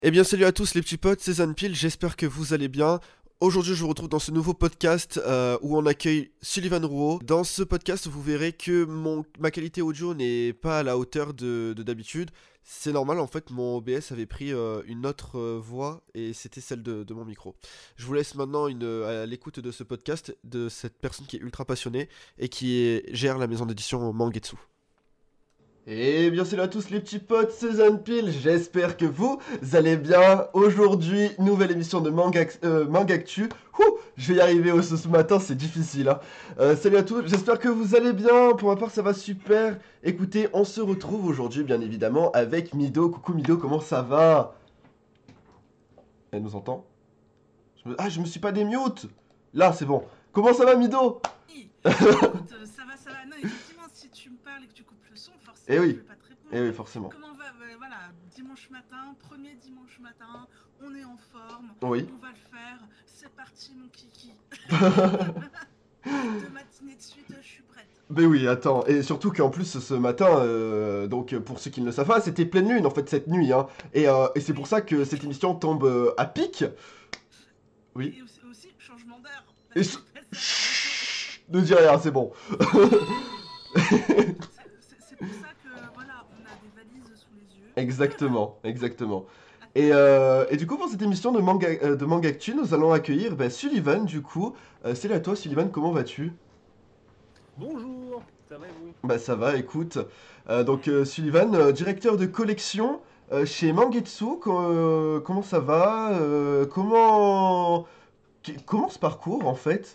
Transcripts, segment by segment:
Eh bien salut à tous les petits potes, c'est Zanpil, j'espère que vous allez bien. Aujourd'hui je vous retrouve dans ce nouveau podcast où on accueille Sullivan Rouault. Dans ce podcast vous verrez que ma qualité audio n'est pas à la hauteur de d'habitude. C'est normal en fait, mon OBS avait pris une autre voix et c'était celle de mon micro. Je vous laisse maintenant à l'écoute de ce podcast de cette personne qui est ultra passionnée et gère la maison d'édition Mangetsu. Eh bien salut à tous les petits potes, c'est Zanpil, j'espère que vous allez bien. Aujourd'hui, nouvelle émission de Mangactu. Je vais y arriver ce matin, c'est difficile. Hein. Salut à tous, j'espère que vous allez bien. Pour ma part, ça va super. Écoutez, on se retrouve aujourd'hui, bien évidemment, avec Mido. Coucou Mido, comment ça va? Elle nous entend? Ah, je me suis pas démute. Là, c'est bon. Comment ça va Mido? Oui. Écoute, ça va. Non, effectivement, si tu me parles et que tu coupes le son, forcément, Eh oui. je vais pas te répondre. Eh oui, forcément. Comment va voilà, dimanche matin, premier dimanche matin, on est en forme, Oui. on va le faire. C'est parti, mon kiki. 2 matinées de suite, je suis prête. Ben oui, attends, et surtout qu'en plus ce matin, donc pour ceux qui ne le savent pas, c'était pleine lune en fait cette nuit, hein, et c'est pour ça que cette émission tombe à pic. Oui. Et aussi changement d'heure. Et Chut, ne dis rien, c'est bon. C'est pour ça que voilà, on a des valises sous les yeux. Exactement, exactement. Et du coup pour cette émission de Mangactu, nous allons accueillir Sullivan du coup. Salut à toi Sullivan, comment vas-tu? Bonjour, ça va et vous? Bah ça va, écoute. Donc Sullivan, directeur de collection chez Mangetsu, comment ça va? Comment ce parcours en fait?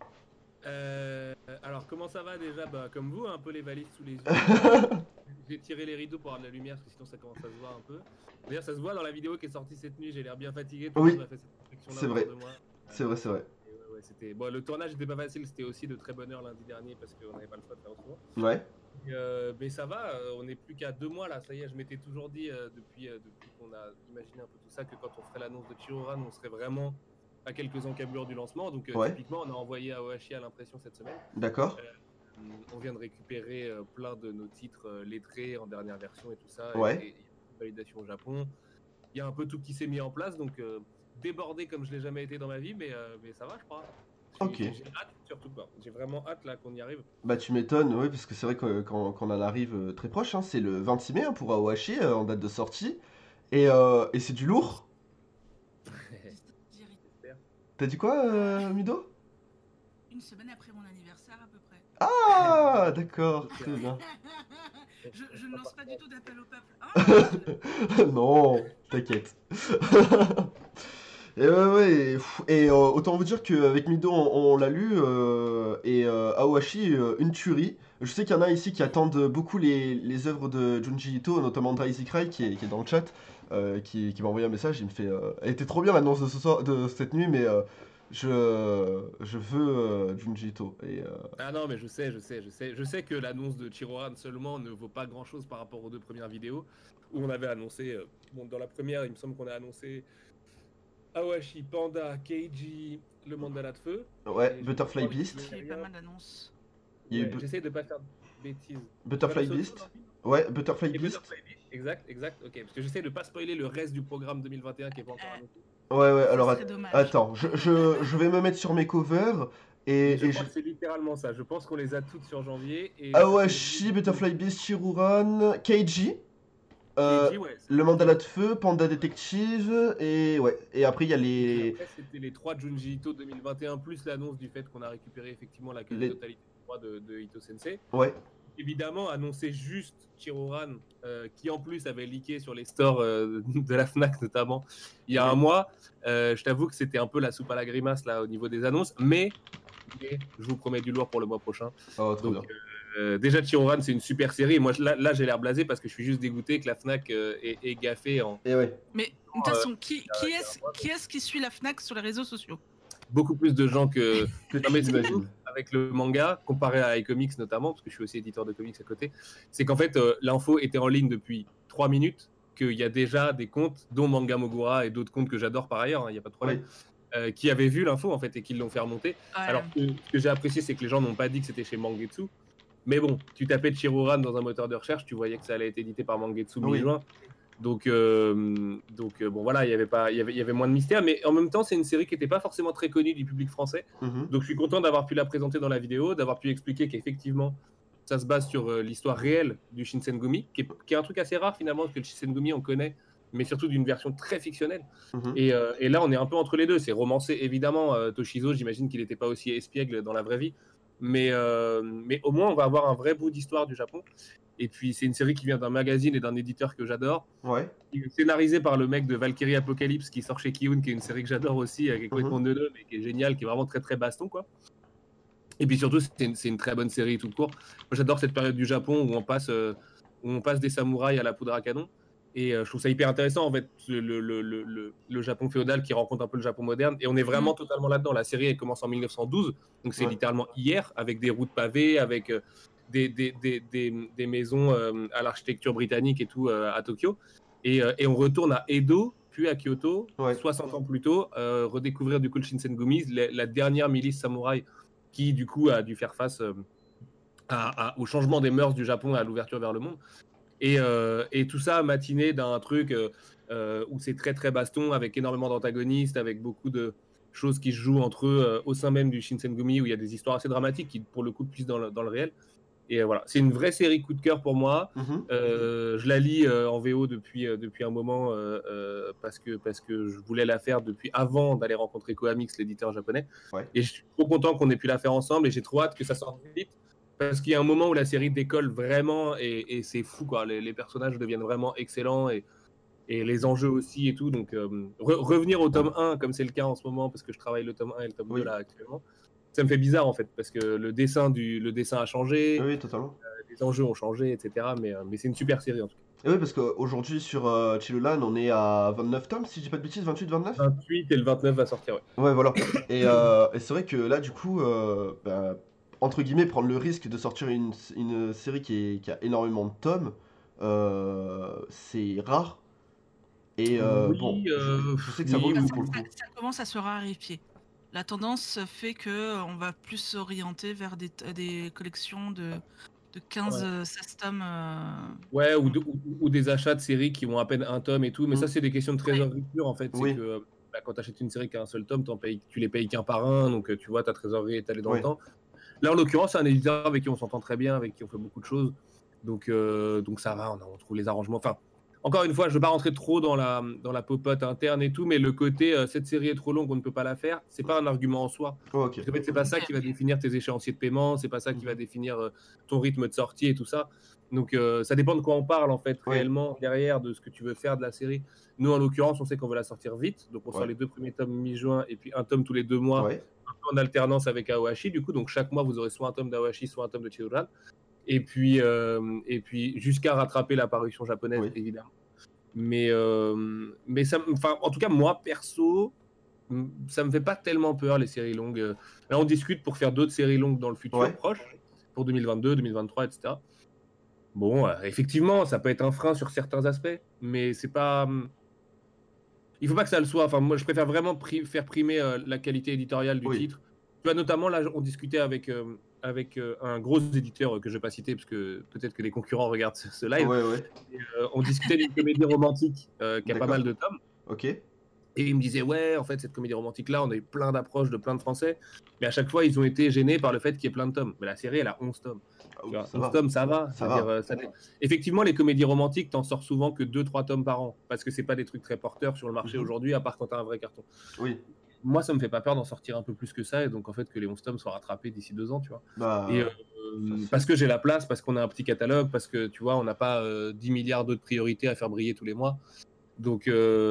Alors comment ça va déjà? Bah comme vous, un peu les valises sous les yeux. J'ai tiré les rideaux pour avoir de la lumière parce que sinon ça commence à se voir un peu. D'ailleurs ça se voit dans la vidéo qui est sortie cette nuit, j'ai l'air bien fatigué, tout le Oui, monde m'a fait cette réflexion-là c'est vrai. autour de moi. C'est vrai, c'est vrai. Et ouais, c'était... Bon, le tournage n'était pas facile, c'était aussi de très bonne heure lundi dernier parce qu'on n'avait pas le choix de faire autrement. Ouais. Mais ça va, on n'est plus qu'à 2 mois là, ça y est, je m'étais toujours dit depuis qu'on a imaginé un peu tout ça que quand on ferait l'annonce de Chiroran, on serait vraiment à quelques encablures du lancement. Donc Ouais. typiquement, on a envoyé à Ohashi à l'impression cette semaine. D'accord. On vient de récupérer plein de nos titres lettrés en dernière version et tout ça. Ouais. Et il y a une validation au Japon. Il y a un peu tout qui s'est mis en place, donc débordé comme je l'ai jamais été dans ma vie, mais ça va, je crois. Ok. J'ai hâte, surtout quoi. J'ai vraiment hâte là qu'on y arrive. Bah tu m'étonnes, oui, parce que c'est vrai que quand on en arrive très proche, hein, c'est le 26 mai hein, pour Aohashi en date de sortie. Et c'est du lourd. J'espère. T'as dit quoi, Mido? Une semaine après mon anniversaire à peu près. Ah, d'accord, très bien. Je ne lance pas du tout d'appel au peuple. Hein. Non, t'inquiète. Et ouais, et autant vous dire qu'avec Mido, on l'a lu, et Aohashi, une tuerie. Je sais qu'il y en a ici qui attendent beaucoup les œuvres de Junji Ito, notamment Daisy Cry, qui est dans le chat, qui m'a envoyé un message, il me fait... Elle était trop bien l'annonce de ce soir, de cette nuit, mais je veux Junji Ito. Ah non, mais je sais que l'annonce de Chiroran seulement ne vaut pas grand chose par rapport aux 2 premières vidéos où on avait annoncé. Bon, dans la première, il me semble qu'on a annoncé Aohashi, Panda, Keiji, le mandala de feu. Ouais, Butterfly Beast. Il y a eu pas mal d'annonces. J'essaie de pas faire de bêtises. Butterfly Beast. Ouais, Butterfly Et Beast. Butterfly Beast. Exact, ok. Parce que j'essaie de pas spoiler le reste du programme 2021 qui est pas encore annoncé. Ouais, alors serait dommage. attends, je vais me mettre sur mes covers et Je crois que c'est littéralement ça. Je pense qu'on les a toutes sur janvier. Et Aohashi, Butterfly Beast, Chiruran, Keiji, Keiji, ouais, le mandala de feu, Panda Detective, et ouais, et après il y a Et les... après, c'était les 3 Junji Ito 2021, plus l'annonce du fait qu'on a récupéré effectivement la quasi-totalité des 3 de Ito Sensei. Ouais, Évidemment, annoncer juste Chiroran, qui en plus avait leaké sur les stores de la Fnac notamment, il y a un mois. Je t'avoue que c'était un peu la soupe à la grimace là au niveau des annonces, mais je vous promets du lourd pour le mois prochain. oh, trop Donc, bien. déjà, Chiroran, c'est une super série. Moi, là j'ai l'air blasé parce que je suis juste dégoûté que la Fnac ait gaffé en... Et ouais, Mais de toute façon, qui est-ce qui suit la Fnac sur les réseaux sociaux? Beaucoup plus de gens que... Non, mais c'est j'imagine. ouf avec le manga, comparé à iComics notamment, parce que je suis aussi éditeur de comics à côté, c'est qu'en fait, l'info était en ligne depuis 3 minutes, qu'il y a déjà des comptes, dont Manga Mogura et d'autres comptes que j'adore par ailleurs, il n'y a pas de problème, qui avaient vu l'info en fait et qui l'ont fait remonter. Ouais. Alors, ce que j'ai apprécié, c'est que les gens n'ont pas dit que c'était chez Mangetsu. Mais bon, tu tapais Chiroran dans un moteur de recherche, tu voyais que ça allait être édité par Mangetsu mi-juin. Bon voilà, il y avait moins de mystère, mais en même temps, c'est une série qui n'était pas forcément très connue du public français. Donc je suis content d'avoir pu la présenter dans la vidéo, d'avoir pu expliquer qu'effectivement, ça se base sur l'histoire réelle du Shinsengumi, qui est un truc assez rare finalement, parce que le Shinsengumi, on connaît, mais surtout d'une version très fictionnelle. Et là, on est un peu entre les deux. C'est romancé, évidemment. Toshizo, j'imagine qu'il n'était pas aussi espiègle dans la vraie vie. Mais au moins, on va avoir un vrai bout d'histoire du Japon. Et puis, c'est une série qui vient d'un magazine et d'un éditeur que j'adore. Ouais. Qui est scénarisé par le mec de Valkyrie Apocalypse qui sort chez Kiun, qui est une série que j'adore aussi, qui est complètement neuneux, mais qui est géniale, qui est vraiment très, très baston, quoi. Et puis surtout, c'est une très bonne série tout court. Moi, j'adore cette période du Japon où on passe des samouraïs à la poudre à canon. Et je trouve ça hyper intéressant, en fait, le Japon féodal qui rencontre un peu le Japon moderne. Et on est vraiment totalement là-dedans. La série, elle commence en 1912, donc c'est littéralement hier, avec des routes pavées, avec des maisons à l'architecture britannique et tout à Tokyo. Et on retourne à Edo, puis à Kyoto, 60 ans plus tôt, redécouvrir du coup le Shinsengumi, la dernière milice samouraï qui du coup a dû faire face au changement des mœurs du Japon et à l'ouverture vers le monde. Et tout ça matiné d'un truc où c'est très très baston, avec énormément d'antagonistes, avec beaucoup de choses qui se jouent entre eux au sein même du Shinsengumi, où il y a des histoires assez dramatiques qui pour le coup puissent dans le réel. Et voilà, c'est une vraie série coup de cœur pour moi. Je la lis en VO depuis un moment parce que je voulais la faire depuis avant d'aller rencontrer Koamix, l'éditeur japonais. Et je suis trop content qu'on ait pu la faire ensemble et j'ai trop hâte que ça sorte vite. Parce qu'il y a un moment où la série décolle vraiment et c'est fou, quoi. Les personnages deviennent vraiment excellents et les enjeux aussi et tout. Donc revenir au tome 1, comme c'est le cas en ce moment, parce que je travaille le tome 1 et le tome 2 là actuellement, ça me fait bizarre en fait, parce que le dessin a changé, totalement. Les enjeux ont changé, etc. Mais c'est une super série en tout cas. Et oui, parce qu'aujourd'hui sur Chilolan, on est à 29 tomes, si je dis pas de bêtises, 28, 29 28 et le 29 va sortir, ouais. Ouais, voilà. Et c'est vrai que là, du coup, entre guillemets, prendre le risque de sortir une série qui a énormément de tomes, c'est rare. Et bon, je sais que ça vaut le coup pour le coup. Ça commence à se raréfier. La tendance fait que on va plus s'orienter vers des collections de 15-16 tomes. Ouais, ou des achats de séries qui ont à peine un tome et tout. Mais ça, c'est des questions de trésorerie pure, en fait. C'est que quand tu achètes une série qui a un seul tome, tu les payes qu'un par un. Donc, tu vois, ta trésorerie est étalée dans le temps. Là, en l'occurrence, c'est un éditeur avec qui on s'entend très bien, avec qui on fait beaucoup de choses. Donc ça va, on trouve les arrangements. Enfin, encore une fois, je ne veux pas rentrer trop dans la popote interne et tout, mais le côté cette série est trop longue, on ne peut pas la faire, c'est pas un argument en soi. En fait, c'est pas ça qui va définir tes échéanciers de paiement, c'est pas ça qui va définir ton rythme de sortie et tout ça. Donc ça dépend de quoi on parle en fait réellement derrière, de ce que tu veux faire de la série. Nous, en l'occurrence, on sait qu'on veut la sortir vite, donc on sort les 2 premiers tomes mi-juin et puis un tome tous les 2 mois, un peu en alternance avec Aohashi. Du coup, donc chaque mois, vous aurez soit un tome d'Aohashi, soit un tome de Chiyoran. Et puis jusqu'à rattraper la parution japonaise, évidemment. Mais ça, en tout cas, moi, perso, ça me fait pas tellement peur, les séries longues. Là, on discute pour faire d'autres séries longues dans le futur proche, pour 2022, 2023, etc. Bon, effectivement, ça peut être un frein sur certains aspects, mais c'est pas... Il faut pas que ça le soit. Enfin, moi, je préfère vraiment faire primer la qualité éditoriale du titre. Tu vois, notamment, là, on discutait avec un gros éditeur que je vais pas citer, parce que peut-être que les concurrents regardent ce live. Et, on discutait d'une comédie romantique qui a pas mal de tomes. Et ils me disaient, ouais, en fait, cette comédie romantique-là, on a eu plein d'approches de plein de Français, mais à chaque fois, ils ont été gênés par le fait qu'il y ait plein de tomes. Mais la série, elle a 11 tomes. 11 tomes, ça va. Effectivement, les comédies romantiques, t'en sors souvent que 2-3 tomes par an, parce que c'est pas des trucs très porteurs sur le marché aujourd'hui, à part quand t'as un vrai carton. Moi, ça me fait pas peur d'en sortir un peu plus que ça, et donc en fait que les 11 tomes soient rattrapés d'ici 2 ans, tu vois. Parce que j'ai la place, parce qu'on a un petit catalogue, parce que tu vois, on n'a pas 10 milliards d'autres priorités à faire briller tous les mois. Donc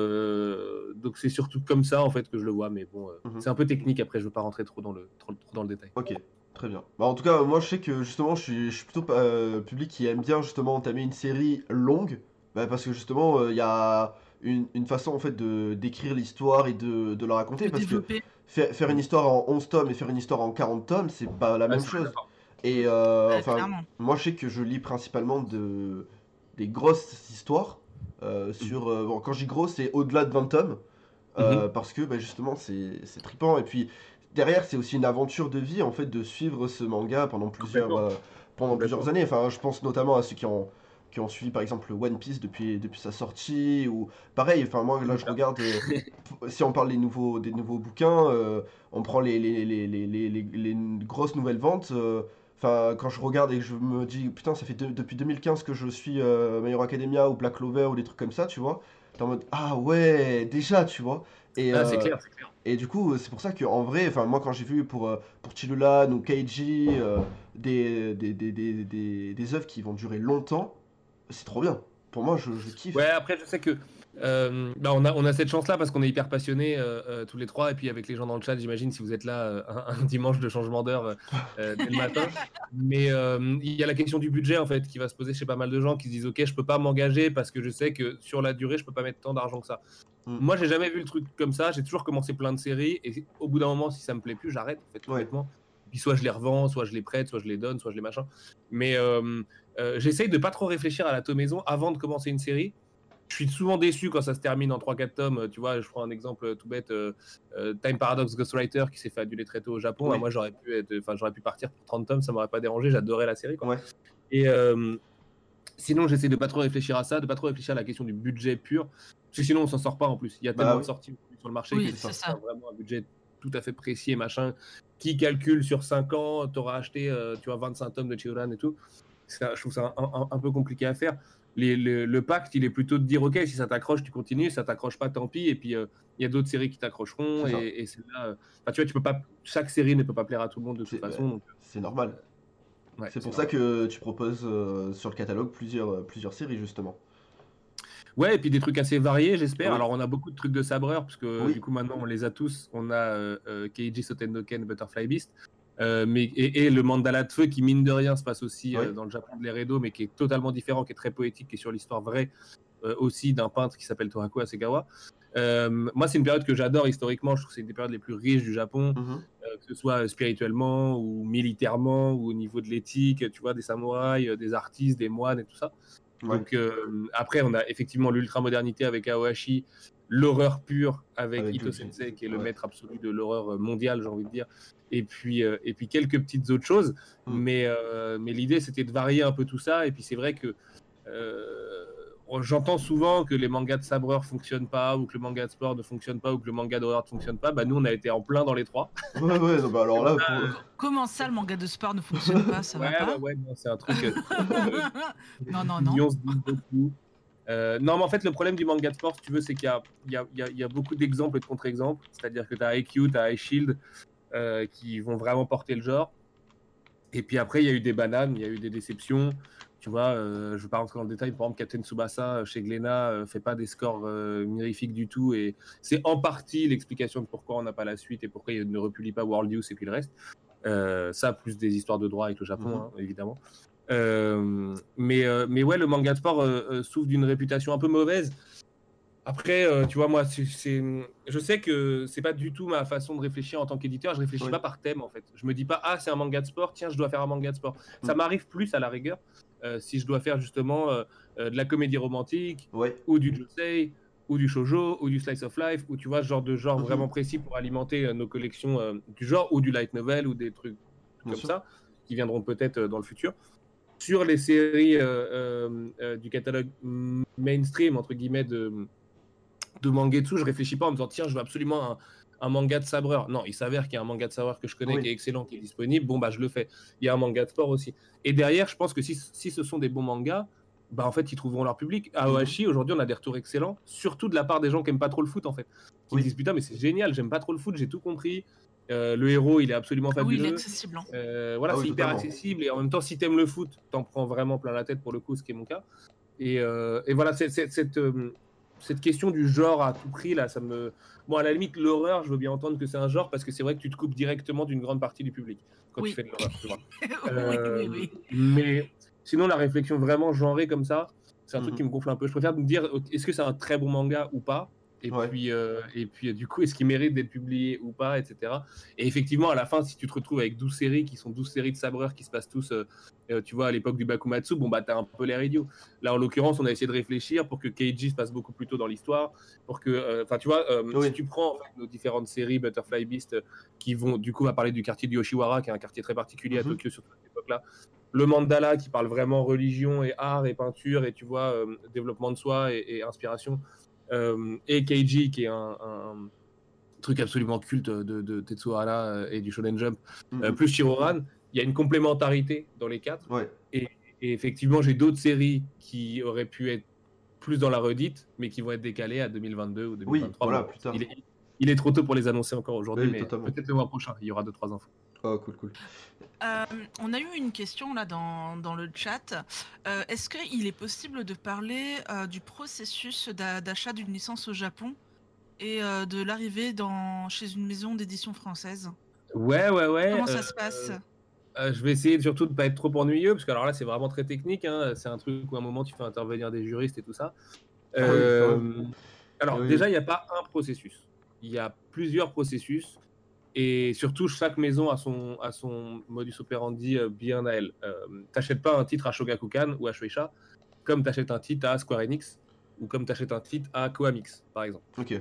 c'est surtout comme ça en fait que je le vois, mais bon, c'est un peu technique. Après, je veux pas rentrer trop dans le détail. Ok, très bien. En tout cas, moi je sais que justement, je suis plutôt public qui aime bien justement entamer une série longue, parce que justement, il y a une façon en fait de d'écrire l'histoire et de la raconter, parce que faire une histoire en 11 tomes et faire une histoire en 40 tomes, c'est pas la même chose. Et moi je sais que je lis principalement des grosses histoires. Quand je dis gros, c'est au-delà de 20 tomes, parce que justement c'est trippant, et puis derrière c'est aussi une aventure de vie en fait de suivre ce manga pendant plusieurs années. Enfin, je pense notamment à ceux qui qui ont suivi par exemple One Piece depuis sa sortie, ou pareil, enfin moi là je regarde, si on parle des nouveaux bouquins, on prend les grosses nouvelles ventes, enfin quand je regarde et que je me dis putain ça fait depuis 2015 que je suis My Hero Academia ou Black Clover ou des trucs comme ça, tu vois, t'es en mode ah ouais déjà tu vois, et, Ah, c'est euh, clair, c'est clair. et du coup c'est pour ça que en vrai, enfin moi quand j'ai vu pour Chilulan ou Keiji, des œuvres qui vont durer longtemps, c'est trop bien. Pour moi, je kiffe. Ouais, après, je sais que bah, on a cette chance-là parce qu'on est hyper passionnés tous les trois. Et puis, avec les gens dans le chat, j'imagine, si vous êtes là un dimanche de changement d'heure dès le matin. Mais il y a la question du budget, en fait, qui va se poser chez pas mal de gens qui se disent, OK, je peux pas m'engager parce que je sais que sur la durée, je peux pas mettre tant d'argent que ça. Mm. Moi, j'ai jamais vu le truc comme ça. J'ai toujours commencé plein de séries. Et au bout d'un moment, si ça me plaît plus, j'arrête, en fait, tout Ouais. bêtement. Puis soit je les revends, soit je les prête, soit je les donne, soit je les machin. Mais j'essaye de pas trop réfléchir à la maison avant de commencer une série. Je suis souvent déçu quand ça se termine en 3-4 tomes. Tu vois, je prends un exemple tout bête, Time Paradox Ghostwriter qui s'est fait annuler très tôt au Japon. Oui. Moi, j'aurais pu partir pour 30 tomes, ça m'aurait pas dérangé. J'adorais la série, quoi. Ouais. Et sinon, j'essaie de pas trop réfléchir à ça, de pas trop réfléchir à la question du budget pur, parce que sinon, on s'en sort pas en plus. Il y a tellement de sorties sur le marché Oui, que c'est ça ça. vraiment un budget tout à fait précis et machin. Qui calcule sur 5 ans, tu auras acheté tu vois, 25 tomes de Chiyoran et tout. Je trouve ça un peu compliqué à faire. Le pacte, il est plutôt de dire ok, si ça t'accroche, tu continues, ça t'accroche pas, tant pis. Et puis il y a d'autres séries qui t'accrocheront. C'est ça. Et c'est là, tu vois, tu peux pas, chaque série ne peut pas plaire à tout le monde de toute C'est façon. Donc, c'est normal. ouais, C'est pour ça normal. que tu proposes sur le catalogue plusieurs séries, justement. Ouais, et puis des trucs assez variés, j'espère. Oui. Alors, on a beaucoup de trucs de sabreurs, parce que Oui. du coup, maintenant, on les a tous. On a Keiji Sotennoken, Butterfly Beast, et le Mandala de Feu, qui, mine de rien, se passe aussi Oui. dans le Japon de l'Eredo, mais qui est totalement différent, qui est très poétique, qui est sur l'histoire vraie aussi d'un peintre qui s'appelle Toraku Hasegawa. Moi, c'est une période que j'adore historiquement. Je trouve que c'est une des périodes les plus riches du Japon, Mhm. que ce soit spirituellement ou militairement ou au niveau de l'éthique, tu vois, des samouraïs, des artistes, des moines et tout ça. Ouais. Donc après, on a effectivement l'ultra-modernité avec Aohashi, l'horreur pure avec Ito Junji. Sensei, qui est le Ouais. maître absolu de l'horreur mondiale, j'ai envie de dire. Et puis quelques petites autres choses. Mm. Mais l'idée, c'était de varier un peu tout ça. Et puis c'est vrai que j'entends souvent que les mangas de sabreurs fonctionnent pas, ou que le manga de sport ne fonctionne pas, ou que le manga d'horreur ne fonctionne pas. Bah, nous, on a été en plein dans les trois. Ouais, ouais, non, bah alors là, Comment ça, le manga de sport ne fonctionne pas? Ça va pas? Ouais, non, c'est un truc. Non, non, Ils non. se disent beaucoup. Non, mais en fait, le problème du manga de sport, si tu veux, c'est qu'il y a beaucoup d'exemples et de contre-exemples. C'est-à-dire que tu as IQ, tu as iShield qui vont vraiment porter le genre. Et puis après, il y a eu des bananes, il y a eu des déceptions. Tu vois, je ne vais pas rentrer dans le détail. Par exemple, Captain Tsubasa chez Glénat fait pas des scores mirifiques du tout. Et c'est en partie l'explication de pourquoi on n'a pas la suite et pourquoi il ne republie pas World Youth et puis le reste. Ça, plus des histoires de droit avec le Japon, hein, évidemment. Mais ouais, le manga de sport souffre d'une réputation un peu mauvaise. Après, tu vois, moi, je sais que c'est pas du tout ma façon de réfléchir en tant qu'éditeur. Je réfléchis Oui. pas par thème, en fait. Je me dis pas, ah, c'est un manga de sport, tiens, je dois faire un manga de sport. Ça m'arrive plus à la rigueur si je dois faire justement de la comédie romantique, ouais. ou du josei, ou du shoujo, ou du slice of life, ou tu vois, ce genre de genre vraiment précis pour alimenter nos collections du genre, ou du light novel, ou des trucs Bien comme sûr. ça, qui viendront peut-être dans le futur. Sur les séries du catalogue mainstream, entre guillemets, de Mangetsu, je réfléchis pas en me disant tiens, je veux absolument un manga de sabreur. Non, il s'avère qu'il y a un manga de sabreur que je connais, Oui. qui est excellent, qui est disponible. Bon, bah, je le fais. Il y a un manga de sport aussi. Et derrière, je pense que si ce sont des bons mangas, bah, en fait, ils trouveront leur public. À Ohashi, aujourd'hui, on a des retours excellents, surtout de la part des gens qui aiment pas trop le foot, en fait. Qui Oui. disent putain, mais c'est génial, j'aime pas trop le foot, j'ai tout compris. Le héros, il est absolument Ah oui, il est fabuleux. accessible. Voilà, Ah oui, c'est hyper totalement. accessible. Et en même temps, si t'aimes le foot, t'en prends vraiment plein la tête pour le coup, ce qui est mon cas. Et voilà, cette question du genre à tout prix, là, ça me. Bon, à la limite, l'horreur, je veux bien entendre que c'est un genre parce que c'est vrai que tu te coupes directement d'une grande partie du public quand Oui. tu fais de l'horreur, tu vois. Oui. Mais sinon, la réflexion vraiment genrée comme ça, c'est un truc qui me gonfle un peu. Je préfère me dire, est-ce que c'est un très bon manga ou pas? Et Ouais. puis, du coup, est-ce qu'il mérite d'être publié ou pas, etc. Et effectivement, à la fin, si tu te retrouves avec 12 séries qui sont 12 séries de sabreurs qui se passent tous, tu vois, à l'époque du Bakumatsu, bon, bah, t'as un peu l'air idiot. Là, en l'occurrence, on a essayé de réfléchir pour que Keiji se passe beaucoup plus tôt dans l'histoire, pour que, enfin, tu vois, Oui. si tu prends en fait, nos différentes séries, Butterfly Beast, qui vont, du coup, on va parler du quartier de Yoshiwara, qui est un quartier très particulier à Tokyo, surtout à cette époque-là. le mandala qui parle vraiment religion et art et peinture et tu vois, développement de soi et inspiration, et Keiji qui est un truc absolument culte de Tetsuo Hara et du Shonen Jump, plus Shiroran, il y a une complémentarité dans les quatre. Ouais. Et effectivement, j'ai d'autres séries qui auraient pu être plus dans la redite, mais qui vont être décalées à 2022 ou 2023. Oui, voilà, Bon, plus tard. il est trop tôt pour les annoncer encore aujourd'hui, Oui, mais totalement. peut-être le mois prochain, il y aura 2-3 infos. Oh, cool. On a eu une question là dans le chat. Est-ce qu'il est possible de parler du processus d'achat d'une licence au Japon et de l'arrivée chez une maison d'édition française? Ouais. Comment ça se passe? Je vais essayer surtout de ne pas être trop ennuyeux, parce que alors là, c'est vraiment très technique. Hein. C'est un truc où à un moment, tu fais intervenir des juristes et tout ça. Ah oui, quand même. Alors, Oui. déjà, il n'y a pas un processus. Il y a plusieurs processus. Et surtout, chaque maison a son modus operandi bien à elle. T'achètes pas un titre à Shogakukan ou à Shueisha, comme t'achètes un titre à Square Enix, ou comme t'achètes un titre à Koamix, par exemple. Ok.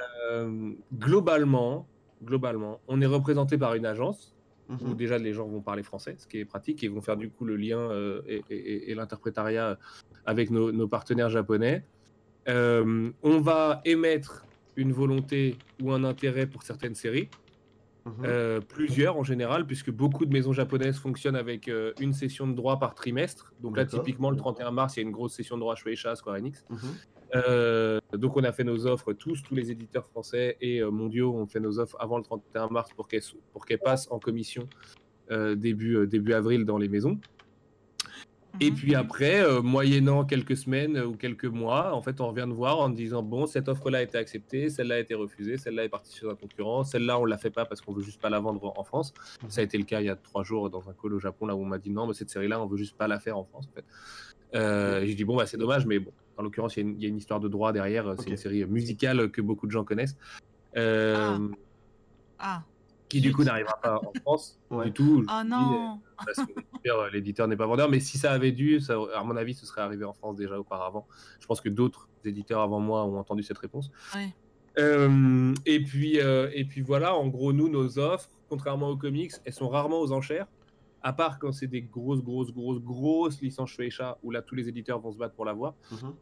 Globalement, on est représenté par une agence, où Mhm. déjà les gens vont parler français, ce qui est pratique, et vont faire du coup le lien et l'interprétariat avec nos partenaires japonais. On va émettre une volonté ou un intérêt pour certaines séries, plusieurs en général, puisque beaucoup de maisons japonaises fonctionnent avec une session de droit par trimestre. Donc là, D'accord. typiquement, le 31 mars, il y a une grosse session de droit Shueisha, Square Enix. Mhm. Donc on a fait nos offres, tous les éditeurs français et mondiaux ont fait nos offres avant le 31 mars pour qu'elles passent en commission début avril dans les maisons. Et puis après, moyennant quelques semaines ou quelques mois, en fait, on revient de voir en disant bon, cette offre-là a été acceptée, celle-là a été refusée, celle-là est partie chez un concurrent, celle-là on la fait pas parce qu'on veut juste pas la vendre en France. Ça a été le cas il y a 3 jours dans un call au Japon là où on m'a dit non, mais cette série-là on veut juste pas la faire en France en fait. J'ai dit bon bah c'est dommage, mais bon, en l'occurrence il y a une histoire de droit derrière. C'est une série musicale que beaucoup de gens connaissent. Qui du coup n'arrivera pas en France du tout. Ah non. Parce que l'éditeur n'est pas vendeur, mais si ça avait dû, ça, à mon avis, ce serait arrivé en France déjà auparavant. Je pense que d'autres éditeurs avant moi ont entendu cette réponse. Oui. Et puis voilà, en gros, nous, nos offres, contrairement aux comics, elles sont rarement aux enchères, à part quand c'est des grosses licences Shueisha, où là, tous les éditeurs vont se battre pour l'avoir.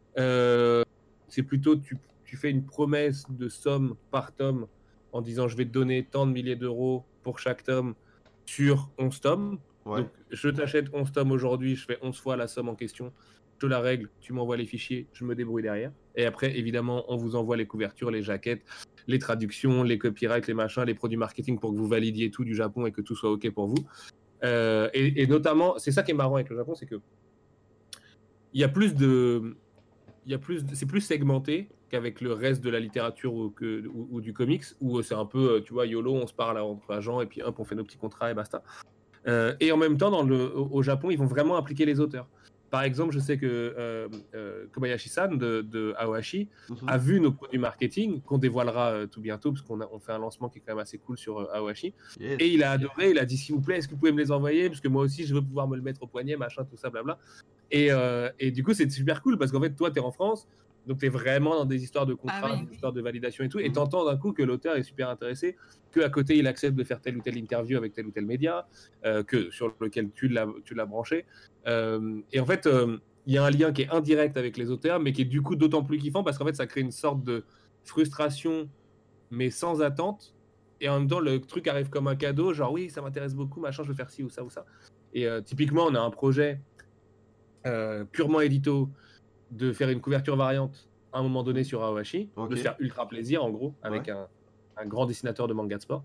C'est plutôt, tu fais une promesse de somme par tome, en disant je vais te donner tant de milliers d'euros pour chaque tome sur 11 tomes. Ouais. Donc je t'achète 11 tomes aujourd'hui, je fais 11 fois la somme en question, je te la règle, tu m'envoies les fichiers, je me débrouille derrière. Et après, évidemment, on vous envoie les couvertures, les jaquettes, les traductions, les copyrights, les machins, les produits marketing pour que vous validiez tout du Japon et que tout soit OK pour vous. Et notamment, c'est ça qui est marrant avec le Japon, c'est que il y a plus de... c'est plus segmenté qu'avec le reste de la littérature ou du comics, où c'est un peu, tu vois, YOLO, on se parle entre agents et puis hop, on fait nos petits contrats et basta. Et en même temps, au Japon, ils vont vraiment impliquer les auteurs. Par exemple, je sais que Kobayashi-san de Aoashi a vu nos produits marketing, qu'on dévoilera tout bientôt, parce qu'on fait un lancement qui est quand même assez cool sur Aoashi. Yes. Et il a adoré, il a dit s'il vous plaît, est-ce que vous pouvez me les envoyer, parce que moi aussi, je veux pouvoir me le mettre au poignet, machin, tout ça, blabla. Et du coup, c'est super cool, parce qu'en fait, toi, tu es en France, donc tu es vraiment dans des histoires de contrats, des histoires de validation et tout, et tu entends d'un coup que l'auteur est super intéressé, qu'à côté, il accepte de faire telle ou telle interview avec tel ou tel média, sur lequel tu l'as branché. Et en fait, il y a un lien qui est indirect avec les auteurs, mais qui est du coup d'autant plus kiffant, parce qu'en fait, ça crée une sorte de frustration, mais sans attente. Et en même temps, le truc arrive comme un cadeau, genre oui, ça m'intéresse beaucoup, machin, je veux faire ci ou ça ou ça. Et typiquement, on a un projet purement édito, de faire une couverture variante à un moment donné sur Aoashi, de se faire ultra plaisir en gros, avec un grand dessinateur de manga de sport.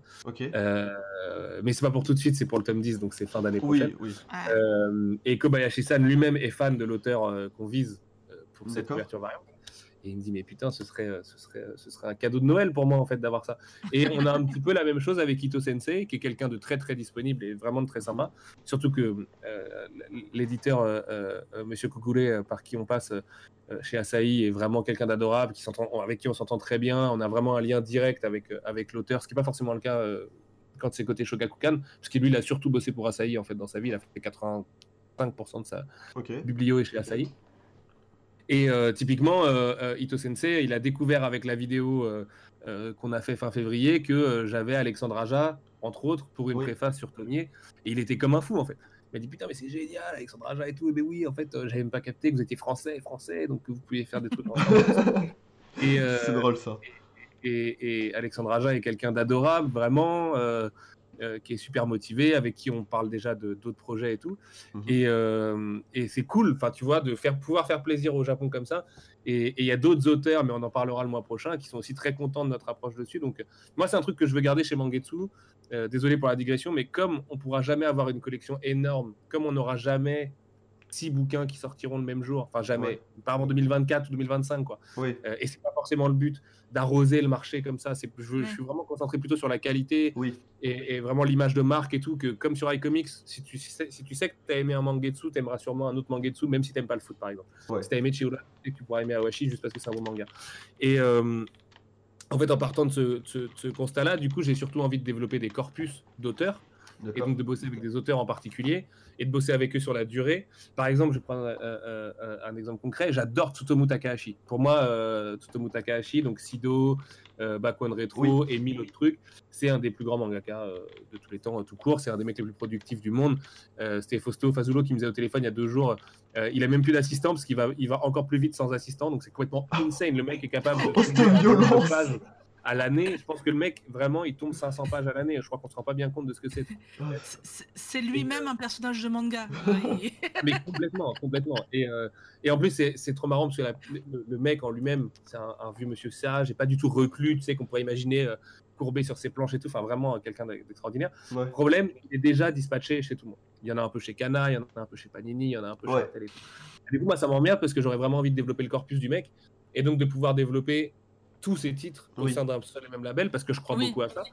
Mais c'est pas pour tout de suite, c'est pour le tome 10, donc c'est fin d'année prochaine. Et Kobayashi-san lui-même est fan de l'auteur qu'on vise pour cette couverture variante. Et il me dit, mais putain, ce serait un cadeau de Noël pour moi, en fait, d'avoir ça. Et on a un petit peu la même chose avec Ito Sensei, qui est quelqu'un de très, très disponible et vraiment de très sympa. Surtout que l'éditeur, Monsieur Kukure, par qui on passe chez Asahi, est vraiment quelqu'un d'adorable, avec qui on s'entend très bien. On a vraiment un lien direct avec l'auteur, ce qui n'est pas forcément le cas quand c'est côté Shogakukan, parce que lui, il a surtout bossé pour Asahi, en fait, dans sa vie. Il a fait 85% de sa biblio est chez Asahi. Et typiquement, Ito Sensei, il a découvert avec la vidéo qu'on a fait fin février que j'avais Alexandre Aja, entre autres, pour une préface sur Tonier. Et il était comme un fou, en fait. m'a dit putain mais c'est génial Alexandre Aja et tout. Et ben oui, en fait, j'avais même pas capté que vous étiez français, donc que vous pouviez faire des trucs ensemble. Et, C'est drôle ça. et Alexandre Aja est quelqu'un d'adorable, vraiment, qui est super motivé, avec qui on parle déjà d'autres projets et tout. Et c'est cool, enfin, tu vois, de pouvoir faire plaisir au Japon comme ça. Et il y a d'autres auteurs, mais on en parlera le mois prochain, qui sont aussi très contents de notre approche dessus. Donc, moi, c'est un truc que je veux garder chez Mangetsu. Désolé pour la digression, mais comme on pourra jamais avoir une collection énorme, comme on n'aura jamais 6 bouquins qui sortiront le même jour, enfin jamais, pas avant 2024 ou 2025, quoi. Et c'est pas forcément le but d'arroser le marché comme ça. Je suis vraiment concentré plutôt sur la qualité et vraiment l'image de marque et tout, que comme sur iComics, si tu sais que tu as aimé un Mangetsu, tu aimeras sûrement un autre Mangetsu, même si tu n'aimes pas le foot, par exemple. Si tu as aimé Chiyoda, tu pourras aimer Awashi juste parce que c'est un bon manga. Et en fait, en partant de ce constat-là, du coup, j'ai surtout envie de développer des corpus d'auteurs, et donc de bosser avec des auteurs en particulier, et de bosser avec eux sur la durée. Par exemple, je prends un exemple concret, j'adore Tsutomu Takahashi. Pour moi, Tsutomu Takahashi, donc Sido, Bakuan Retro et 1000 autres trucs, c'est un des plus grands mangaka de tous les temps, tout court. C'est un des mecs les plus productifs du monde. C'était Fausto Fazulo qui me disait au téléphone il y a 2 jours, il a même plus d'assistant parce qu'il va encore plus vite sans assistant, donc c'est complètement insane. Le mec est capable de faire pages à l'année. Je pense que le mec, vraiment, il tombe 500 pages à l'année. Je crois qu'on se rend pas bien compte de ce que c'est. C'est lui-même un personnage de manga. Mais complètement. Et en plus, c'est trop marrant parce que le mec en lui-même, c'est un vieux monsieur sage et pas du tout reclus, tu sais, qu'on pourrait imaginer courbé sur ses planches et tout. Enfin, vraiment quelqu'un d'extraordinaire. Le problème, il est déjà dispatché chez tout le monde. Il y en a un peu chez Kana, il y en a un peu chez Panini, il y en a un peu chez Tel et tout. Et du coup, moi, ça m'emmerde parce que j'aurais vraiment envie de développer le corpus du mec et donc de pouvoir développer tous ces titres au sein d'un seul et même label, parce que je crois beaucoup à ça.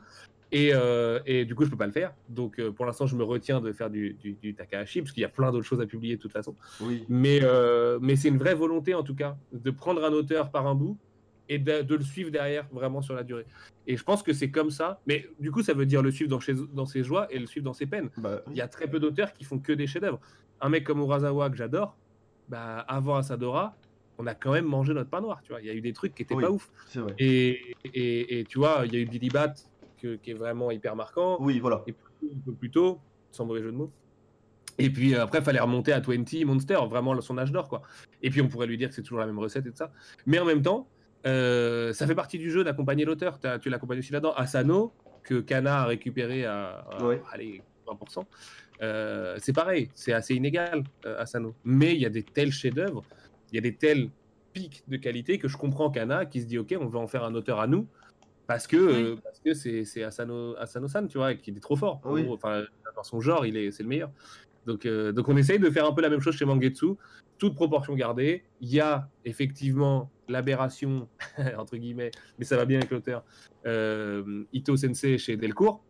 Et du coup, je peux pas le faire. Donc, pour l'instant, je me retiens de faire du Takahashi, parce qu'il y a plein d'autres choses à publier de toute façon. Mais c'est une vraie volonté, en tout cas, de prendre un auteur par un bout et de le suivre derrière, vraiment sur la durée. Et je pense que c'est comme ça. Mais du coup, ça veut dire le suivre dans ses joies et le suivre dans ses peines. Il y a très peu d'auteurs qui font que des chefs-d'œuvre. Un mec comme Urasawa, que j'adore, avant Asadora, on a quand même mangé notre pain noir, tu vois. Il y a eu des trucs qui étaient pas ouf. Vrai. Et tu vois, il y a eu Billy Bat qui est vraiment hyper marquant. Et un peu plus tôt, sans mauvais jeu de mots. Et puis après, il fallait remonter à 20 Monster, vraiment son âge d'or, quoi. Et puis on pourrait lui dire que c'est toujours la même recette et tout ça. Mais en même temps, ça fait partie du jeu d'accompagner l'auteur. Tu l'accompagnes aussi là-dedans. Asano, que Kana a récupéré à allez, 20%. C'est pareil, c'est assez inégal, Asano. Mais il y a des tels chefs-d'œuvre, il y a des tels pics de qualité que je comprends Kana qui se dit ok, on va en faire un auteur à nous parce que c'est Asano-san, tu vois, qui est trop fort. Enfin, dans son genre, c'est le meilleur. Donc on essaye de faire un peu la même chose chez Mangetsu, toute proportion gardée. Il y a effectivement l'aberration entre guillemets, mais ça va bien avec l'auteur, Ito Sensei chez Delcourt.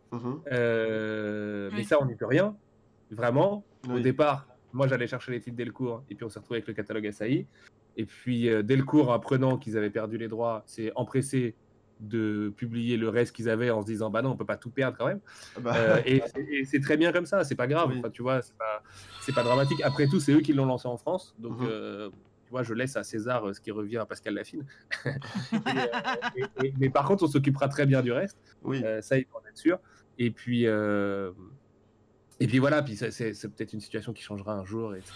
Mais ça, on n'y peut rien, vraiment. Au départ, moi, j'allais chercher les titres Delcourt, et puis on s'est retrouvé avec le catalogue Asahi. Et puis Delcourt, apprenant qu'ils avaient perdu les droits, s'est empressé de publier le reste qu'ils avaient en se disant bah non, on peut pas tout perdre quand même. Et c'est très bien comme ça, c'est pas grave. Enfin, tu vois, c'est pas dramatique. Après tout, c'est eux qui l'ont lancé en France, donc tu vois, je laisse à César ce qui revient à Pascal Lafine. Mais par contre, on s'occupera très bien du reste. Ça, il faut en être sûr. Et puis voilà, puis c'est peut-être une situation qui changera un jour, etc.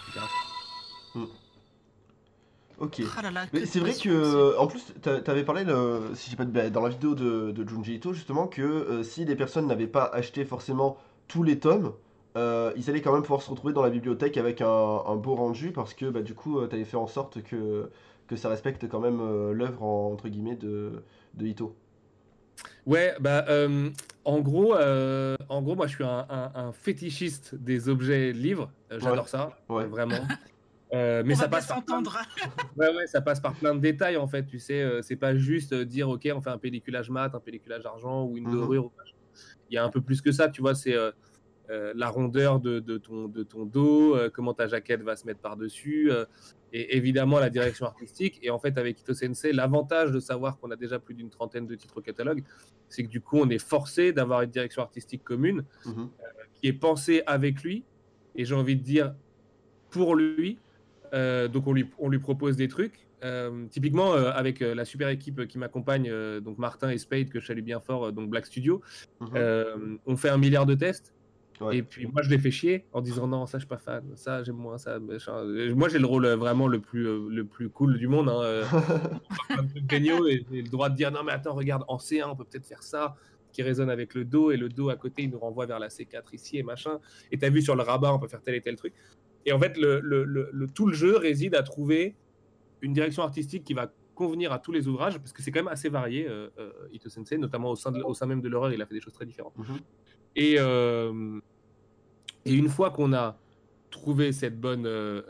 Ok. Mais c'est vrai que, en plus, t'avais parlé, si j'ai pas dans la vidéo de Junji Ito, justement, que si les personnes n'avaient pas acheté forcément tous les tomes, ils allaient quand même pouvoir se retrouver dans la bibliothèque avec un beau rendu, parce que du coup, t'avais fait en sorte que ça respecte quand même l'œuvre, entre guillemets, de Ito. Ouais, en gros, moi, je suis un fétichiste des objets livres. J'adore ça, vraiment. Mais ça passe ça passe par plein de détails, en fait. Tu sais, c'est pas juste dire ok, on fait un pelliculage mat, un pelliculage argent ou une dorure. Il y a un peu plus que ça, tu vois. C'est la rondeur de ton dos, comment ta jaquette va se mettre par dessus, et évidemment la direction artistique. Et en fait, avec Ito Sensei, l'avantage de savoir qu'on a déjà plus d'une trentaine de titres au catalogue, c'est que du coup, on est forcé d'avoir une direction artistique commune qui est pensée avec lui. Et j'ai envie de dire pour lui. Donc on lui propose des trucs. Typiquement avec la super équipe qui m'accompagne, donc Martin et Spade, que je salue bien fort, donc Black Studio, on fait 1 milliard de tests Et puis moi je les fais chier en disant non, ça je suis pas fan, ça j'aime moins, ça machin. Moi j'ai le rôle vraiment le plus cool du monde, hein. Plein de trucs géniaux et j'ai le droit de dire non mais attends, regarde, en C1 on peut peut-être faire ça qui résonne avec le Do, et le Do à côté il nous renvoie vers la C4 ici et machin, et t'as vu sur le rabat on peut faire tel et tel truc. Et en fait tout le jeu réside à trouver une direction artistique qui va convenir à tous les ouvrages, parce que c'est quand même assez varié, Ito Sensei, notamment au sein même de l'horreur, il a fait des choses très différentes. Et une fois qu'on a trouvé cette bonne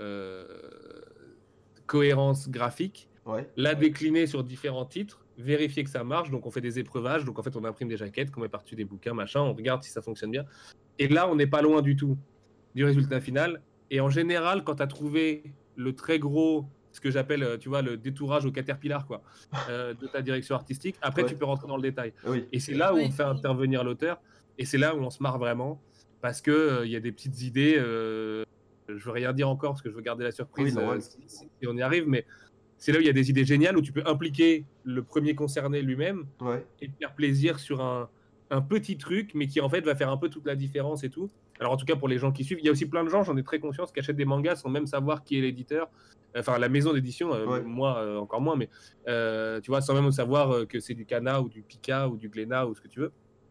cohérence graphique, la décliner sur différents titres, vérifier que ça marche, donc on fait des épreuvages, donc en fait on imprime des jaquettes, qu'on met par-dessus des bouquins, machin, on regarde si ça fonctionne bien. Et là, on n'est pas loin du tout du résultat final. Et en général, quand tu as trouvé le très gros, ce que j'appelle, tu vois, le détourage au caterpillar, quoi, de ta direction artistique, après tu peux rentrer dans le détail. Et c'est là où on fait intervenir l'auteur, et c'est là où on se marre vraiment, parce qu'il y a des petites idées, je veux rien dire encore, parce que je veux garder la surprise si on y arrive, mais c'est là où il y a des idées géniales, où tu peux impliquer le premier concerné lui-même, et te faire plaisir sur un petit truc, mais qui en fait va faire un peu toute la différence et tout. Alors en tout cas pour les gens qui suivent, il y a aussi plein de gens, j'en ai très conscience, qui achètent des mangas sans même savoir qui est l'éditeur, enfin la maison d'édition, moi encore moins, mais tu vois, sans même savoir que c'est du Kana ou du Pika ou du Glénat ou ce que tu veux.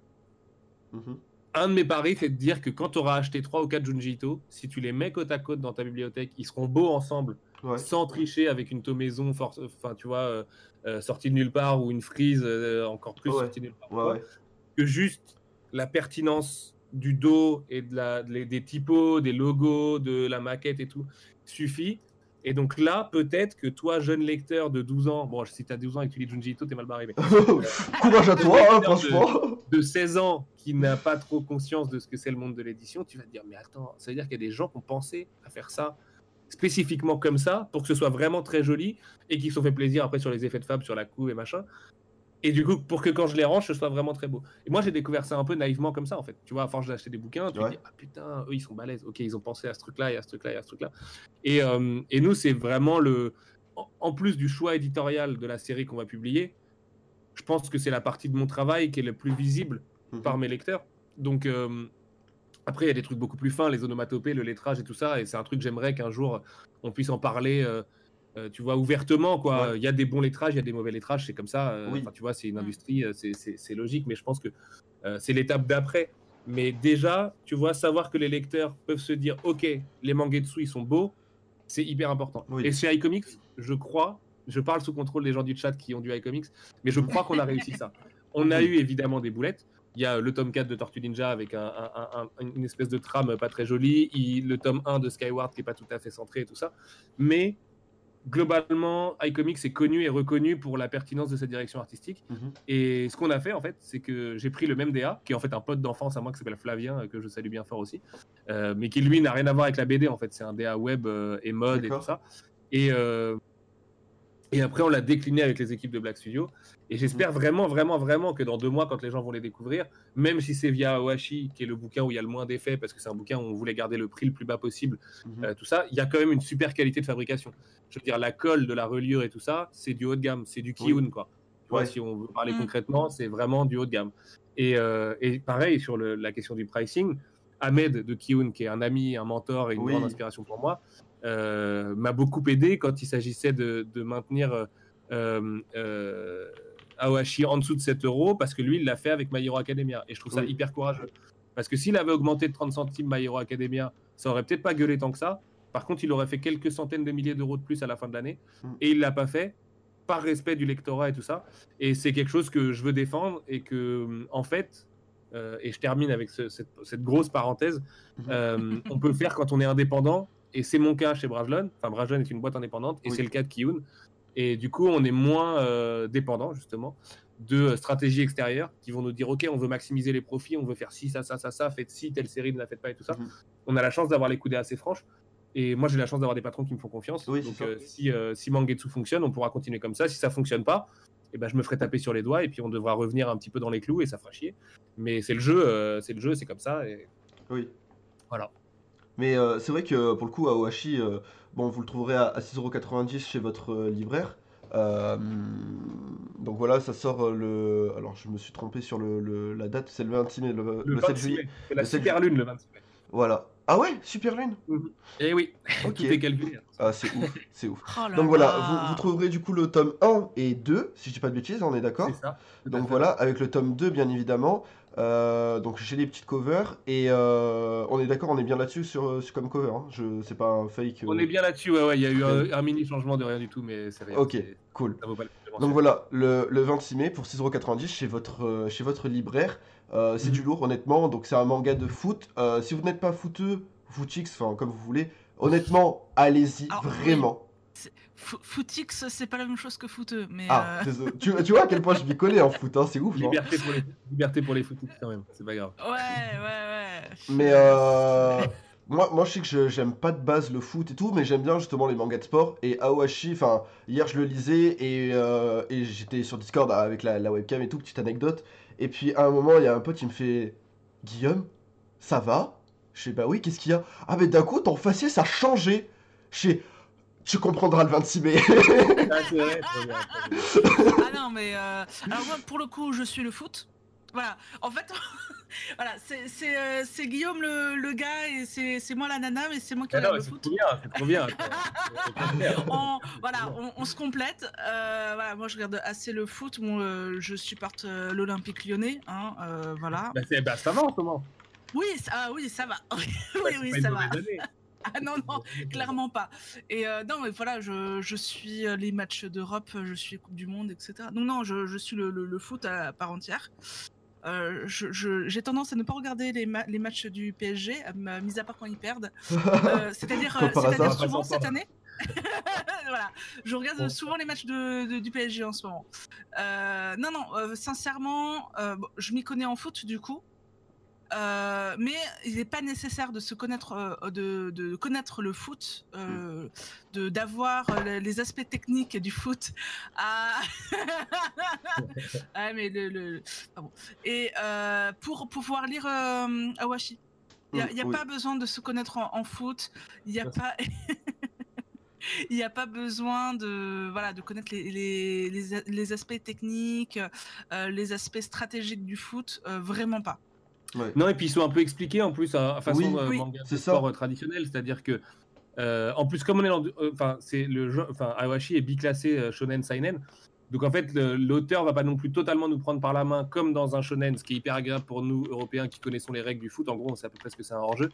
Un de mes paris, c'est de dire que quand tu auras acheté 3 ou 4 Junji Ito, si tu les mets côte à côte dans ta bibliothèque, ils seront beaux ensemble, sans tricher avec une tomaison, enfin tu vois, sortie de nulle part, ou une frise encore plus sortie de nulle part. Que juste la pertinence du dos et des typos, des logos, de la maquette et tout suffit. Et donc là, peut-être que toi, jeune lecteur de 12 ans, bon, si tu as 12 ans et que tu lis Junji Ito, t'es mal barré, mais courage à toi, franchement. De 16 ans qui n'a pas trop conscience de ce que c'est le monde de l'édition, tu vas te dire, mais attends, ça veut dire qu'il y a des gens qui ont pensé à faire ça spécifiquement comme ça, pour que ce soit vraiment très joli, et qui se sont fait plaisir après sur les effets de fab, sur la couve et machin. Et du coup, pour que quand je les range, ce soit vraiment très beau. Et moi, j'ai découvert ça un peu naïvement comme ça, en fait. Tu vois, à force d'acheter des bouquins, tu te dis, ah putain, eux, ils sont balèzes. Ok, ils ont pensé à ce truc-là, et à ce truc-là, et à ce truc-là. Et nous, c'est vraiment en plus du choix éditorial de la série qu'on va publier, je pense que c'est la partie de mon travail qui est le plus visible par mes lecteurs. Donc, après, il y a des trucs beaucoup plus fins, les onomatopées, le lettrage et tout ça. Et c'est un truc que j'aimerais qu'un jour, on puisse en parler... tu vois, ouvertement, quoi. Il y a des bons lettrages, il y a des mauvais lettrages, c'est comme ça. Tu vois, c'est une industrie, c'est logique, mais je pense que c'est l'étape d'après. Mais déjà, tu vois, savoir que les lecteurs peuvent se dire, ok, les mangetsu, ils sont beaux, c'est hyper important. Et chez iComics, je crois, je parle sous contrôle des gens du chat qui ont du iComics, mais je crois qu'on a réussi ça. On a eu évidemment des boulettes. Il y a le tome 4 de Tortue Ninja avec une espèce de trame pas très jolie, le tome 1 de Skyward qui n'est pas tout à fait centré et tout ça. Mais globalement, iComics est connu et reconnu pour la pertinence de cette direction artistique. Et ce qu'on a fait, en fait, c'est que j'ai pris le même DA, qui est en fait un pote d'enfance à moi qui s'appelle Flavien, que je salue bien fort aussi, mais qui lui n'a rien à voir avec la BD, en fait. C'est un DA web et mode et tout ça. Et après, on l'a décliné avec les équipes de Black Studio. Et j'espère vraiment, vraiment, vraiment que dans 2 mois, quand les gens vont les découvrir, même si c'est via Aoashi, qui est le bouquin où il y a le moins d'effets, parce que c'est un bouquin où on voulait garder le prix le plus bas possible, tout ça, il y a quand même une super qualité de fabrication. Je veux dire, la colle, de la reliure et tout ça, c'est du haut de gamme, c'est du Kiun, quoi. Tu vois, si on veut parler concrètement, c'est vraiment du haut de gamme. Et pareil, sur la question du pricing, Ahmed de Kiun, qui est un ami, un mentor et une grande inspiration pour moi, m'a beaucoup aidé quand il s'agissait de maintenir Aoashi en dessous de 7 €, parce que lui, il l'a fait avec My Hero Academia. Et je trouve ça hyper courageux. Parce que s'il avait augmenté de 30 centimes My Hero Academia, ça aurait peut-être pas gueulé tant que ça. Par contre, il aurait fait quelques centaines de milliers d'euros de plus à la fin de l'année. Et il l'a pas fait, par respect du lectorat et tout ça. Et c'est quelque chose que je veux défendre, et que, en fait, et je termine avec cette grosse parenthèse, on peut le faire quand on est indépendant. Et c'est mon cas chez Brajlon. Enfin, Brajlon est une boîte indépendante, et c'est le cas de Kiun. Et du coup, on est moins dépendant, justement, de stratégies extérieures qui vont nous dire, OK, on veut maximiser les profits, on veut faire ci, ça, faites ci, telle série, ne la faites pas et tout ça. On a la chance d'avoir les coudées assez franches. Et moi, j'ai la chance d'avoir des patrons qui me font confiance. Donc, si Mangetsu fonctionne, on pourra continuer comme ça. Si ça fonctionne pas, eh ben, je me ferai taper sur les doigts, et puis on devra revenir un petit peu dans les clous, et ça fera chier. Mais c'est le jeu, c'est comme ça. Et... Voilà. Mais c'est vrai que pour le coup, Aoashi, bon, vous le trouverez à 6,90 € chez votre libraire. Donc voilà, ça sort le. Alors je me suis trompé sur la date, c'est le 26 mai, le 7 26 juillet. mai. C'est la Le 7 super lune le 26 mai. Voilà. Ah ouais, Super Lune. Eh oui, Ok. tout est calculé. Ah, c'est ouf, c'est ouf. Oh là Donc voilà, là. vous trouverez du coup le tome 1 et 2, si je dis pas de bêtises, on est d'accord? C'est ça. tout à Donc fait. voilà, avec le tome 2 bien évidemment. Donc j'ai les petites covers et on est d'accord, on est bien là-dessus comme cover. Hein. C'est pas un fake. On est bien là-dessus, ouais, il y a eu un mini changement de rien du tout, mais c'est rien. Ok, cool. Ça vaut pas le coup de le Donc mentionner. voilà, le 26 mai pour 6,90€ chez votre libraire. C'est Mhm. du lourd honnêtement, donc c'est un manga de foot. Si vous n'êtes pas footeux, footix, enfin comme vous voulez, honnêtement, allez-y, Alors, vraiment. Footix, c'est pas la même chose que footeux, mais Ah, désolé. Tu vois à quel point je m'y connais en foot, hein, c'est ouf. Hein. Liberté pour les footix quand même, c'est pas grave. ouais. Mais moi je sais que j'aime pas de base le foot et tout, mais j'aime bien justement les mangas de sport. Et Aoashi, enfin, hier je le lisais et j'étais sur Discord avec la webcam et tout, petite anecdote. Et puis à un moment, il y a un pote qui me fait Guillaume, ça va? Je fais bah oui, qu'est-ce qu'il y a? Ah, mais d'un coup, ton faciès ça a changé. Je fais, tu comprendras le 26 mai. Ah, c'est vrai, très bien. Ah non, mais alors moi, pour le coup, je suis le foot. Voilà. En fait, voilà, c'est Guillaume le gars et c'est moi la nana, mais c'est moi qui Ah non, regarde le c'est foot. trop bien. Attends. On se complète. Voilà, moi je regarde assez le foot. Je supporte l'Olympique Lyonnais. Hein, voilà. Bah, ça va en ce moment. Oui, ça va. oui, C'est pas ça une va. mauvaise année. Ah non, clairement pas. Et non, mais voilà, je suis les matchs d'Europe, je suis Coupe du Monde, etc. Donc non, je suis le foot à part entière. J'ai tendance à ne pas regarder les matchs du PSG, mis à part quand ils perdent. C'est-à-dire Par hasard. souvent cette année. Voilà, je regarde souvent les matchs du PSG en ce moment. Non, sincèrement, je m'y connais en foot du coup. Mais il n'est pas nécessaire de se connaître, de connaître le foot, d'avoir les aspects techniques du foot. Ah, mais ah bon. Et pour pouvoir lire Awashi, il n'y a Oui. pas besoin de se connaître en foot. Il n'y a pas. Il n'y a pas besoin de connaître les aspects techniques, les aspects stratégiques du foot, vraiment pas. Ouais. Non, et puis ils sont un peu expliqués en plus à façon manga de c'est sport ça. traditionnel, c'est-à-dire que en plus comme on est dans c'est le jeu, Awashi est biclassé shonen seinen. Donc en fait l'auteur va pas non plus totalement nous prendre par la main comme dans un shonen, ce qui est hyper agréable pour nous Européens qui connaissons les règles du foot. En gros, on sait à peu près ce que c'est un hors-jeu.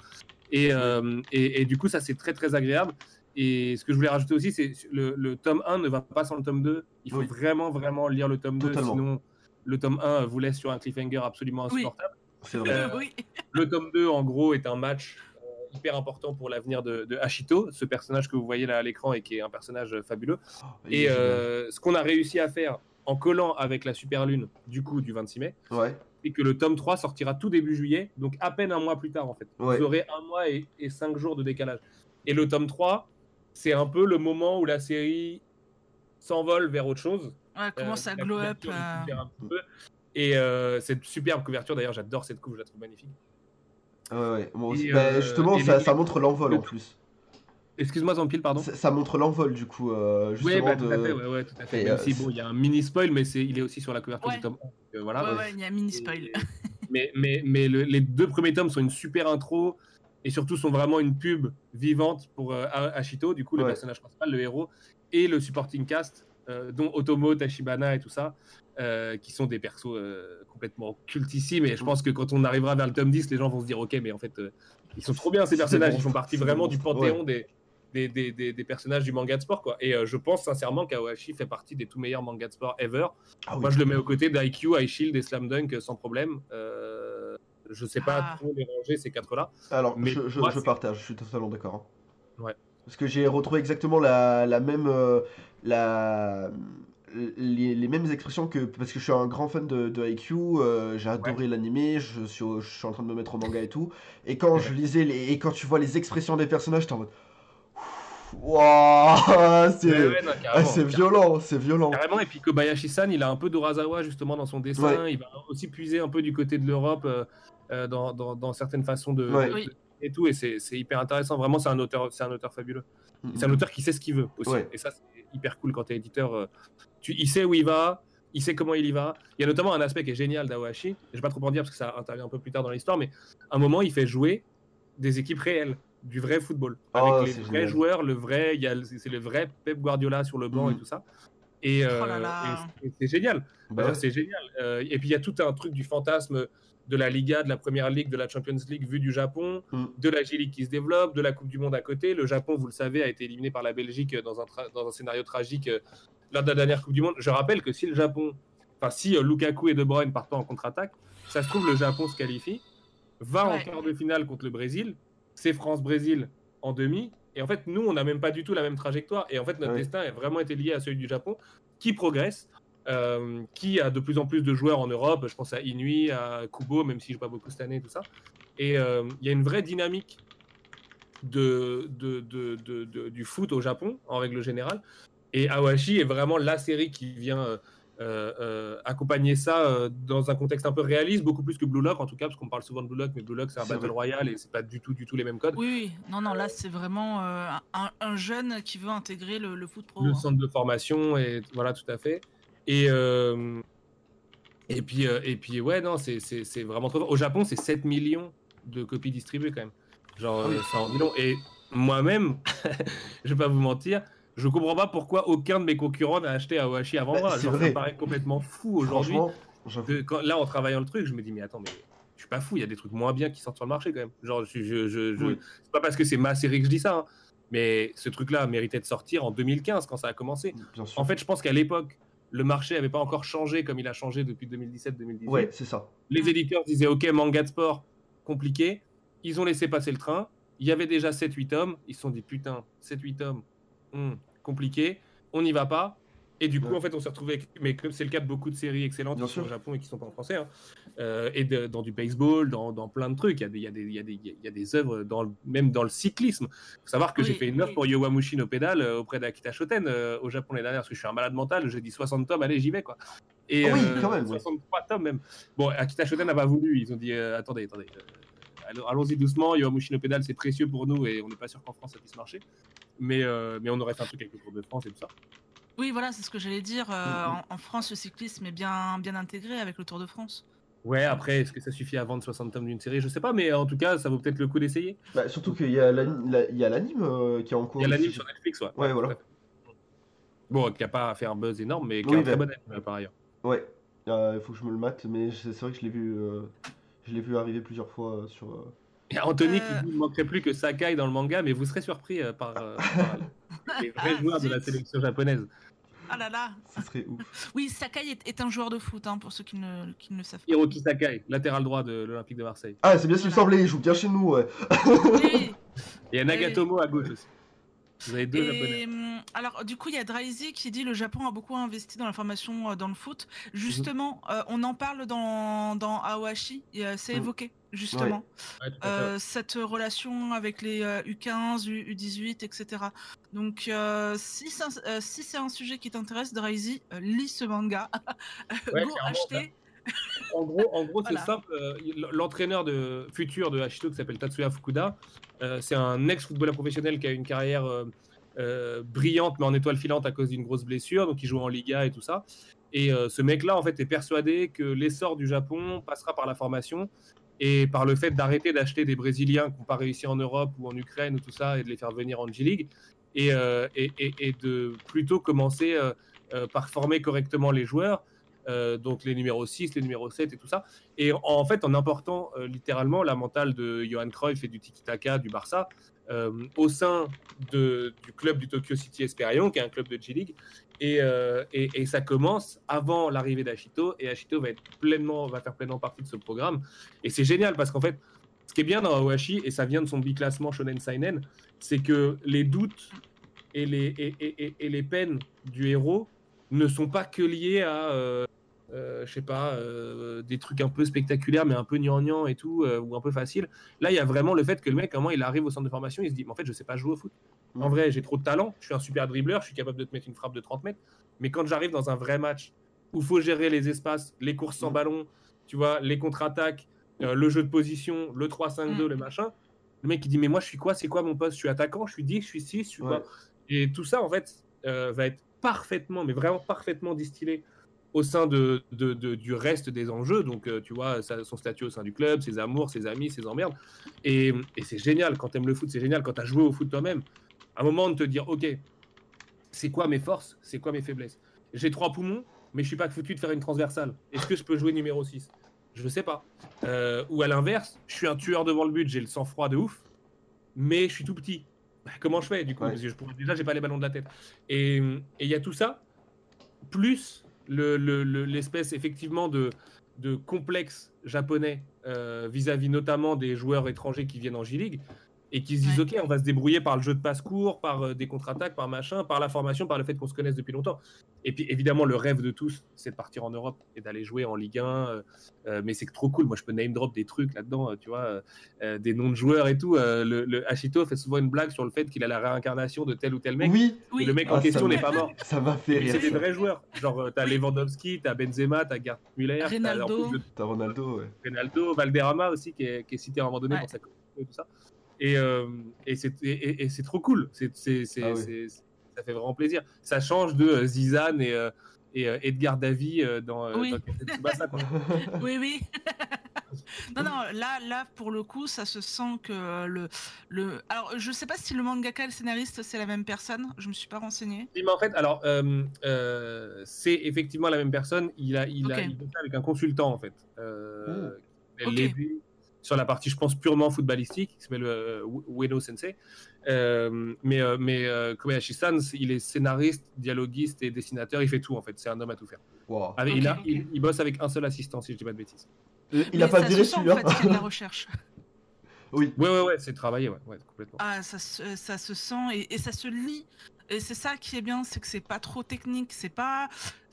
Et du coup, ça c'est très très agréable. Et ce que je voulais rajouter aussi, c'est le tome 1 ne va pas sans le tome 2. Il faut vraiment lire le tome 2, Totalement. sinon le tome 1 vous laisse sur un cliffhanger absolument insupportable. C'est vrai. Oui. Le tome 2, en gros, est un match hyper important pour l'avenir de Hachito, ce personnage que vous voyez là à l'écran et qui est un personnage fabuleux. Et ce qu'on a réussi à faire en collant avec la Super Lune, du coup, du 26 mai, c'est que le tome 3 sortira tout début juillet, donc à peine un mois plus tard, en fait. Ouais. Vous aurez un mois et 5 jours de décalage. Et le tome 3, c'est un peu le moment où la série s'envole vers autre chose. Ouais, commence à glow up. Un petit peu. Et cette superbe couverture, d'ailleurs, j'adore cette couve, je la trouve magnifique. Ouais. Bon, justement, ça montre l'envol en plus. Excuse-moi, Zampil, pardon. Ça montre l'envol du coup. Justement tout à fait. Même si il y a un mini spoil, mais il est aussi sur la couverture du tome 1. Voilà. Ouais, il y a un mini spoil. Mais les deux premiers tomes sont une super intro et surtout sont vraiment une pub vivante pour Hachito, du coup, le personnage principal, le héros, et le supporting cast, dont Otomo, Tachibana et tout ça, qui sont des persos complètement cultissimes. Et je pense que quand on arrivera vers le tome 10, les gens vont se dire ok, mais en fait, ils sont trop bien ces personnages. Ils font partie vraiment du panthéon des personnages du manga de sport, quoi. Et je pense sincèrement qu'Awashi fait partie des tout meilleurs mangas de sport ever. Moi, je le mets aux côtés d'IQ, iShield et Slam Dunk sans problème. Je sais pas trop les ranger ces quatre-là. Alors, mais je partage, je suis totalement d'accord. Hein. Ouais. Parce que j'ai retrouvé exactement la même. Les mêmes expressions que. Parce que je suis un grand fan de IQ, j'ai adoré l'animé, je suis en train de me mettre au manga et tout. Et quand je lisais et quand tu vois les expressions des personnages, t'es en mode. Waouh, c'est violent, c'est violent. Carrément, et puis Kobayashi-san, il a un peu d'Urasawa justement dans son dessin. Il va aussi puiser un peu du côté de l'Europe dans certaines façons et tout. Et c'est hyper intéressant. Vraiment, c'est un auteur fabuleux. C'est un auteur qui sait ce qu'il veut aussi. Et ça, hyper cool quand tu es éditeur. Il sait où il va, il sait comment il y va. Il y a notamment un aspect qui est génial d'Aoashi, je vais pas trop en dire parce que ça intervient un peu plus tard dans l'histoire, mais à un moment, il fait jouer des équipes réelles, du vrai football, avec les vrais joueurs, c'est le vrai Pep Guardiola sur le banc et tout ça. Et, et c'est génial. C'est génial. Et puis il y a tout un truc du fantasme de la Liga, de la Première Ligue, de la Champions League vue du Japon, de la J-League qui se développe, de la Coupe du Monde à côté. Le Japon, vous le savez, a été éliminé par la Belgique dans un scénario tragique lors de la dernière Coupe du Monde. Je rappelle que si Lukaku et De Bruyne partent pas en contre-attaque, ça se trouve le Japon se qualifie, va en quart de finale contre le Brésil, c'est France-Brésil en demi, et en fait nous on n'a même pas du tout la même trajectoire, et en fait notre destin a vraiment été lié à celui du Japon, qui progresse, qui a de plus en plus de joueurs en Europe. Je pense à Inui, à Kubo, même si je joue pas beaucoup cette année, tout ça. Et il y a une vraie dynamique du foot au Japon, en règle générale. Et Awashi est vraiment la série qui vient accompagner ça dans un contexte un peu réaliste, beaucoup plus que Blue Lock en tout cas, parce qu'on parle souvent de Blue Lock, mais Blue Lock c'est un Battle Royale et c'est pas du tout les mêmes codes. Oui, non, là c'est vraiment un jeune qui veut intégrer le foot pro. Le centre de formation, et voilà, tout à fait. Et puis ouais, non, c'est vraiment trop fort. Au Japon, c'est 7 millions de copies distribuées quand même. Genre, ça en dit long. Et moi-même, je vais pas vous mentir, je comprends pas pourquoi aucun de mes concurrents n'a acheté Awashi avant moi. Genre, ça me paraît complètement fou aujourd'hui. Là, en travaillant le truc, je me dis, mais attends, mais je suis pas fou, il y a des trucs moins bien qui sortent sur le marché quand même. Genre, c'est pas parce que c'est ma série que je dis ça, hein, mais ce truc-là méritait de sortir en 2015 quand ça a commencé. En fait, je pense qu'à l'époque, le marché n'avait pas encore changé comme il a changé depuis 2017-2018. Ouais, c'est ça. Les éditeurs disaient, OK, manga de sport, compliqué. Ils ont laissé passer le train. Il y avait déjà 7-8 tomes. Ils se sont dit, putain, 7-8 tomes, compliqué, on n'y va pas. Et du coup, en fait, on s'est retrouvé avec... Mais comme c'est le cas de beaucoup de séries excellentes qui sont au Japon et qui ne sont pas en français, hein, dans du baseball, dans plein de trucs. Il y a des œuvres, même dans le cyclisme. Il faut savoir que j'ai fait une offre pour Yowamushi no Pedal auprès d'Akita Shoten au Japon l'année dernière, parce que je suis un malade mental. J'ai dit 60 tomes, allez, j'y vais, quoi. Et quand même, 63 tomes même. Bon, Akita Shoten n'a pas voulu. Ils ont dit, attendez. Allons-y doucement. Yowamushi no Pedal, c'est précieux pour nous et on n'est pas sûr qu'en France ça puisse marcher. Mais on aurait fait un truc avec le Tour de France et tout ça. Oui, voilà, c'est ce que j'allais dire. En France, le cyclisme est bien intégré avec le Tour de France. Ouais, après, est-ce que ça suffit à vendre 60 tomes d'une série? Je sais pas, mais en tout cas, ça vaut peut-être le coup d'essayer. Surtout qu'il y a l'anime qui est en cours. Il y a l'anime sur Netflix, ouais. Ouais, voilà. Bon, qui n'a pas fait un buzz énorme, mais qui est un très bon anime par ailleurs. Ouais, il faut que je me le mate, mais c'est vrai que je l'ai vu arriver plusieurs fois sur... Il y a Anthony qui dit, il ne manquerait plus que Sakai dans le manga, mais vous serez surpris par les vrais joueurs de la sélection japonaise. Ah là là. Ça serait ouf. Oui, Sakai est un joueur de foot, hein, pour ceux qui ne le savent pas. Hiroki Sakai, latéral droit de l'Olympique de Marseille. Ah, c'est bien ce qu'il me semblait, il joue bien chez nous, ouais. Oui. Il y a Nagatomo à gauche aussi. Vous avez deux japonais. Alors, du coup, il y a Draizy qui dit le Japon a beaucoup investi dans la formation dans le foot. Justement, on en parle dans Awashi, c'est évoqué, justement. Ouais, cette relation avec les U15, U18, etc. Donc, si c'est un sujet qui t'intéresse, Draizy, lis ce manga. Go acheter. En gros, c'est simple. L'entraîneur futur de Hashito, qui s'appelle Tatsuya Fukuda, c'est un ex-footballeur professionnel qui a une carrière brillante, mais en étoile filante à cause d'une grosse blessure. Donc, il joue en Liga et tout ça. Et ce mec-là, en fait, est persuadé que l'essor du Japon passera par la formation et par le fait d'arrêter d'acheter des Brésiliens qui n'ont pas réussi en Europe ou en Ukraine ou tout ça et de les faire venir en J-League et de plutôt commencer par former correctement les joueurs. Donc les numéros 6, les numéros 7 et tout ça. Et en fait, en important littéralement la mentale de Johan Cruyff et du Tiki-Taka du Barça au sein du club du Tokyo City Esperion, qui est un club de J-League. Et ça commence avant l'arrivée d'Ashito. Et Ashito va faire pleinement partie de ce programme. Et c'est génial parce qu'en fait, ce qui est bien dans Awashi, et ça vient de son biclassement Shonen Seinen, c'est que les doutes et les peines du héros ne sont pas que liés à je sais pas, des trucs un peu spectaculaires mais un peu gnangnan et tout, ou un peu facile. Là, il y a vraiment le fait que le mec, comment il arrive au centre de formation, il se dit, mais en fait, je sais pas jouer au foot. En vrai, j'ai trop de talent, je suis un super dribbleur, je suis capable de te mettre une frappe de 30 mètres, mais quand j'arrive dans un vrai match où il faut gérer les espaces, les courses sans ballon, tu vois, les contre-attaques, le jeu de position, le 3-5-2, le machin, le mec, il dit, mais moi, je suis quoi? C'est quoi mon poste? Je suis attaquant, je suis 10, je suis 6, je suis quoi? Et tout ça, en fait, va être parfaitement, mais vraiment parfaitement distillé au sein du reste des enjeux. Donc, tu vois, son statut au sein du club, ses amours, ses amis, ses emmerdes. Et c'est génial quand t'aimes le foot, c'est génial quand t'as joué au foot toi-même. À un moment de te dire, ok, c'est quoi mes forces, c'est quoi mes faiblesses. J'ai 3 poumons, mais je suis pas foutu de faire une transversale. Est-ce que je peux jouer numéro 6 ? Je sais pas. Ou à l'inverse, je suis un tueur devant le but, j'ai le sang-froid de ouf, mais je suis tout petit. Comment je fais du coup ? Parce que déjà, j'ai pas les ballons de la tête. Et il y a tout ça, plus l'espèce effectivement de complexe japonais vis-à-vis notamment des joueurs étrangers qui viennent en J-League et qui se disent ok, on va se débrouiller par le jeu de passe-court, par des contre-attaques, par machin, par la formation, par le fait qu'on se connaisse depuis longtemps. Et puis évidemment, le rêve de tous, c'est de partir en Europe et d'aller jouer en Ligue 1. Mais c'est trop cool. Moi, je peux name drop des trucs là-dedans, tu vois, des noms de joueurs et tout. Le Hachito fait souvent une blague sur le fait qu'il a la réincarnation de tel ou tel mec. Oui. Et le mec en question n'est pas mort. Ça m'a fait rire. C'est des vrais joueurs. Genre, t'as Lewandowski, t'as Benzema, t'as Gerd Müller, t'as Ronaldo, ouais. Ronaldo, Valderrama aussi qui est cité à un moment donné pour sa communauté et tout ça. Et c'est trop cool. Ça fait vraiment plaisir. Ça change de Zizane et Edgar Davy dans Tsubasa, quoi. Oui. Non, là, pour le coup, ça se sent que Alors, je sais pas si le mangaka et le scénariste, c'est la même personne. Je me suis pas renseigné. Oui, mais en fait, alors, c'est effectivement la même personne. Il bosse avec un consultant, en fait. Sur la partie, je pense, purement footballistique, qui s'appelle Ueno Sensei. Mais Kobayashi-san, il est scénariste, dialoguiste et dessinateur. Il fait tout, en fait. C'est un homme à tout faire. Wow. Il bosse avec un seul assistant, si je dis pas de bêtises. Il a pas viré celui-là. En fait, c'est de la recherche. Oui. Ouais, c'est travaillé, ouais, complètement. Ah, ça se sent et ça se lit. Et c'est ça qui est bien, c'est que c'est pas trop technique, c'est pas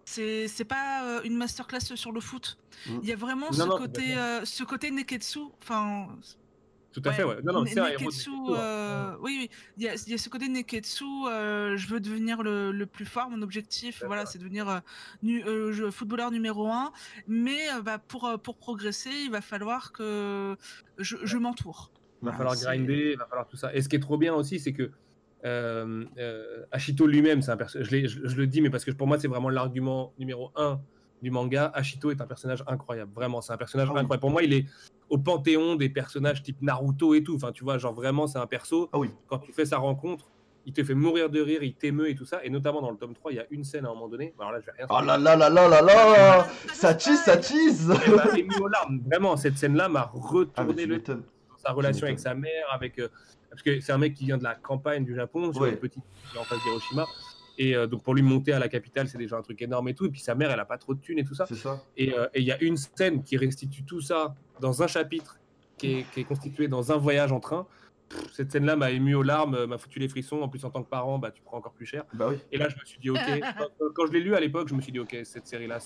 une masterclass sur le foot. Il y a vraiment ce côté Neketsu, enfin. Tout à fait, ouais. Non, c'est un héros de Neketsu, Neketsu, oui. Il y a ce côté Neketsu, je veux devenir le plus fort, mon objectif, c'est devenir footballeur numéro 1. Mais pour progresser, il va falloir que je m'entoure. Il va falloir grinder, il va falloir tout ça. Et ce qui est trop bien aussi, c'est que Hachito lui-même, c'est un personnage. Je le dis, mais parce que pour moi, c'est vraiment l'argument numéro 1 du manga. Hachito est un personnage incroyable, vraiment. C'est un personnage incroyable. Pour moi, il est au panthéon des personnages type Naruto et tout. Enfin, tu vois, genre vraiment, c'est un perso. Quand tu fais sa rencontre, il te fait mourir de rire, il t'émeut et tout ça. Et notamment dans le tome 3, il y a une scène à un moment donné. Alors là, je vais rien Oh là là, ça tease. Elle m'a ému aux larmes. Vraiment, cette scène-là m'a retourné dans sa relation avec sa mère, parce que c'est un mec qui vient de la campagne du Japon, sur une petite en face d'Hiroshima. Et donc pour lui monter à la capitale, c'est déjà un truc énorme et tout. Et puis sa mère, elle a pas trop de thunes et tout ça. C'est ça. Et il y a une scène qui restitue tout ça dans un chapitre qui est constitué dans un voyage en train. Cette scène-là m'a ému aux larmes, m'a foutu les frissons. En plus, en tant que parent, tu prends encore plus cher. Bah oui. Et là, je me suis dit, ok. Quand je l'ai lu à l'époque, je me suis dit, ok, cette série-là,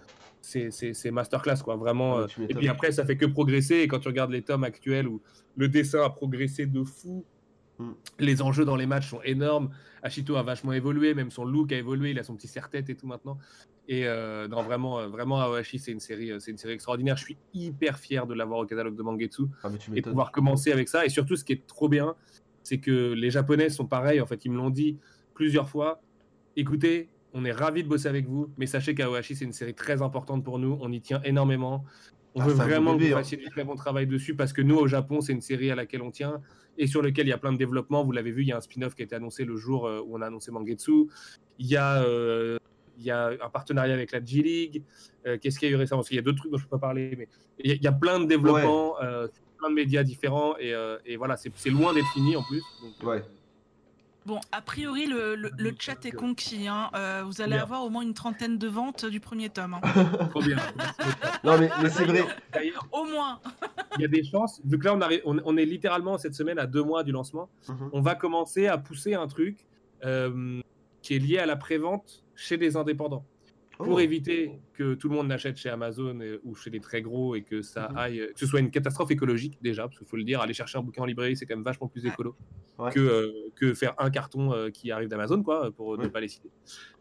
c'est masterclass, quoi, vraiment. Et puis après, ça fait que progresser. Et quand tu regardes les tomes actuels où le dessin a progressé de fou, les enjeux dans les matchs sont énormes. Hachito a vachement évolué, même son look a évolué. Il a son petit serre-tête et tout maintenant. Et non, vraiment, Aoashi, c'est une série extraordinaire. Je suis hyper fier de l'avoir au catalogue de Mangetsu et de pouvoir commencer avec ça. Et surtout, ce qui est trop bien, c'est que les Japonais sont pareils. En fait, ils me l'ont dit plusieurs fois. Écoutez, on est ravis de bosser avec vous, mais sachez qu'Aoashi, c'est une série très importante pour nous. On y tient énormément. On veut vraiment que vous fassiez du très bon travail dessus parce que nous, au Japon, c'est une série à laquelle on tient et sur laquelle il y a plein de développement. Vous l'avez vu, il y a un spin-off qui a été annoncé le jour où on a annoncé Mangetsu. Il y a un partenariat avec la J-League. Qu'est-ce qu'il y a eu récemment? Parce qu'il y a d'autres trucs dont je ne peux pas parler, mais il y a plein de développements, plein de médias différents et voilà, c'est loin d'être fini en plus. Donc, Bon, a priori, le chat est conquis. Hein. Vous allez avoir au moins une trentaine de ventes du premier tome. Hein. Trop bien. Non, mais c'est vrai. Au moins. Il y a des chances. Vu que là, on est littéralement cette semaine à 2 mois du lancement, on va commencer à pousser un truc qui est lié à la prévente chez les indépendants. Pour éviter que tout le monde n'achète chez Amazon ou chez les très gros et que ça aille, que ce soit une catastrophe écologique déjà, parce qu'il faut le dire, aller chercher un bouquin en librairie, c'est quand même vachement plus écolo que faire un carton qui arrive d'Amazon, quoi, pour ne pas les citer.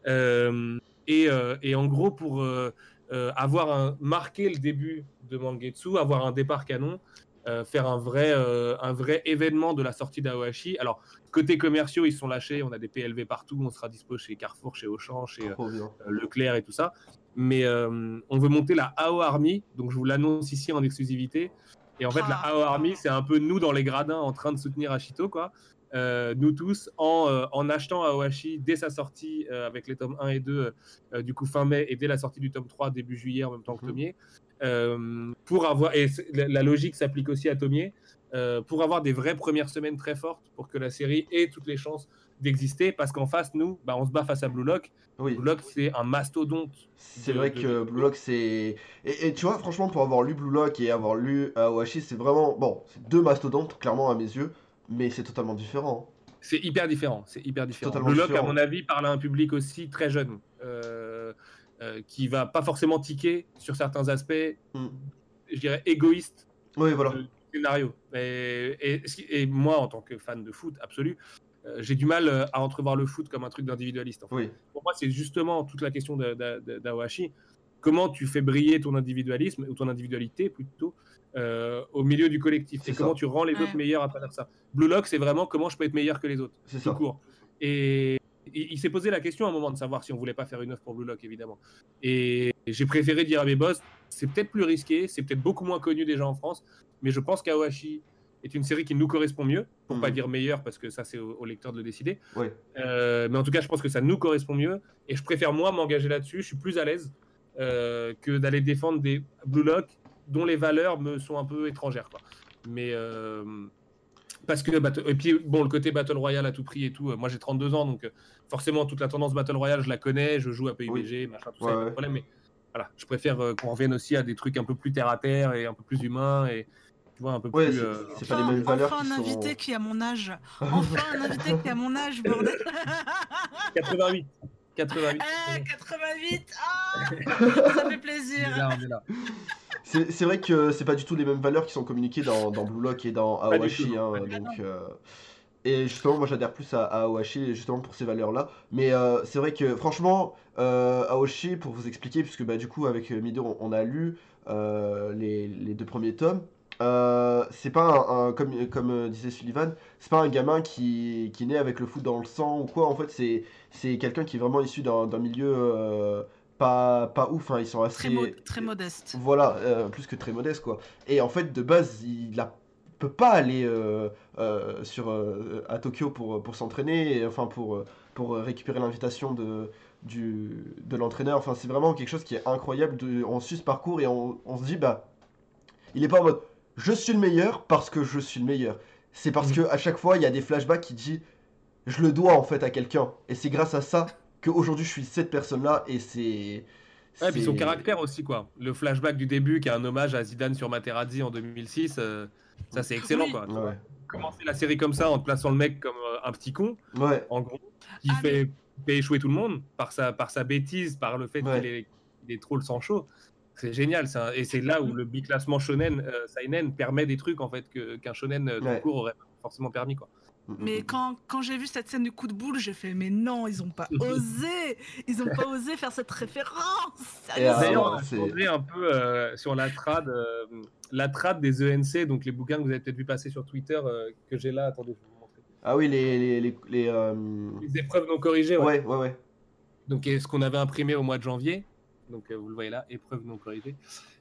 Et en gros, pour marquer le début de Mangetsu, avoir un départ canon, faire un vrai événement de la sortie d'Aohashi. Alors, côté commerciaux, ils sont lâchés, on a des PLV partout, on sera dispo chez Carrefour, chez Auchan, chez Trop bien. Leclerc et tout ça. Mais on veut monter la AO Army, donc je vous l'annonce ici en exclusivité. Et en fait, la AO Army, c'est un peu nous dans les gradins en train de soutenir Ashito, quoi. Nous tous, en achetant Aohashi dès sa sortie avec les tomes 1 et 2, du coup fin mai, et dès la sortie du tome 3, début juillet, en même temps que Tomier, pour avoir, et la logique s'applique aussi à Tomier, pour avoir des vraies premières semaines très fortes, pour que la série ait toutes les chances d'exister, parce qu'en face, nous, on se bat face à Blue Lock. Oui. Blue Lock, c'est un mastodonte. C'est vrai que Blue Lock, c'est. Et tu vois, franchement, pour avoir lu Blue Lock et avoir lu Aohashi, c'est vraiment. Bon, c'est deux mastodontes, clairement, à mes yeux, mais c'est totalement différent. C'est hyper différent. Totalement Blue Lock, différent. à mon avis, parle à un public aussi très jeune, qui va pas forcément tiquer sur certains aspects, je dirais, égoïstes Oui, voilà. du scénario. Et moi, en tant que fan de foot absolu, j'ai du mal à entrevoir le foot comme un truc d'individualiste. En fait. Oui. Pour moi, c'est justement toute la question d'Aohashi. Comment tu fais briller ton individualisme, ou ton individualité plutôt, au milieu du collectif. C'est Et ça. comment tu rends les autres meilleurs à travers ça. Blue Lock, c'est vraiment comment je peux être meilleur que les autres. C'est tout ça. court. Et il s'est posé la question à un moment de savoir si on voulait pas faire une œuvre pour Blue Lock, évidemment. Et j'ai préféré dire à mes boss, c'est peut-être plus risqué, c'est peut-être beaucoup moins connu déjà en France, mais je pense qu'Aohashi est une série qui nous correspond mieux, pour pas dire meilleur, parce que ça c'est au lecteur de le décider. Ouais. Mais en tout cas, je pense que ça nous correspond mieux, et je préfère moi m'engager là-dessus. Je suis plus à l'aise que d'aller défendre des Blue Lock dont les valeurs me sont un peu étrangères, quoi. Mais parce que et puis bon, le côté Battle Royale à tout prix et tout, moi j'ai 32 ans, donc forcément toute la tendance Battle Royale je la connais, je joue à PUBG, machin, tout ça, y a pas de problème, mais voilà, je préfère qu'on revienne aussi à des trucs un peu plus terre à terre et un peu plus humains, et tu vois, un peu plus c'est pas les mêmes valeurs enfin qui un sont... invité qui a mon âge. Enfin un invité qui a mon âge, bordel. 88. 88. Ça fait plaisir. On est là. C'est vrai que c'est pas du tout les mêmes valeurs qui sont communiquées dans Blue Lock et dans Aohashi, hein, donc... Et justement, moi j'adhère plus à Aohashi justement pour ces valeurs-là. Mais c'est vrai que franchement, Aohashi, pour vous expliquer, puisque du coup avec Mido on a lu les deux premiers tomes, c'est pas comme disait Sullivan, c'est pas un gamin qui est né avec le foot dans le sang ou quoi. En fait, c'est quelqu'un qui est vraiment issu d'un milieu pas ouf, hein. Ils sont assez... Très modeste. Voilà, plus que très modeste quoi. Et en fait, de base, peut pas aller à Tokyo pour s'entraîner, enfin pour récupérer l'invitation de l'entraîneur. Enfin, c'est vraiment quelque chose qui est incroyable. On suit ce parcours et on se dit, il est pas en mode je suis le meilleur parce que je suis le meilleur. C'est parce que à chaque fois, il y a des flashbacks qui disent je le dois en fait à quelqu'un. Et c'est grâce à ça qu'aujourd'hui je suis cette personne-là, et c'est... Ouais, puis son caractère aussi, quoi. Le flashback du début qui est un hommage à Zidane sur Materazzi en 2006, ça c'est excellent, quoi. Ouais. Commencer la série comme ça en te plaçant le mec comme un petit con, en gros, qui fait échouer tout le monde par sa bêtise, par le fait qu'il est trop le sang chaud. C'est génial, et c'est là où le biclassement shonen, seinen permet des trucs en fait qu'un shonen tout court aurait pas forcément permis, quoi. Mais quand j'ai vu cette scène du coup de boule, j'ai fait mais non, ils ont pas osé faire cette référence. D'ailleurs, on a changé un peu sur la trad des ENC, donc les bouquins que vous avez peut-être vu passer sur Twitter, que j'ai là. Attendez, je vais vous montrer. Ah oui, les épreuves non corrigées. Ouais. Donc ce qu'on avait imprimé au mois de janvier. Donc vous le voyez là, épreuves non corrigées.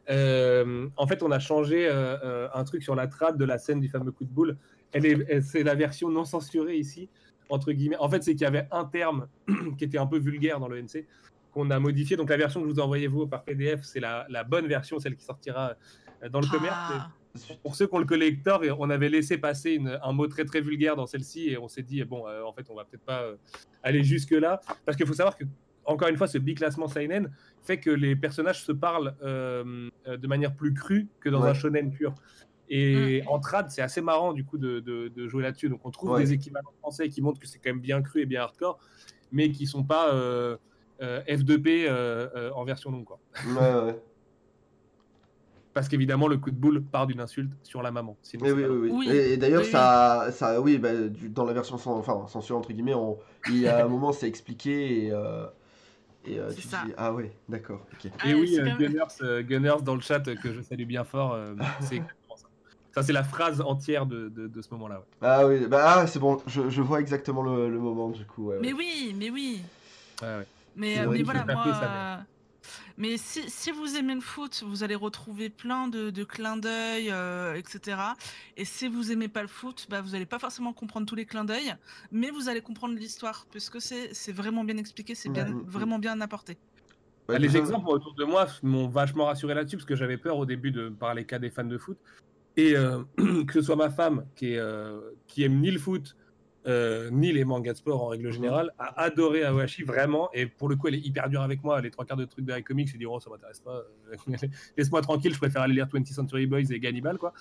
En fait, on a changé un truc sur la trad de la scène du fameux coup de boule. C'est la version non censurée ici, entre guillemets. En fait, c'est qu'il y avait un terme qui était un peu vulgaire dans le NC, qu'on a modifié. Donc la version que je vous ai envoyée vous par PDF, c'est la bonne version, celle qui sortira dans le commerce. Pour ceux qui ont le collector, on avait laissé passer un mot très très vulgaire dans celle-ci, et on s'est dit bon, en fait, on va peut-être pas aller jusque là, parce qu'il faut savoir que, encore une fois, ce biclassement seinen fait que les personnages se parlent de manière plus crue que dans un shonen pur. Et en trad, c'est assez marrant du coup de jouer là-dessus. Donc on trouve des équivalents français qui montrent que c'est quand même bien cru et bien hardcore, mais qui sont pas F2P en version longue, quoi. Ouais. Parce qu'évidemment, le coup de boule part d'une insulte sur la maman. Sinon, oui. Et d'ailleurs, dans la version censurée entre guillemets, il y a un moment c'est expliqué, et tu te dis ah ouais, d'accord, ok. Et oui, Gunners dans le chat que je salue bien fort, c'est exactement ça. Ça, c'est la phrase entière de ce moment-là. Ouais. Ah oui, bah c'est bon, je vois exactement le moment du coup. Ouais, Mais ouais. oui, mais oui. Ouais. C'est vrai Mais que- voilà, Tapé, moi. ça m'aide. Mais si vous aimez le foot, vous allez retrouver plein de clins d'œil, etc. Et si vous aimez pas le foot, bah, vous n'allez pas forcément comprendre tous les clins d'œil, mais vous allez comprendre l'histoire, puisque c'est vraiment bien expliqué, c'est bien, vraiment bien apporté. Ouais, Les déjà- exemples autour de moi m'ont vachement rassuré là-dessus, parce que j'avais peur au début de parler qu'à des fans de foot. Et que ce soit ma femme qui aime ni le foot, ni les mangas de sport en règle générale, a adoré Awashi vraiment. Et pour le coup, elle est hyper dure avec moi. Les 3/4 de trucs de comics, je dis oh, ça m'intéresse pas. Laisse-moi tranquille, je préfère aller lire 20th Century Boys et Gannibal, quoi.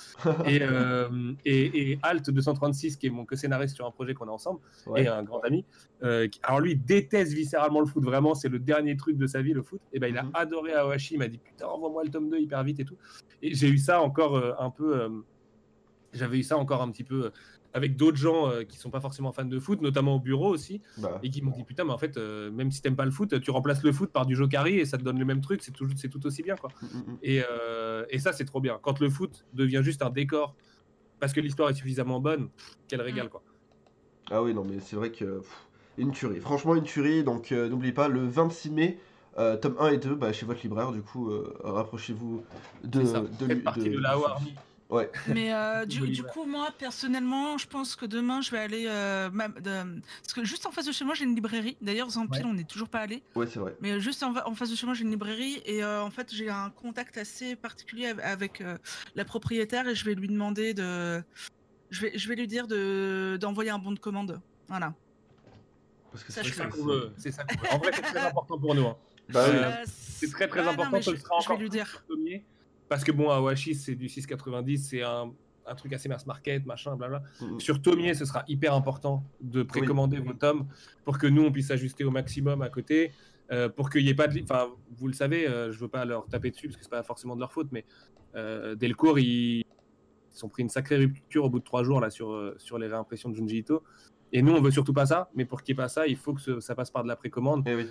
Et Alt 236, qui est mon co-scénariste sur un projet qu'on a ensemble, Ouais. et un grand ami. Alors lui, il déteste viscéralement le foot, vraiment, c'est le dernier truc de sa vie, le foot. Et ben, il a adoré Awashi, il m'a dit putain, envoie-moi le tome 2 hyper vite et tout. Et j'ai eu ça encore un peu. J'avais eu ça encore un petit peu avec d'autres gens qui sont pas forcément fans de foot, notamment au bureau aussi, Bah. et qui m'ont dit putain, mais en fait, même si t'aimes pas le foot, tu remplaces le foot par du Jokari et ça te donne le même truc, c'est tout aussi bien, quoi. Et ça, c'est trop bien. Quand le foot devient juste un décor parce que l'histoire est suffisamment bonne, quel régal, quoi. Ah oui, non, mais c'est vrai que. Une tuerie. Franchement, une tuerie. Donc, n'oubliez pas, le 26 mai, tome 1 et 2, bah, chez votre libraire, du coup, rapprochez-vous C'est ça. de Faites partie de la Army. Ouais. Mais du coup, moi, personnellement, je pense que demain, je vais aller... parce que juste en face de chez moi, j'ai une librairie. D'ailleurs, Zampil, on n'est toujours pas allé. Ouais, c'est vrai. Mais juste en face de chez moi, j'ai une librairie. Et en fait, j'ai un contact assez particulier avec la propriétaire. Et je vais lui demander de... Je vais lui dire d'envoyer un bon de commande. Voilà. Parce que Ça, c'est je vrai que C'est ça qu'on veut. C'est ça qu'on veut. En vrai, c'est très important pour nous. Hein. Bah oui. C'est très Ouais, non, important. mais Ce sera je vais encore lui plus dire. sur Tomier, parce que bon, Awashi, c'est du 6,90, c'est un truc assez mass market, machin, blabla. Sur Tomier, ce sera hyper important de précommander vos tomes pour que nous, on puisse s'ajuster au maximum à côté, pour qu'il n'y ait pas de... Enfin, vous le savez, je veux pas leur taper dessus, parce que c'est pas forcément de leur faute, mais Delcourt, ils ont pris une sacrée rupture au bout de 3 jours là, sur les réimpressions de Junji Ito. Et nous, on veut surtout pas ça, mais pour qu'il n'y ait pas ça, il faut que ça passe par de la précommande. Eh oui.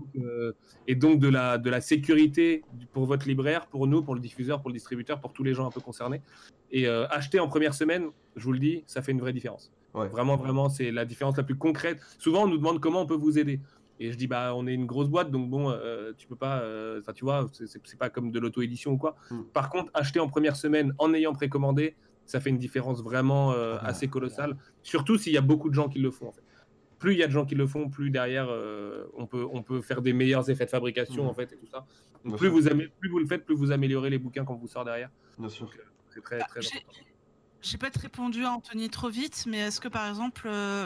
Et donc de la sécurité pour votre libraire, pour nous, pour le diffuseur, pour le distributeur, pour tous les gens un peu concernés. Et acheter en première semaine, je vous le dis, ça fait une vraie différence. Ouais. Vraiment, c'est la différence la plus concrète. Souvent, on nous demande comment on peut vous aider. Et je dis, bah, on est une grosse boîte, donc bon, tu peux pas... Enfin, tu vois, c'est pas comme de l'auto-édition ou quoi. Par contre, acheter en première semaine en ayant précommandé, ça fait une différence vraiment assez colossale. Surtout s'il y a beaucoup de gens qui le font, en fait. Plus il y a de gens qui le font, plus derrière, on peut faire des meilleurs effets de fabrication, en fait, et tout ça. Donc, plus vous le faites, plus vous améliorez les bouquins quand vous sort derrière. Bien sûr. Donc, c'est très important. J'ai pas répondu à Anthony trop vite, mais est-ce que par exemple,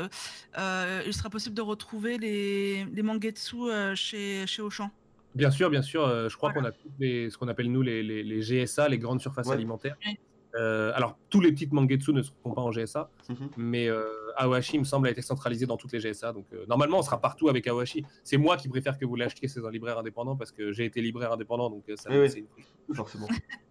il sera possible de retrouver les mangetsu chez Auchan? Bien sûr, je crois qu'on a ce qu'on appelle nous les GSA, les grandes surfaces alimentaires. Alors, tous les petites mangetsu ne seront pas en GSA, mais Awashi, il me semble, a été centralisé dans toutes les GSA. Donc, normalement, on sera partout avec Awashi. C'est moi qui préfère que vous l'achetiez, c'est un libraire indépendant, parce que j'ai été libraire indépendant, donc ça c'est forcément.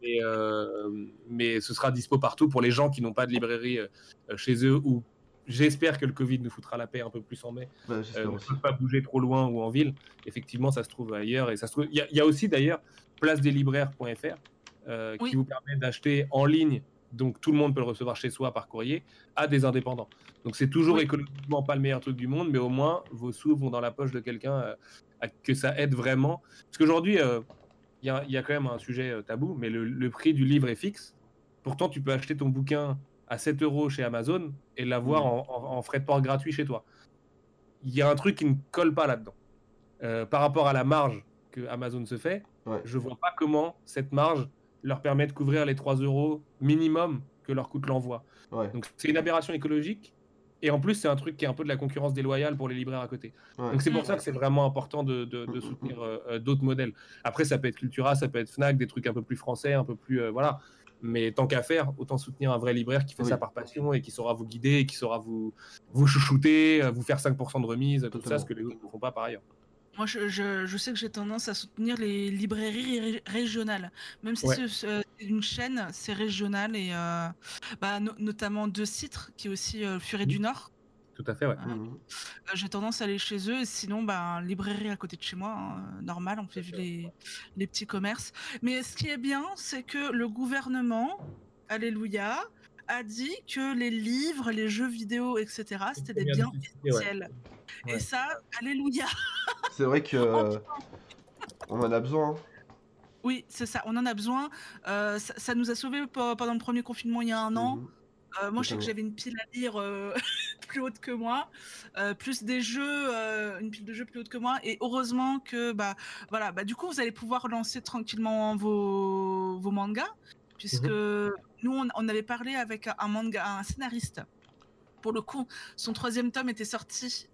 Mais ce sera dispo partout pour les gens qui n'ont pas de librairie chez eux, ou j'espère que le Covid nous foutra la paix un peu plus en mai. On ne peut pas bouger trop loin ou en ville. Effectivement, ça se trouve ailleurs. Et ça se trouve... Il y a aussi d'ailleurs placedeslibraires.fr qui vous permet d'acheter en ligne, donc tout le monde peut le recevoir chez soi par courrier, à des indépendants. Donc c'est toujours économiquement pas le meilleur truc du monde, mais au moins vos sous vont dans la poche de quelqu'un que ça aide vraiment. Parce qu'aujourd'hui, il y a quand même un sujet tabou, mais le prix du livre est fixe. Pourtant, tu peux acheter ton bouquin à 7 € chez Amazon et l'avoir en frais de port gratuit chez toi. Il y a un truc qui ne colle pas là-dedans. Par rapport à la marge que Amazon se fait, je vois pas comment cette marge leur permet de couvrir les 3 € minimum que leur coûte l'envoi. Donc c'est une aberration écologique, et en plus c'est un truc qui est un peu de la concurrence déloyale pour les libraires à côté. Donc c'est pour ça que c'est vraiment important de soutenir d'autres modèles. Après ça peut être Cultura, ça peut être Fnac, des trucs un peu plus français, un peu plus... voilà. Mais tant qu'à faire, autant soutenir un vrai libraire qui fait ça par passion et qui saura vous guider, et qui saura vous chouchouter, vous faire 5% de remise, tout ça, ce que les autres ne font pas par ailleurs. Moi, je sais que j'ai tendance à soutenir les librairies régionales. Même si c'est une chaîne, c'est régional. Et notamment De Citre, qui est aussi Furet du Nord. Tout à fait, ouais. J'ai tendance à aller chez eux. Et sinon, librairie à côté de chez moi, normal, on fait les petits commerces. Mais ce qui est bien, c'est que le gouvernement alléluia, a dit que les livres, les jeux vidéo, etc., c'était des biens essentiels. Ouais. Et ça, alléluia. C'est vrai que on en a besoin. Hein. Oui, c'est ça, on en a besoin. Ça nous a sauvés pendant le premier confinement il y a un an. Moi, je sais que j'avais une pile à lire plus haute que moi, plus des jeux, une pile de jeux plus haute que moi. Et heureusement que, du coup, vous allez pouvoir lancer tranquillement vos mangas, puisque nous, on avait parlé avec un scénariste. Pour le coup, son 3e tome était sorti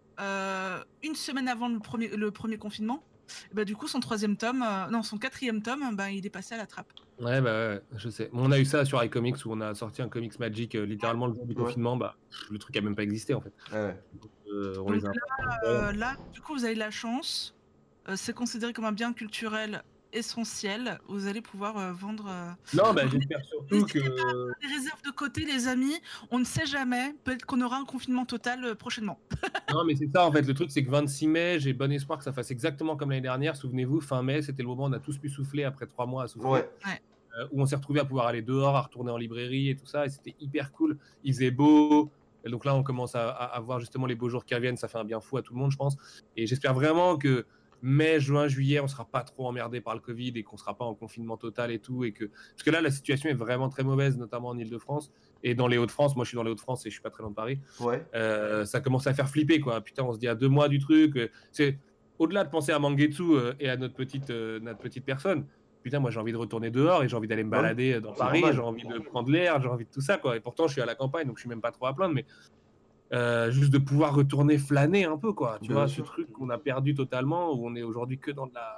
une semaine avant le premier confinement. Et du coup, son 3e tome, son 4e tome, il est passé à la trappe. Ouais, je sais. On a eu ça sur iComics où on a sorti un Comics Magic littéralement le jour du confinement. Le truc a même pas existé en fait. Donc, là, du coup, vous avez de la chance. C'est considéré comme un bien culturel essentiel. Vous allez pouvoir vendre. Non, j'espère surtout que. Les réserves de côté, les amis. On ne sait jamais. Peut-être qu'on aura un confinement total prochainement. Non, mais c'est ça en fait. Le truc, c'est que 26 mai, j'ai bon espoir que ça fasse exactement comme l'année dernière. Souvenez-vous, fin mai, c'était le moment où on a tous pu souffler après 3 mois à souffler. Où on s'est retrouvé à pouvoir aller dehors, à retourner en librairie et tout ça. Et c'était hyper cool. Il faisait beau. Et donc là, on commence à voir justement les beaux jours qui reviennent. Ça fait un bien fou à tout le monde, je pense. Et j'espère vraiment que mai, juin, juillet, on sera pas trop emmerdé par le Covid et qu'on sera pas en confinement total et tout. Parce que là, la situation est vraiment très mauvaise, notamment en Ile-de-France et dans les Hauts-de-France. Moi, je suis dans les Hauts-de-France et je suis pas très loin de Paris. Ça commence à faire flipper, quoi. Putain, on se dit à 2 mois du truc. C'est au-delà de penser à Mangetsu et à notre petite personne. Putain, moi, j'ai envie de retourner dehors et j'ai envie d'aller me balader dans Paris. J'ai envie de prendre l'air, j'ai envie de tout ça, quoi. Et pourtant, je suis à la campagne, donc je suis même pas trop à plaindre, mais juste de pouvoir retourner flâner un peu, quoi. Tu vois, ce truc qu'on a perdu totalement, où on est aujourd'hui que dans de la...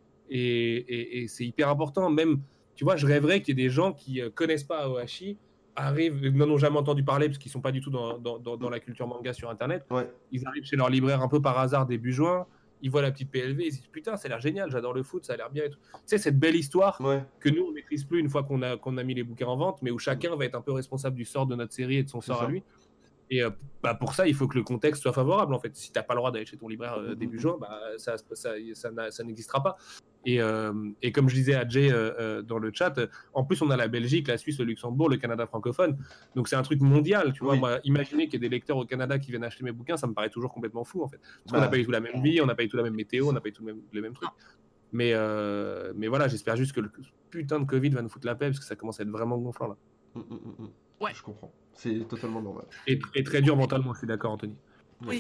Et c'est hyper important. Même, tu vois, je rêverais qu'il y ait des gens qui connaissent pas Aoashi, n'en ont jamais entendu parler parce qu'ils sont pas du tout dans la culture manga sur Internet. Ils arrivent chez leur libraire un peu par hasard début juin, ils voient la petite PLV, ils se disent putain, ça a l'air génial, j'adore le foot, ça a l'air bien et tout. Tu sais, cette belle histoire que nous on maîtrise plus une fois qu'on a mis les bouquins en vente, mais où chacun va être un peu responsable du sort de notre série et de son sort à lui. Et pour ça, il faut que le contexte soit favorable en fait. Si t'as pas le droit d'aller chez ton libraire début juin, ça n'existera pas. Et comme je disais à Jay dans le chat, en plus on a la Belgique, la Suisse, le Luxembourg, le Canada francophone. Donc c'est un truc mondial, tu vois. Moi, imaginer qu'il y ait des lecteurs au Canada qui viennent acheter mes bouquins, ça me paraît toujours complètement fou en fait. Parce qu'on n'a pas eu tout la même vie, on n'a pas eu tout la même météo, on n'a pas eu tout les mêmes trucs. Mais voilà, j'espère juste que le putain de Covid va nous foutre la paix parce que ça commence à être vraiment gonflant là. Ouais. Je comprends. C'est totalement normal. Et très dur mentalement, je suis d'accord, Anthony. Oui.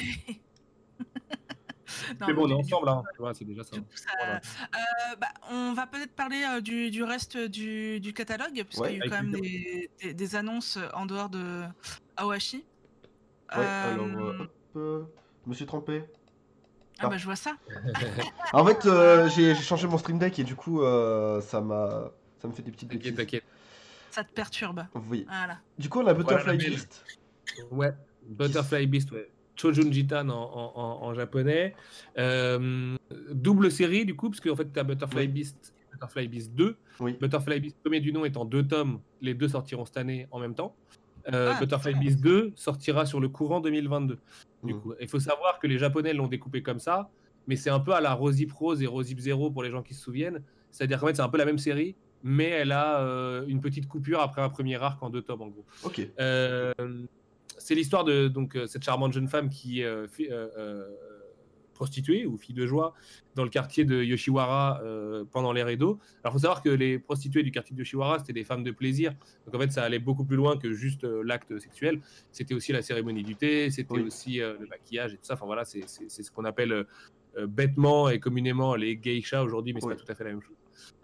Mais bon, on est ensemble là, tu vois, c'est déjà ça. Voilà. On va peut-être parler du reste du catalogue, puisqu'il y a eu quand même des annonces en dehors de Aoashi. Alors, je me suis trompé. Je vois ça. En fait, j'ai changé mon Stream Deck et du coup, ça me fait des petites bêtises. T'inquiète. Ça te perturbe. Oui. Voilà. Du coup, on a Butterfly Beast. Ouais, Butterfly Beast, ouais. Chojun Jitan en japonais. Double série, du coup, parce qu'en fait, tu as Butterfly Beast et Butterfly Beast 2. Butterfly Beast, premier du nom, est en 2 tomes. Les 2 sortiront cette année en même temps. Butterfly Beast 2 sortira sur le courant 2022. Du coup, il faut savoir que les Japonais l'ont découpé comme ça, mais c'est un peu à la Rosip Rose et Rosip Zero pour les gens qui se souviennent. C'est-à-dire qu'en fait, c'est un peu la même série, mais elle a une petite coupure après un premier arc en 2 tomes, en gros. C'est l'histoire de cette charmante jeune femme qui est prostituée ou fille de joie dans le quartier de Yoshiwara pendant l'ère Edo. Alors, il faut savoir que les prostituées du quartier de Yoshiwara, c'était des femmes de plaisir. Donc, en fait, ça allait beaucoup plus loin que juste l'acte sexuel. C'était aussi la cérémonie du thé, c'était aussi le maquillage et tout ça. Enfin, voilà, c'est ce qu'on appelle bêtement et communément les geishas aujourd'hui, mais c'est pas tout à fait la même chose.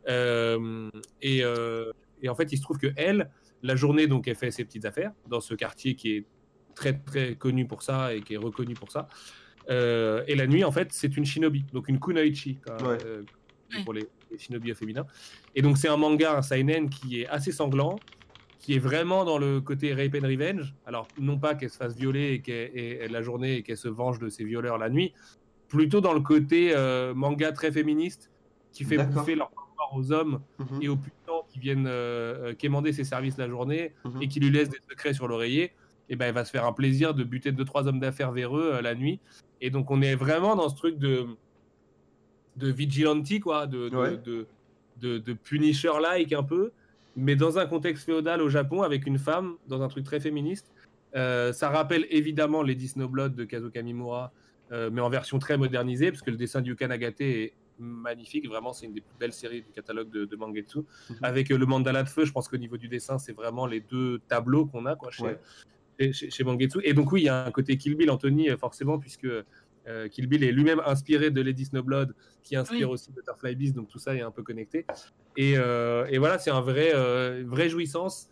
Et en fait, il se trouve que elle, la journée, donc, elle fait ses petites affaires dans ce quartier qui est très très connu pour ça et qui est reconnu pour ça. Et la nuit, en fait, c'est une shinobi, donc une kunoichi pour les shinobi féminins. Et donc, c'est un manga, un seinen qui est assez sanglant, qui est vraiment dans le côté rape and revenge. Alors, non pas qu'elle se fasse violer et la journée et qu'elle se venge de ses violeurs la nuit, plutôt dans le côté manga très féministe qui fait bouffer leur pouvoir aux hommes et aux puissants qui viennent quémander ses services la journée et qui lui laissent des secrets sur l'oreiller. Et ben, elle va se faire un plaisir de buter 2-3 hommes d'affaires véreux la nuit. Et donc, on est vraiment dans ce truc de vigilante, quoi, de Punisher-like un peu, mais dans un contexte féodal au Japon, avec une femme, dans un truc très féministe. Ça rappelle évidemment Lady Snowblood de Kazuo Kamimura, mais en version très modernisée, parce que le dessin de Yuka Nagate est magnifique, vraiment c'est une des plus belles séries du catalogue de Mangetsu. Avec le mandala de feu, je pense qu'au niveau du dessin, c'est vraiment les deux tableaux qu'on a quoi, chez Mangetsu. Et donc oui, il y a un côté Kill Bill, Anthony, forcément, puisque Kill Bill est lui-même inspiré de Lady Snowblood, qui inspire aussi Butterfly Beast, donc tout ça est un peu connecté. Et voilà, c'est un vraie jouissance.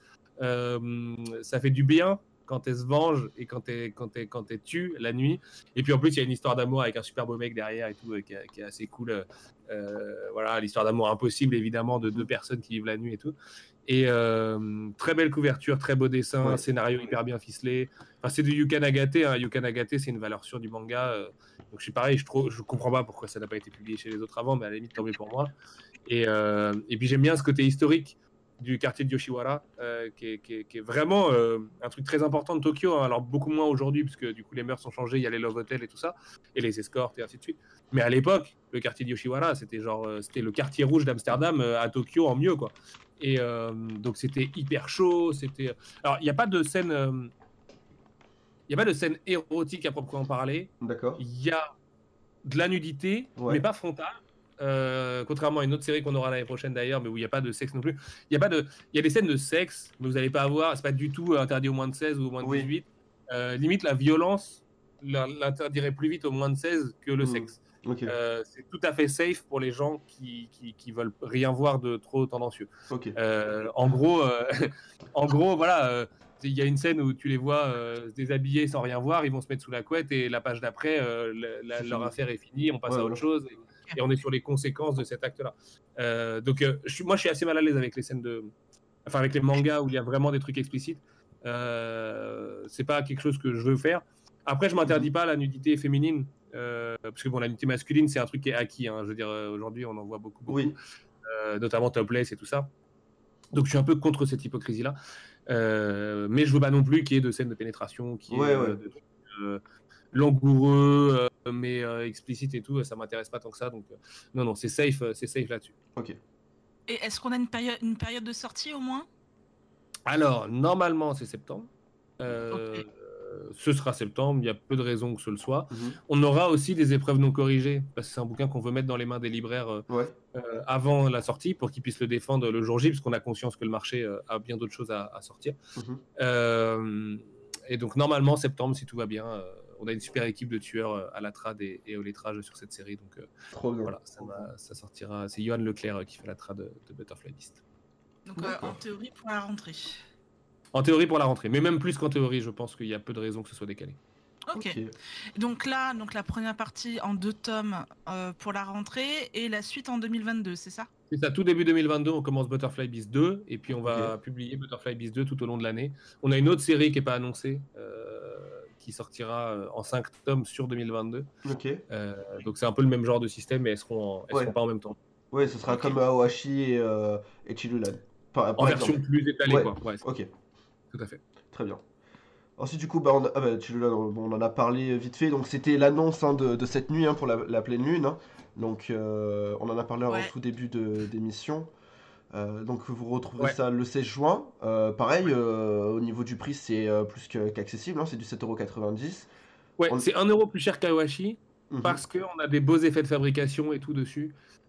Ça fait du bien quand elle se venge et quand elle tue la nuit. Et puis en plus, il y a une histoire d'amour avec un super beau mec derrière et tout, qui est assez cool. Voilà, l'histoire d'amour impossible, évidemment, de deux personnes qui vivent la nuit et tout. Et très belle couverture, très beau dessin, scénario hyper bien ficelé. Enfin, c'est du Yuka Nagate. Hein. Yuka Nagate, c'est une valeur sûre du manga. Donc je suis pareil, je comprends pas pourquoi ça n'a pas été publié chez les autres avant, mais à la limite, tant mieux pour moi. Et puis j'aime bien ce côté historique du quartier de Yoshiwara, qui est vraiment un truc très important de Tokyo. Hein. Alors beaucoup moins aujourd'hui, parce que du coup les mœurs ont changé, il y a les love hotels et tout ça, et les escortes et ainsi de suite. Mais à l'époque, le quartier de Yoshiwara, c'était le quartier rouge d'Amsterdam à Tokyo en mieux, quoi. Et donc c'était hyper chaud. Alors il n'y a pas de scène, érotique à proprement parler. D'accord. Il y a de la nudité, mais pas frontale. Contrairement à une autre série qu'on aura l'année prochaine d'ailleurs, mais où il n'y a pas de sexe non plus. Il y a des scènes de sexe, mais vous n'allez pas avoir, c'est pas du tout interdit au moins de 16 ou au moins de 18. Limite, la violence l'interdirait plus vite au moins de 16 que le sexe. C'est tout à fait safe pour les gens qui veulent rien voir de trop tendancieux. En gros, voilà. Il y a une scène où tu les vois se déshabiller sans rien voir, ils vont se mettre sous la couette et la page d'après, leur affaire est finie, on passe à autre chose. Et on est sur les conséquences de cet acte-là. Donc, moi, je suis assez mal à l'aise avec les scènes avec les mangas où il y a vraiment des trucs explicites. C'est pas quelque chose que je veux faire. Après, je m'interdis pas la nudité féminine, parce que bon, la nudité masculine, c'est un truc qui est acquis. Hein. Je veux dire, aujourd'hui, on en voit beaucoup, notamment topless et tout ça. Donc, je suis un peu contre cette hypocrisie-là. Mais je veux pas non plus qu'il y ait de scènes de pénétration, langoureux, mais explicite et tout, ça m'intéresse pas tant que ça. Donc non, c'est safe là-dessus. Et est-ce qu'on a une période de sortie au moins? Alors normalement c'est septembre. Ce sera septembre, il y a peu de raisons que ce le soit. On aura aussi des épreuves non corrigées, parce que c'est un bouquin qu'on veut mettre dans les mains des libraires avant la sortie, pour qu'ils puissent le défendre le jour J, parce qu'on a conscience que le marché a bien d'autres choses à sortir. Et donc normalement septembre, si tout va bien, on a une super équipe de tueurs à la trad et au lettrage sur cette série, donc voilà, ça sortira. C'est Johan Leclerc qui fait la trad de Butterfly Beast. Donc en théorie pour la rentrée. En théorie pour la rentrée, mais même plus qu'en théorie, je pense qu'il y a peu de raisons que ce soit décalé. Ok. Donc là, la première partie en 2 tomes pour la rentrée et la suite en 2022, c'est ça? C'est ça, tout début 2022, on commence Butterfly Beast 2 et puis on va publier Butterfly Beast 2 tout au long de l'année. On a une autre série qui n'est pas annoncée, qui sortira en 5 tomes sur 2022. Donc c'est un peu le même genre de système, mais elles seront pas en même temps. Oui, ce sera comme Aohashi et Chillulan. En version plus étalée, quoi. Ok. Tout à fait. Très bien. Ensuite, du coup, Chillulan, on en a parlé vite fait. Donc, c'était l'annonce de cette nuit pour la pleine lune. Hein. Donc, on en a parlé en tout début d'émission. Donc, vous retrouverez ça le 16 juin. Pareil, au niveau du prix, c'est plus qu'accessible. Hein, c'est du 7,90 €. Ouais, c'est 1 € plus cher qu'Aohashi, parce qu'on a des beaux effets de fabrication et tout dessus.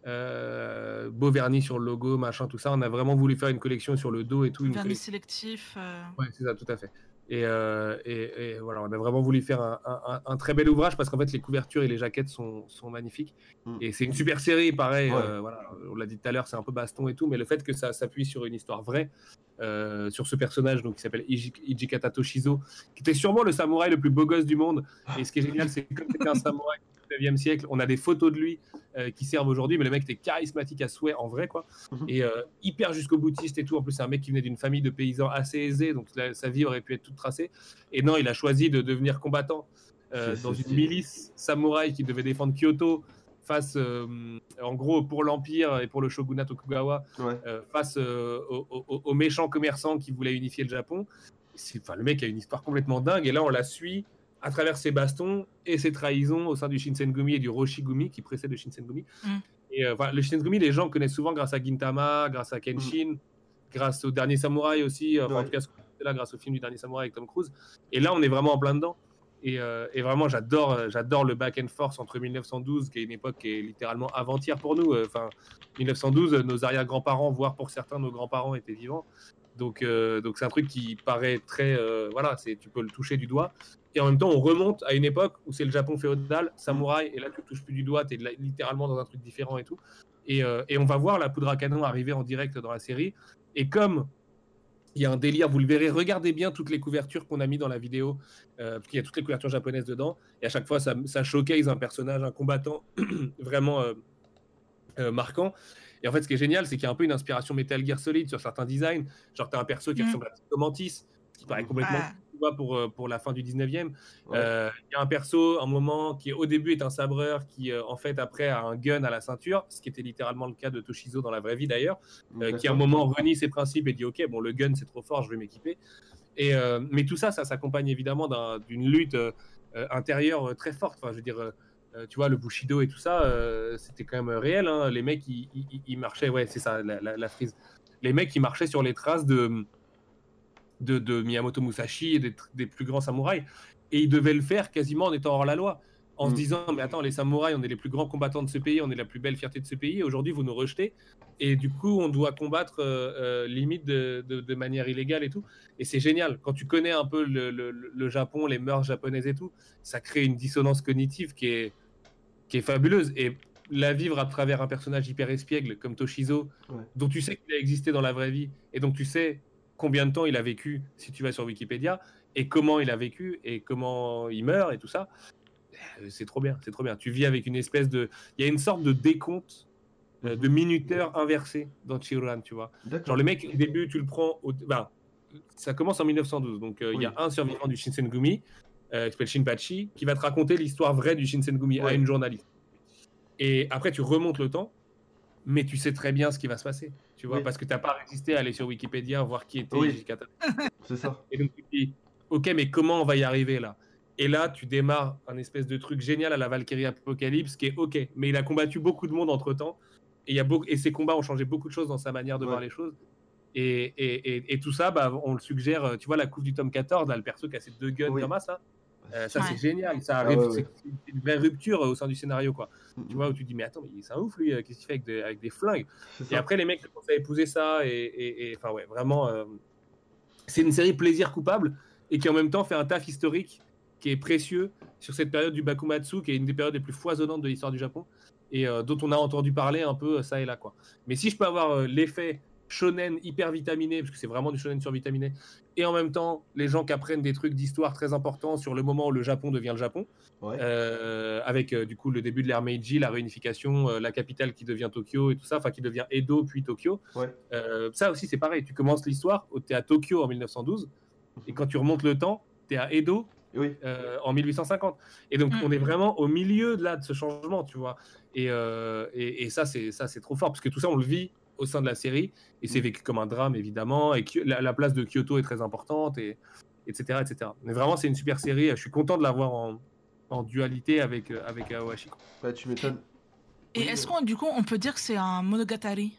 Beau vernis sur le logo, machin, tout ça. On a vraiment voulu faire une collection sur le dos et tout. Vernis sélectif. Ouais, c'est ça, tout à fait. Et voilà, on a vraiment voulu faire un très bel ouvrage, parce qu'en fait les couvertures et les jaquettes sont magnifiques. Et c'est une super série, pareil. Voilà, on l'a dit tout à l'heure, c'est un peu baston et tout, mais le fait que ça s'appuie sur une histoire vraie, sur ce personnage donc, qui s'appelle Hijikata Toshizo, qui était sûrement le samouraï le plus beau gosse du monde. Et ce qui est génial, c'est que comme c'était un samouraï du 19e siècle, on a des photos de lui qui servent aujourd'hui, mais le mec était charismatique à souhait en vrai, quoi. Et hyper jusqu'au boutiste et tout. En plus, c'est un mec qui venait d'une famille de paysans assez aisée, donc sa vie aurait pu être toute tracée. Et non, il a choisi de devenir combattant dans une milice samouraï qui devait défendre Kyoto face, en gros, pour l'Empire et pour le shogunat Tokugawa, face aux méchants commerçants qui voulaient unifier le Japon. Le mec a une histoire complètement dingue, et là, on la suit à travers ses bastons et ses trahisons au sein du Shinsengumi et du Roshigumi qui précède le Shinsengumi. Et le Shinsengumi, les gens connaissent souvent grâce à Gintama, grâce à Kenshin, grâce au Dernier Samouraï aussi, enfin en tout cas là grâce au film du Dernier Samouraï avec Tom Cruise. Et là, on est vraiment en plein dedans. Et vraiment, j'adore le back and forth entre 1912, qui est une époque qui est littéralement avant-hier pour nous. Enfin, 1912, nos arrière-grands-parents, voire pour certains, nos grands-parents étaient vivants. Donc c'est un truc qui paraît très... voilà, tu peux le toucher du doigt. Et en même temps, on remonte à une époque où c'est le Japon féodal, samouraï, et là, tu ne touches plus du doigt, tu es littéralement dans un truc différent et tout. Et on va voir la poudre à canon arriver en direct dans la série. Et comme il y a un délire, vous le verrez, regardez bien toutes les couvertures qu'on a mis dans la vidéo, parce qu'il y a toutes les couvertures japonaises dedans, et à chaque fois, ça showcase un personnage, un combattant vraiment marquant. Et en fait, ce qui est génial, c'est qu'il y a un peu une inspiration Metal Gear Solid sur certains designs. Genre, tu as un perso qui ressemble à Psycho Mantis, qui paraît complètement tu vois, pour la fin du 19e. Il y a un perso, un moment, qui au début est un sabreur, qui en fait, après, a un gun à la ceinture, ce qui était littéralement le cas de Toshizo dans la vraie vie d'ailleurs, qui à un moment renie ses principes et dit ok, bon, le gun c'est trop fort, je vais m'équiper. Mais tout ça, ça s'accompagne évidemment d'une lutte intérieure très forte. Enfin, je veux dire, tu vois, le Bushido et tout ça, c'était quand même réel. Hein. Les mecs, ils marchaient, ouais, c'est ça, la frise. Les mecs, ils marchaient sur les traces de Miyamoto Musashi et des plus grands samouraïs. Et ils devaient le faire quasiment en étant hors la loi. En se disant, mais attends, les samouraïs, on est les plus grands combattants de ce pays, on est la plus belle fierté de ce pays, et aujourd'hui, vous nous rejetez. Et du coup, on doit combattre limite de manière illégale et tout. Et c'est génial. Quand tu connais un peu le Japon, les mœurs japonaises et tout, ça crée une dissonance cognitive qui est fabuleuse. Et la vivre à travers un personnage hyper espiègle comme Toshizo, dont tu sais qu'il a existé dans la vraie vie, et donc tu sais combien de temps il a vécu, si tu vas sur Wikipédia, et comment il a vécu, et comment il meurt, et tout ça, c'est trop bien, c'est trop bien. Tu vis avec une espèce de... Il y a une sorte de décompte, de minuteur inversé dans Chiruran, tu vois. Genre le mec, au début, tu le prends... ça commence en 1912, donc il y a un survivant du Shinsengumi, qui s'appelle Shinpachi, qui va te raconter l'histoire vraie du Shinsengumi à une journaliste. Et après, tu remontes le temps, mais tu sais très bien ce qui va se passer, tu vois, parce que tu n'as pas résisté à aller sur Wikipédia, voir qui était Hijikata. C'est ça. Et donc tu te dis, ok, mais comment on va y arriver là? Et là, tu démarres un espèce de truc génial à la Valkyrie Apocalypse, qui est ok, mais il a combattu beaucoup de monde entre-temps, et ses combats ont changé beaucoup de choses dans sa manière de voir les choses. Et tout ça, on le suggère, tu vois, la couve du tome 14, là, le perso qui a ses 2 guns comme ça. Ça c'est génial, ça arrive, c'est une vraie rupture au sein du scénario, quoi. Tu vois, où tu dis mais attends, mais c'est un ouf lui, qu'est-ce qu'il fait avec des flingues? Et après les mecs commencent à épouser ça, et enfin ouais, vraiment, c'est une série plaisir coupable et qui en même temps fait un taf historique qui est précieux sur cette période du Bakumatsu, qui est une des périodes les plus foisonnantes de l'histoire du Japon, et dont on a entendu parler un peu ça et là, quoi. Mais si je peux avoir l'effet shonen hyper vitaminé, parce que c'est vraiment du shonen survitaminé, et en même temps les gens qui apprennent des trucs d'histoire très importants sur le moment où le Japon devient le Japon, avec du coup le début de l'ère Meiji, la réunification, la capitale qui devient Tokyo et tout ça, enfin qui devient Edo puis Tokyo. Ça aussi c'est pareil, tu commences l'histoire, tu es à Tokyo en 1912, et quand tu remontes le temps, tu es à Edo en 1850. Et donc on est vraiment au milieu de ce changement, tu vois. Et ça c'est trop fort, parce que tout ça on le vit au sein de la série, et c'est vécu comme un drame évidemment, et la place de Kyoto est très importante, etc. Mais vraiment c'est une super série, je suis content de l'avoir en dualité avec Aoashi. Tu m'étonnes. Et est-ce qu'on du coup on peut dire que c'est un monogatari?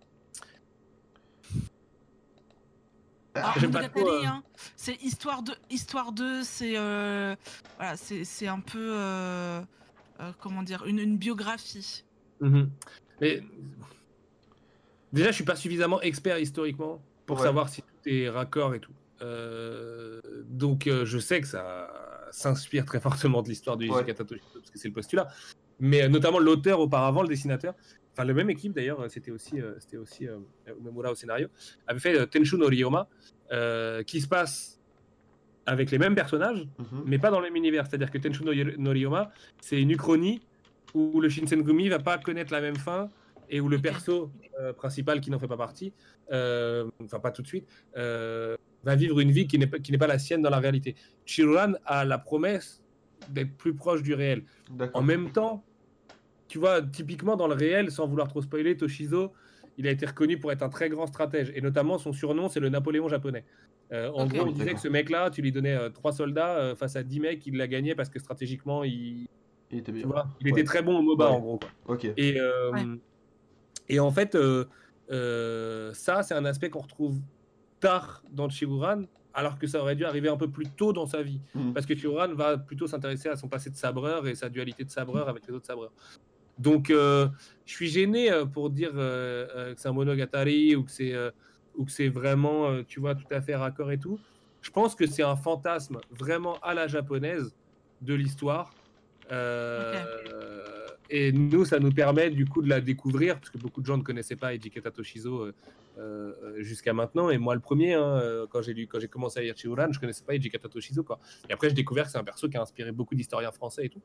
Monogatari, hein, c'est histoire de c'est voilà, c'est un peu comment dire, une biographie. Mais déjà, je suis pas suffisamment expert historiquement pour savoir si tout est raccord et tout. Donc, je sais que ça s'inspire très fortement de l'histoire de Hijikata Toshito, parce que c'est le postulat. Mais notamment l'auteur auparavant, le dessinateur, enfin la même équipe d'ailleurs, c'était aussi Umemura au scénario, avait fait Tenchu no Ryoma, qui se passe avec les mêmes personnages, mais pas dans le même univers. C'est-à-dire que Tenchu no Ryoma, c'est une uchronie où le Shinsengumi va pas connaître la même fin, et où le perso principal, qui n'en fait pas partie, enfin pas tout de suite, va vivre une vie qui n'est pas la sienne dans la réalité. Chiruran a la promesse d'être plus proche du réel. En même temps, tu vois, typiquement dans le réel, sans vouloir trop spoiler, Toshizo, il a été reconnu pour être un très grand stratège, et notamment son surnom, c'est le Napoléon japonais. En gros, on disait que ce mec-là, tu lui donnais 3 soldats face à 10 mecs, il l'a gagné parce que stratégiquement, il était très bon au MOBA, en gros. Quoi. Et en fait, ça, c'est un aspect qu'on retrouve tard dans Chiruran, alors que ça aurait dû arriver un peu plus tôt dans sa vie. Parce que Chiruran va plutôt s'intéresser à son passé de sabreur et sa dualité de sabreur avec les autres sabreurs. Donc, je suis gêné pour dire que c'est un monogatari ou que c'est vraiment, tu vois, tout à fait raccord et tout. Je pense que c'est un fantasme vraiment à la japonaise de l'histoire. Et nous, ça nous permet du coup de la découvrir, parce que beaucoup de gens ne connaissaient pas Ejikata Toshizo jusqu'à maintenant. Et moi, le premier, quand j'ai commencé à lire Chiruran, je connaissais pas Ejikata Toshizo, quoi. Et après, j'ai découvert que c'est un perso qui a inspiré beaucoup d'historiens français et tout.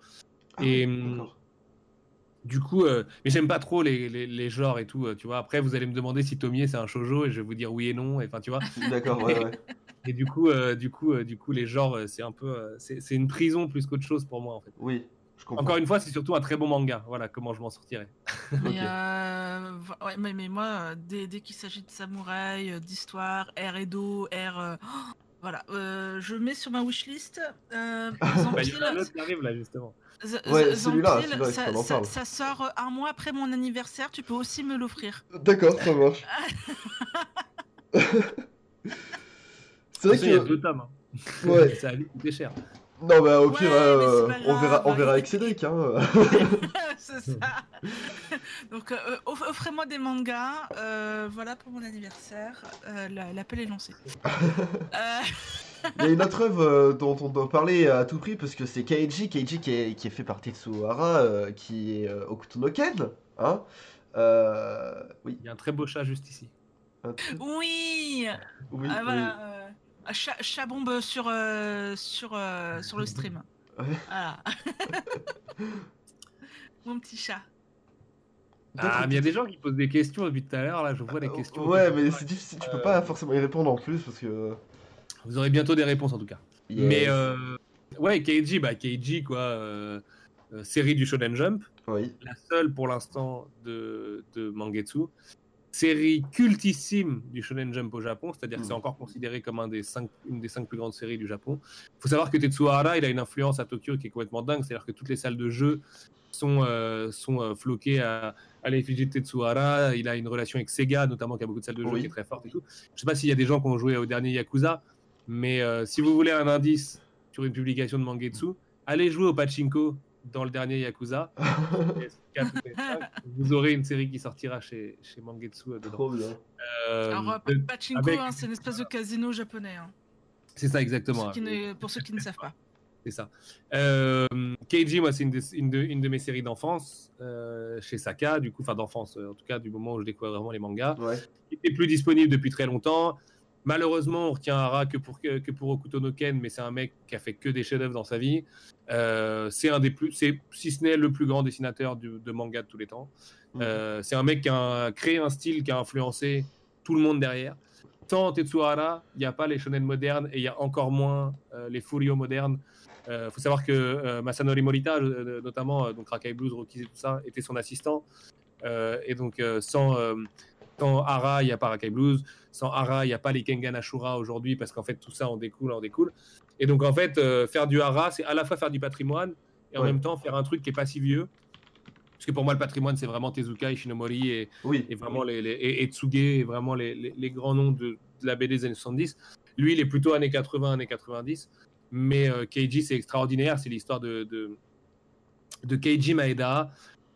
Du coup, mais j'aime pas trop les genres et tout, tu vois. Après, vous allez me demander si Tomie c'est un shoujo et je vais vous dire oui et non. Enfin, tu vois. D'accord, ouais. Et du coup, les genres, c'est un peu, c'est une prison plus qu'autre chose pour moi en fait. Oui, je comprends. Encore une fois, c'est surtout un très bon manga. Voilà comment je m'en sortirais. Mais moi, dès qu'il s'agit de samouraï, d'histoire, air et d'eau, voilà, je mets sur ma wishlist. Il y en a un autre qui arrive là justement. Celui-là, ça sort un mois après mon anniversaire, tu peux aussi me l'offrir. D'accord, ça marche. C'est vrai qu'il y a 2 tomes. Ouais. Ça a coûté cher. Non, bah au pire, on verra avec Cédric. C'est ça. Donc, offrez-moi des mangas. Voilà pour mon anniversaire. L'appel est lancé. Il y a une autre œuvre dont on doit parler à tout prix parce que c'est Keiji qui est fait par Tetsuhara, qui est Hokuto no Ken. Oui. Il y a un très beau chat juste ici. Oui. Voilà. Chat bombe sur le stream. Voilà. Mon petit chat. Mais il y a des gens qui posent des questions depuis tout à l'heure. Là, je vois des questions. Ouais, mais c'est difficile. Tu peux pas forcément y répondre en plus parce que. Vous aurez bientôt des réponses en tout cas. Yes. Mais ouais, Keiji quoi. Série du Shonen Jump. Oui. La seule pour l'instant de Mangetsu. Série cultissime du Shonen Jump au Japon, c'est-à-dire que c'est encore considéré comme une des 5 plus grandes séries du Japon. Il faut savoir que Tetsuhara, il a une influence à Tokyo qui est complètement dingue, c'est-à-dire que toutes les salles de jeu sont floquées à l'effigie de Tetsuhara. Il a une relation avec Sega, notamment, qui a beaucoup de salles de jeu qui est très forte et tout. Je ne sais pas s'il y a des gens qui ont joué au dernier Yakuza, mais si vous voulez un indice sur une publication de Mangetsu, allez jouer au Pachinko dans le dernier Yakuza. Vous aurez une série qui sortira chez Mangetsu dedans. Trop bien. Alors, Pachinko, c'est une espèce de casino japonais. C'est ça, exactement. Pour ceux qui ne savent pas. C'est ça. Keiji, moi, c'est une de mes séries d'enfance chez Saka, du coup, enfin d'enfance, en tout cas, du moment où je découvre vraiment les mangas. Ouais. Qui était plus disponible depuis très longtemps. Malheureusement, on retient Hara que pour Hokuto no Ken, mais c'est un mec qui a fait que des chefs-d'œuvre dans sa vie. C'est un des plus, si ce n'est le plus grand dessinateur de manga de tous les temps. C'est un mec qui a créé un style qui a influencé tout le monde derrière. Sans Tetsuhara, il n'y a pas les shonen modernes et il y a encore moins les Furio modernes. Faut savoir que Masanori Morita, notamment, donc Rakai Blues, Rockies et tout ça, était son assistant. Et donc, sans Hara, il n'y a pas Rakai Blues. Sans Hara, il n'y a pas les Kengan Ashura aujourd'hui, parce qu'en fait, tout ça en découle. Et donc, en fait, faire du Hara, c'est à la fois faire du patrimoine et en même temps faire un truc qui n'est pas si vieux. Parce que pour moi, le patrimoine, c'est vraiment Tezuka, Ishinomori et vraiment et Tsuge, et vraiment les grands noms de la BD des années 70. Lui, il est plutôt années 80, années 90. Mais Keiji, c'est extraordinaire. C'est l'histoire de Keiji Maeda,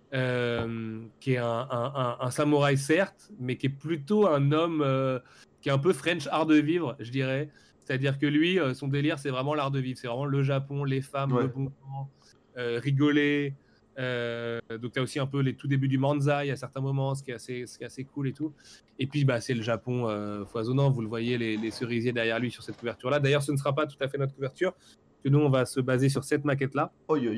qui est un samouraï, certes, mais qui est plutôt un homme qui est un peu French art de vivre, je dirais. C'est-à-dire que lui, son délire, c'est vraiment l'art de vivre. C'est vraiment le Japon, les femmes, le bon temps, rigoler. Donc tu as aussi un peu les tout débuts du Manzai à certains moments, ce qui est assez cool et tout. Et puis c'est le Japon foisonnant, vous le voyez, les cerisiers derrière lui sur cette couverture là. D'ailleurs, ce ne sera pas tout à fait notre couverture, que nous on va se baser sur cette maquette là,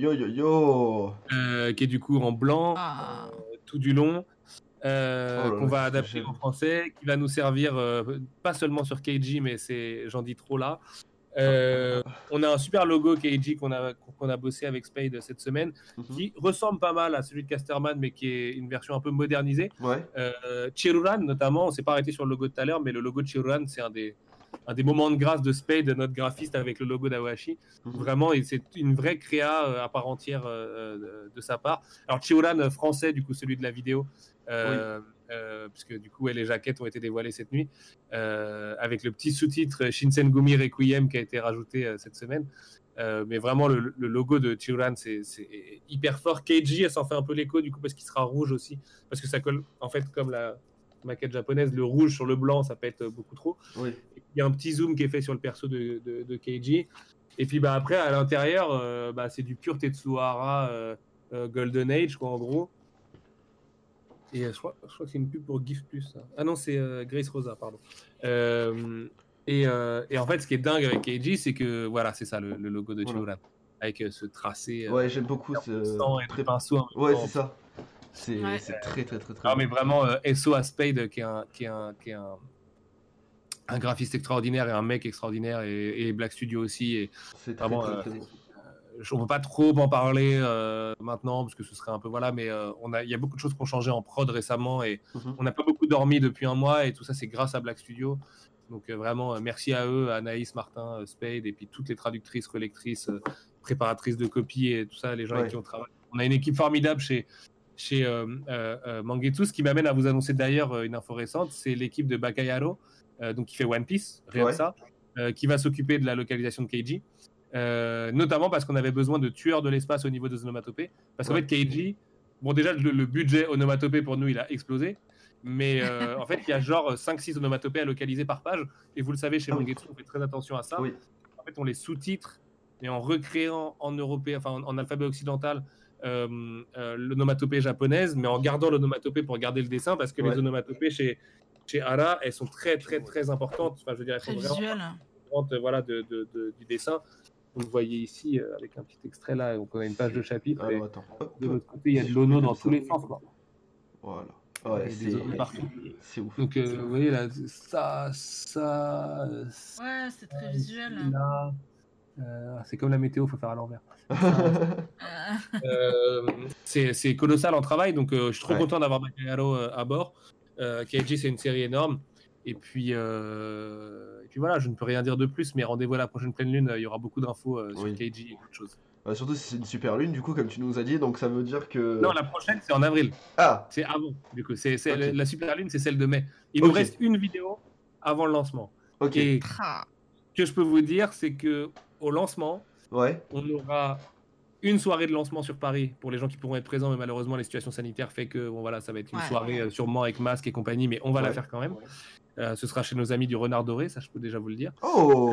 qui est du coup en blanc tout du long, qu'on va adapter en français, qui va nous servir pas seulement sur Keiji, mais j'en dis trop là. On a un super logo Keiji qu'on a bossé avec Spade cette semaine, qui ressemble pas mal à celui de Casterman, mais qui est une version un peu modernisée. Chiruran notamment, on s'est pas arrêté sur le logo de tout à l'heure, mais le logo de Chiruran, c'est un des un des moments de grâce de Spade, notre graphiste avec le logo d'Aohashi. Vraiment, et c'est une vraie créa à part entière de sa part. Alors Chiuran français, du coup celui de la vidéo, puisque du coup les jaquettes ont été dévoilées cette nuit, avec le petit sous-titre Shinsengumi Requiem qui a été rajouté cette semaine. Mais vraiment le logo de Chiuran c'est hyper fort. Keiji, elle s'en fait un peu l'écho du coup parce qu'il sera rouge aussi, parce que ça colle en fait comme la maquette japonaise, le rouge sur le blanc ça pète beaucoup trop. Il y a un petit zoom qui est fait sur le perso de Keiji, et puis après à l'intérieur c'est du pur Tetsuhara Golden Age quoi en gros. Et je crois que c'est une pub pour GIF+. Ça. Ah non, c'est Grace Rosa, pardon. Et en fait, ce qui est dingue avec Keiji, c'est que voilà, c'est ça le logo de Chiuran, avec ce tracé. J'aime beaucoup ce très pinceau. C'est ça. C'est très très très très. Ah mais vraiment, SO à Spade, qui est un graphiste extraordinaire et un mec extraordinaire, et Black Studio aussi. Et c'est très, vraiment, très, très bon. On ne peut pas trop en parler maintenant parce que ce serait un peu voilà, mais il y a beaucoup de choses qui ont changé en prod récemment et on n'a pas beaucoup dormi depuis un mois, et tout ça c'est grâce à Black Studio. Donc vraiment merci à eux, à Anaïs, Martin, Spade, et puis toutes les traductrices, relectrices, préparatrices de copies et tout ça, les gens avec qui on travaille. On a une équipe formidable chez Mangetsu. Ce qui m'amène à vous annoncer d'ailleurs une info récente, c'est l'équipe de Bakayaro, donc qui fait One Piece, Ryosa, qui va s'occuper de la localisation de Keiji. Notamment parce qu'on avait besoin de tueurs de l'espace au niveau des onomatopées, parce qu'en fait Keiji, bon déjà le budget onomatopée pour nous il a explosé, mais en fait il y a genre 5-6 onomatopées à localiser par page, et vous le savez chez Mangetsu on fait très attention à ça. En fait on les sous-titre, et en recréant en européen, enfin en alphabet occidental, l'onomatopée japonaise, mais en gardant l'onomatopée pour garder le dessin, parce que les onomatopées chez Ara elles sont très très très importantes, enfin je veux dire elles sont vraiment voilà, du dessin. Vous le voyez ici avec un petit extrait là, donc on a une page de chapitre. Alors, attends. De l'autre côté, il y a de l'ono dans tous les sens. Quoi. Voilà. C'est ouf. Donc vous voyez là, ça. Ouais, c'est très visuel. Là, c'est comme la météo, faut faire à l'envers. C'est colossal en travail, donc je suis trop content d'avoir Bakayaro à bord. Keiji, c'est une série énorme. Et puis voilà, je ne peux rien dire de plus, mais rendez-vous à la prochaine pleine lune, il y aura beaucoup d'infos sur Keiji et d'autres choses. Surtout si c'est une super lune, du coup, comme tu nous as dit, donc ça veut dire que... Non, la prochaine, c'est en avril. Ah, c'est avant, du coup. La super lune, c'est celle de mai. Il nous reste une vidéo avant le lancement. Et ce que je peux vous dire, c'est qu'au lancement, on aura une soirée de lancement sur Paris pour les gens qui pourront être présents, mais malheureusement, les situations sanitaires fait que bon, voilà, ça va être une soirée sûrement avec masque et compagnie, mais on va la faire quand même. Ce sera chez nos amis du Renard Doré, ça je peux déjà vous le dire.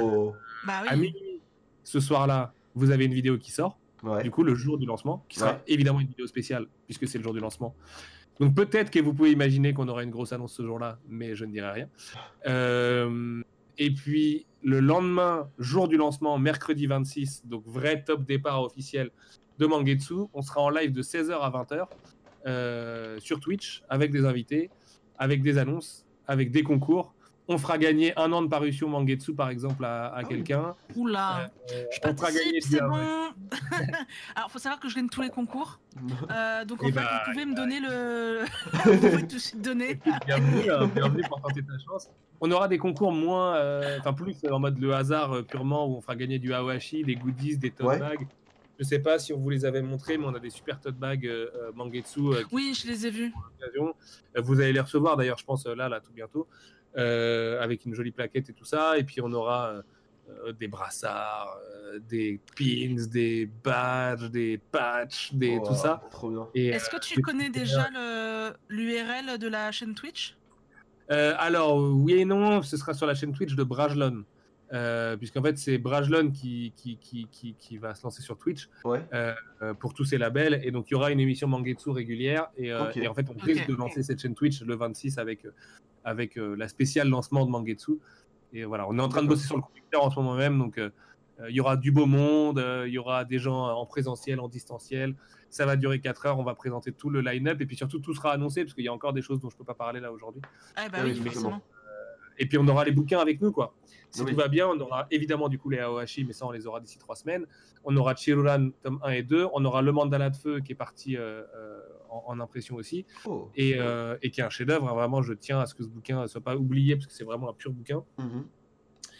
À minuit, ce soir-là, vous avez une vidéo qui sort, du coup le jour du lancement, qui sera évidemment une vidéo spéciale, puisque c'est le jour du lancement. Donc peut-être que vous pouvez imaginer qu'on aura une grosse annonce ce jour-là, mais je ne dirai rien. Et puis le lendemain, jour du lancement, mercredi 26, donc vrai top départ officiel de Mangetsu, on sera en live de 16h à 20h sur Twitch, avec des invités, avec des annonces, avec des concours. On fera gagner 1 an de parution Mangetsu, par exemple, à quelqu'un. Oula, je participe, c'est bon. Alors, il faut savoir que je gagne tous les concours. Donc, en fait, vous pouvez me donner le... vous pouvez tout de suite donner. Bienvenue pour tenter ta chance. On aura des concours plus en mode le hasard purement, où on fera gagner du Aohashi, des goodies, des tote bags. Je sais pas si on vous les avait montrés, mais on a des super tote bags Mangetsu. Oui, je les ai vus. Vous allez les recevoir d'ailleurs, je pense, là tout bientôt. Avec une jolie plaquette et tout ça, et puis on aura des brassards, des pins, des badges, des patchs, tout ça. Trop bien. Est-ce que tu connais déjà l'URL de la chaîne Twitch? Alors oui et non, ce sera sur la chaîne Twitch de Brajlon, puisqu'en fait c'est Brajlon qui va se lancer sur Twitch pour tous ses labels, et donc il y aura une émission Mangetsu régulière, et en fait on risque de lancer cette chaîne Twitch le 26 avec la spéciale lancement de Mangetsu, et voilà, on est en train de bosser sur le conducteur en ce moment même, donc il y aura du beau monde, il y aura des gens en présentiel, en distanciel, ça va durer 4 heures, on va présenter tout le line-up, et puis surtout tout sera annoncé, parce qu'il y a encore des choses dont je peux pas parler là aujourd'hui. Oui, forcément. Et puis on aura les bouquins avec nous, quoi. Si tout va bien, on aura évidemment du coup les Aohashi, mais ça on les aura d'ici 3 semaines. On aura Chiruran tome 1 et 2, on aura le Mandala de Feu qui est parti en impression aussi, et qui est un chef-d'œuvre. Vraiment, je tiens à ce que ce bouquin ne soit pas oublié, parce que c'est vraiment un pur bouquin.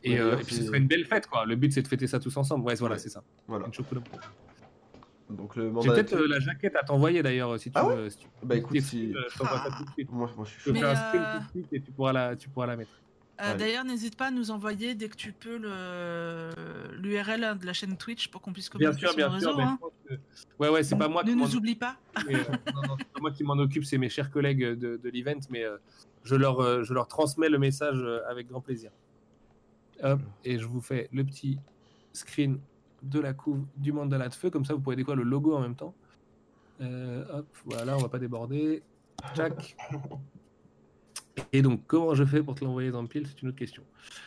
Et, Ouais, et puis ce serait une belle fête, quoi. Le but, c'est de fêter ça tous ensemble. Ouais, voilà, Ouais. c'est ça. Voilà. Une chocolat. Donc le J'ai mandat. peut-être la jaquette à t'envoyer d'ailleurs, si tu Ah veux. Si tu Bah écoute, des si. screens, je t'envoie ça tout de suite. Moi je suis Je peux chaud. faire un Mais, screen tout de suite et tu pourras la mettre. Allez. D'ailleurs, n'hésite pas à nous envoyer dès que tu peux l'URL de la chaîne Twitch pour qu'on puisse Bien communiquer sûr, sur le bien sûr. réseau. Mais Hein. je pense que... Ouais, c'est pas moi Ne qui m'en nous oublie pas. mais, non, c'est pas moi qui m'en occupe, c'est mes chers collègues de l'event, mais je leur transmets le message avec grand plaisir. Hop, et je vous fais le petit screen de la couve du mandala de feu, comme ça vous pourrez découvrir le logo en même temps. Hop, voilà, on va pas déborder. Tchac. Et donc, comment je fais pour te l'envoyer dans le pile, c'est une autre question.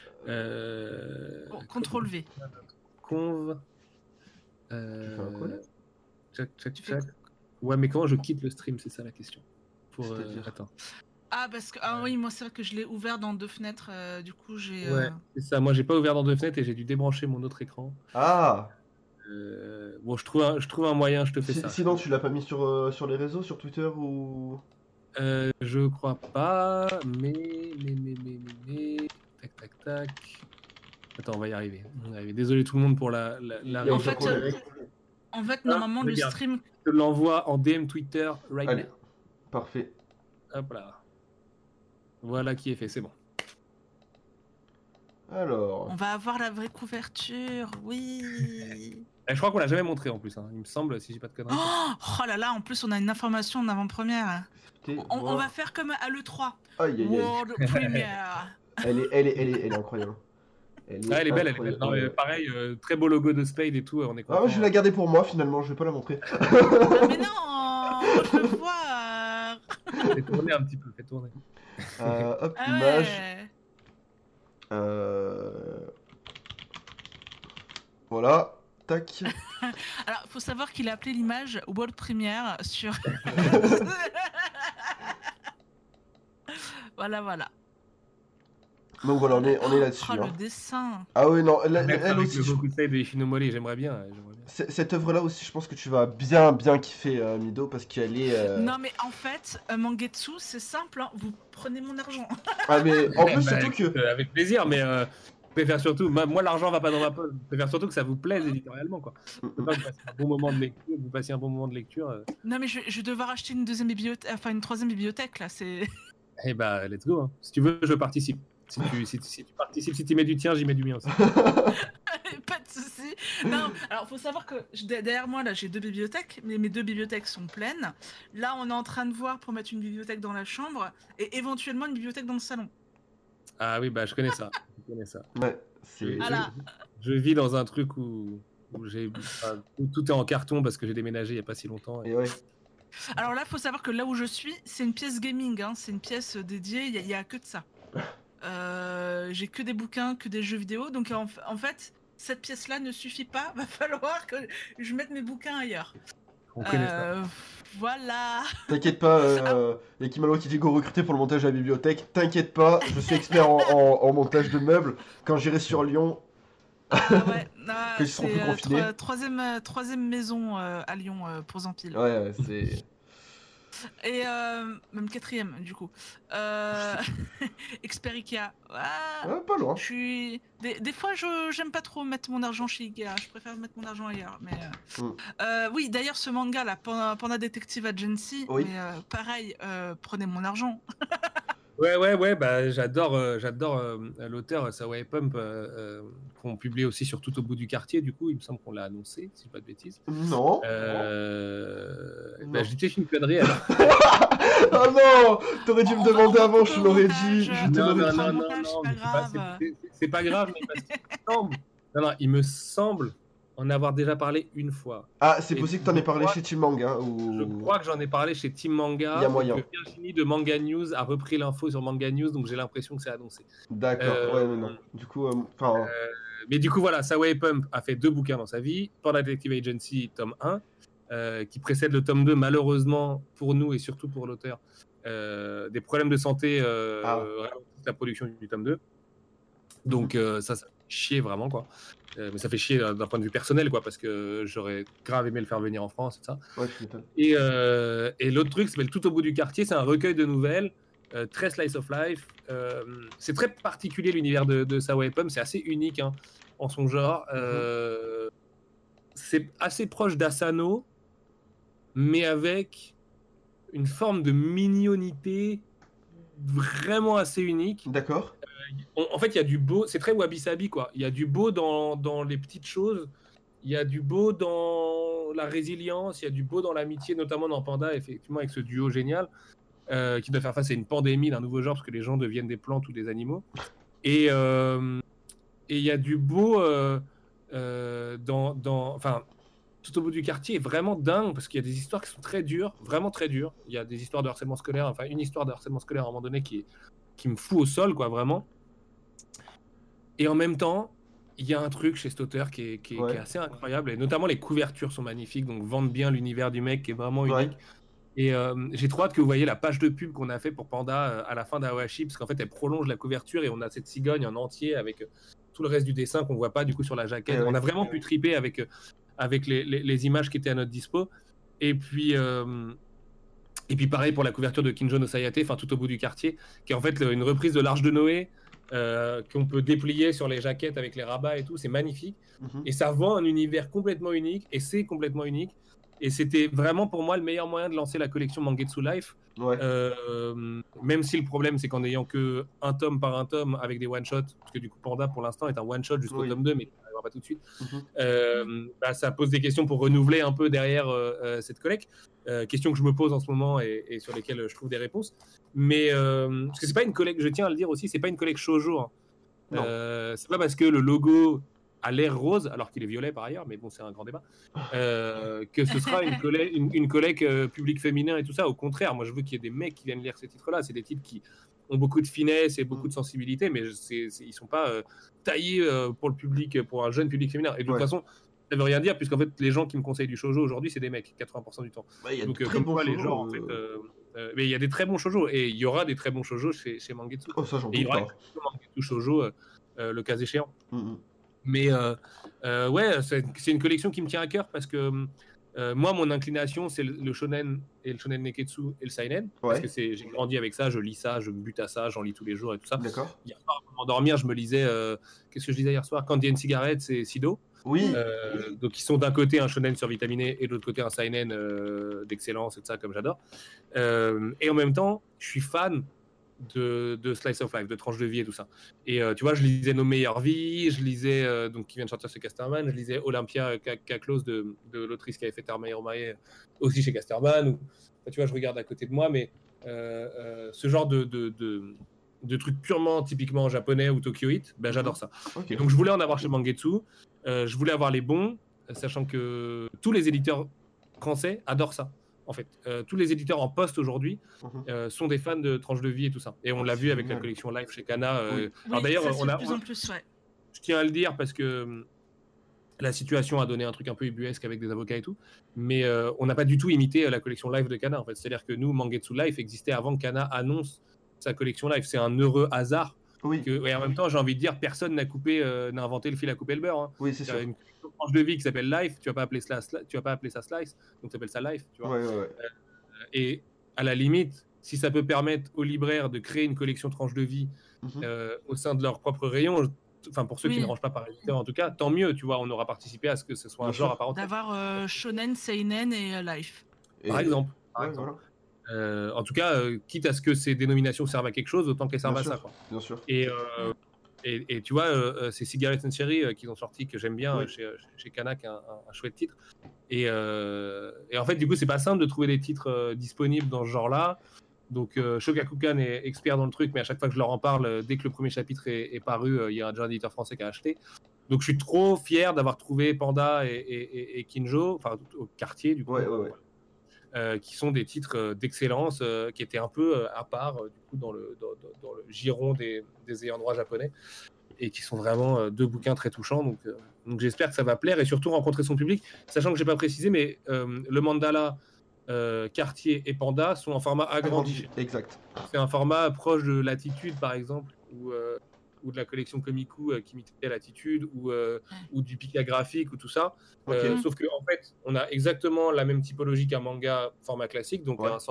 Bon, CTRL V. Conv. fais un call Tchac, tchac, Tu fais tchac. Ouais, mais comment je quitte le stream, c'est ça la question. C'est-à-dire Attends. Ah, parce que oui, moi c'est vrai que je l'ai ouvert dans 2 fenêtres. Du coup, j'ai. Ouais, c'est ça. Moi, j'ai pas ouvert dans 2 fenêtres et j'ai dû débrancher mon autre écran. Ah Bon, je trouve un moyen, je te fais ça. Sinon, tu l'as pas mis sur les réseaux, sur Twitter ou. Je crois pas, mais... Tac, tac, tac. Attends, on va y arriver. Désolé tout le monde pour la En fait, normalement, le regarde. stream. Je te l'envoie en DM Twitter right Allez, now. parfait. Hop là. Voilà qui est fait, c'est bon. Alors. On va avoir la vraie couverture, oui. Je crois qu'on l'a jamais montré en plus, hein. Il me semble, si j'ai pas de conneries. Oh là là, en plus, on a une information en avant-première. Écoutez, On voir. va faire comme à l'E3. Aïe aïe aïe. World Premiere. Elle est incroyable. Elle est belle, elle est belle. Non, mais pareil, très beau logo de Spade et tout, on est content. Ah ouais, je vais la garder pour moi finalement, je vais pas la montrer. Ah, mais non, je veux voir. Fais tourner un petit peu, fais tourner. Hop, Ah image. ouais. Voilà, tac. Alors, faut savoir qu'il a appelé l'image World Premiere sur. Voilà. Donc voilà, on est là-dessus. Oh, hein. le dessin. Ah oui, non, elle Avec aussi. le Gokusei de Ishinomori, j'aimerais bien. Cette œuvre-là aussi, je pense que tu vas bien kiffer, Mido, parce qu'elle est. Non, mais en fait, Mangetsu, c'est simple, hein, vous prenez mon argent. Ah, mais en plus, surtout que. Avec plaisir, mais je préfère surtout. Moi, l'argent va pas dans ma poche. Je préfère surtout que ça vous plaise éditorialement, quoi. Je veux pas que vous passiez un bon moment de lecture. Vous passiez un bon moment de lecture. Non, mais je vais devoir acheter une deuxième bibliothèque, enfin une troisième bibliothèque, là, c'est. Eh bah, let's go. Hein. Si tu veux, je participe. Si tu participes, si tu mets du tien, j'y mets du mien aussi. Pas de soucis. Non, alors faut savoir que derrière moi là j'ai 2 bibliothèques, mais mes 2 bibliothèques sont pleines. Là on est en train de voir pour mettre une bibliothèque dans la chambre et éventuellement une bibliothèque dans le salon. Ah oui, bah je connais ça. Ouais, c'est. Voilà. Je vis dans un truc où tout est en carton parce que j'ai déménagé il y a pas si longtemps. Et ouais. Alors là faut savoir que là où je suis c'est une pièce gaming, hein, c'est une pièce dédiée, il y a que de ça. J'ai que des bouquins, que des jeux vidéo, donc en fait cette pièce-là ne suffit pas, va falloir que je mette mes bouquins ailleurs. On connaît ça. Voilà. T'inquiète pas, y a Kimalo qui dit go recruter pour le montage de la bibliothèque. T'inquiète pas, je suis expert en montage de meubles. Quand j'irai sur Lyon. Ouais, Que ils seront plus confinés. troisième maison à Lyon pour Zampil. Ouais, c'est. Et même 4ème du coup. Expert Ikea. Ah, Ouais, pas loin. je suis. Des fois, j'aime pas trop mettre mon argent chez Ikea. Je préfère mettre mon argent ailleurs. Mais oui, d'ailleurs, ce manga là, Panda Detective Agency. Oui. Mais pareil, prenez mon argent. Ouais, bah j'adore l'auteur Sawai Pump qu'on publie aussi sur Tout au bout du quartier. Du coup, il me semble qu'on l'a annoncé, si je dis pas de bêtises. Non. Bah, je disais une connerie. Alors. Oh non, t'aurais dû me demander avant, je te l'aurais dit. montage. Je te Non, l'aurais non, dit. non, c'est non, pas mais grave. c'est pas grave, mais parce qu'il me semble. Non, il me semble en avoir déjà parlé une fois. Ah, c'est Et possible que t'en aies parlé chez Team Manga ou. Je crois que j'en ai parlé chez Team Manga. Il y a moyen. Que Virginie de Manga News a repris l'info sur Manga News, donc j'ai l'impression que c'est annoncé. D'accord, ouais, mais non. Du coup, enfin. Mais du coup, voilà, Sawai Pump a fait 2 bouquins dans sa vie. Panda Detective Agency, tome 1, qui précède le tome 2, malheureusement pour nous et surtout pour l'auteur. Des problèmes de santé ralentissent la production du tome 2. Donc ça fait chier vraiment, quoi. Mais ça fait chier d'un point de vue personnel, quoi, parce que j'aurais grave aimé le faire venir en France et ça. Ouais, je m'étonne. Et l'autre truc s'appelle Tout au bout du quartier, c'est un recueil de nouvelles très slice of life. C'est très particulier l'univers de Sawai Pum, c'est assez unique hein, en son genre. C'est assez proche d'Asano, mais avec une forme de mignonité vraiment assez unique. D'accord. En fait, il y a du beau, c'est très wabi-sabi quoi. Il y a du beau dans les petites choses, il y a du beau dans la résilience, il y a du beau dans l'amitié, notamment dans Panda, effectivement, avec ce duo génial qui doit faire face à une pandémie d'un nouveau genre parce que les gens deviennent des plantes ou des animaux. Et il y a du beau enfin, tout au bout du quartier est vraiment dingue parce qu'il y a des histoires qui sont très dures, vraiment très dures. Il y a des histoires de harcèlement scolaire, enfin une histoire de harcèlement scolaire à un moment donné qui me fout au sol, quoi, vraiment. Et en même temps, il y a un truc chez cet auteur qui est assez incroyable, et notamment les couvertures sont magnifiques, donc vendent bien l'univers du mec qui est vraiment unique. Et j'ai trop hâte que vous voyez la page de pub qu'on a fait pour Panda à la fin d'Awashi, parce qu'en fait elle prolonge la couverture et on a cette cigogne en entier avec tout le reste du dessin qu'on voit pas du coup sur la jaquette. On a vraiment pu triper avec les images qui étaient à notre dispo. Et puis pareil pour la couverture de Kinjo no Sayate, enfin tout au bout du quartier, qui est en fait une reprise de l'Arche de Noé qu'on peut déplier sur les jaquettes avec les rabats et tout, c'est magnifique. Et ça vend un univers complètement unique, et c'est complètement unique. Et c'était vraiment pour moi le meilleur moyen de lancer la collection Mangetsu Life. Même si le problème c'est qu'en n'ayant que un tome par un tome avec des one-shots, parce que du coup Panda pour l'instant est un one-shot jusqu'au tome 2, mais on n'arrivera pas tout de suite, ça pose des questions pour renouveler un peu derrière cette collecte. Questions que je me pose en ce moment et sur lesquelles je trouve des réponses. Mais parce que c'est pas une collecte, je tiens à le dire aussi, c'est pas une collecte shoujo. Hein. C'est pas parce que le logo a l'air rose, alors qu'il est violet par ailleurs, mais bon, c'est un grand débat, que ce sera une collecte public féminin et tout ça. Au contraire, moi je veux qu'il y ait des mecs qui viennent lire ces titres-là. C'est des titres qui ont beaucoup de finesse et beaucoup de sensibilité, mais ils sont pas taillés pour le public, pour un jeune public féminin. Et de toute façon, ça veut rien dire, puisqu'en fait, les gens qui me conseillent du shoujo aujourd'hui, c'est des mecs, 80% du temps. Donc, comme quoi, les gens, en fait. Mais il y a des très bons shoujo, et il y aura des très bons shoujo chez Mangetsu. Ça, j'en et il y aura des Mangetsu shoujo, le cas échéant. Mais ouais, c'est une collection qui me tient à cœur parce que moi, mon inclination, c'est le shonen et le shonen neketsu et le seinen. Parce que j'ai grandi avec ça, je lis ça, je me bute à ça, j'en lis tous les jours et tout ça. D'accord. Hier soir, pour m'endormir, je me lisais. Qu'est-ce que je lisais hier soir? Candy and Cigarettes et Sido. Donc, ils sont d'un côté un shonen survitaminé et de l'autre côté un seinen d'excellence et tout ça, comme j'adore. Et en même temps, je suis fan de Slice of Life, de tranche de vie et tout ça. Et tu vois, je lisais Nos meilleures vies, je lisais, donc qui vient de sortir chez Casterman, je lisais Olympia Kaklos de l'autrice qui avait fait Termae Romae aussi chez Casterman. Tu vois, je regarde à côté de moi, mais ce genre de trucs purement typiquement japonais ou tokyoïte, ben, j'adore ça. Et donc je voulais en avoir chez Mangetsu, je voulais avoir les bons, sachant que tous les éditeurs français adorent ça. En fait, tous les éditeurs en poste aujourd'hui sont des fans de tranches de vie et tout ça. Et on l'a vu avec la collection Live chez Kana. Alors d'ailleurs, on a de plus en plus, je tiens à le dire parce que la situation a donné un truc un peu ubuesque avec des avocats et tout, mais on n'a pas du tout imité la collection Live de Kana. En fait, c'est-à-dire que nous, Mangetsu Life existait avant que Kana annonce sa collection Live. C'est un heureux hasard. Et en même temps, j'ai envie de dire, personne n'a inventé le fil à couper le beurre. Hein. Oui, c'est sûr. Une tranche de vie qui s'appelle Life, tu vas pas appeler ça Slice, donc tu appelles ça Life. Tu vois. Et à la limite, si ça peut permettre aux libraires de créer une collection tranche de vie au sein de leur propre rayon, enfin pour ceux qui ne rangent pas par éditeur en tout cas, tant mieux. Tu vois, on aura participé à ce que ce soit un genre à part entière. D'avoir Shonen, Seinen et Life. Par exemple. En tout cas, quitte à ce que ces dénominations servent à quelque chose, autant qu'elles servent à ça. Quoi. Bien sûr. Et tu vois, c'est Cigarettes and Cherry qu'ils ont sorti, que j'aime bien chez Kana, qui est un chouette titre. Et en fait, du coup, c'est pas simple de trouver des titres disponibles dans ce genre-là. Donc, Shogakukan est expert dans le truc, mais à chaque fois que je leur en parle, dès que le premier chapitre est paru, il y a un jeune éditeur français qui a acheté. Donc, je suis trop fier d'avoir trouvé Panda et Kinjo, enfin, au quartier, du coup. Qui sont des titres d'excellence, qui étaient un peu à part du coup dans le giron des ayants droit japonais, et qui sont vraiment deux bouquins très touchants. Donc j'espère que ça va plaire et surtout rencontrer son public, sachant que j'ai pas précisé, mais le mandala, Quartier et Panda sont en format agrandi. Exact. C'est un format proche de Latitude par exemple, ou de la collection Komiku qui imitait Latitude, ou du Pika graphique ou tout ça. Sauf qu'en fait, on a exactement la même typologie qu'un manga format classique, donc un centre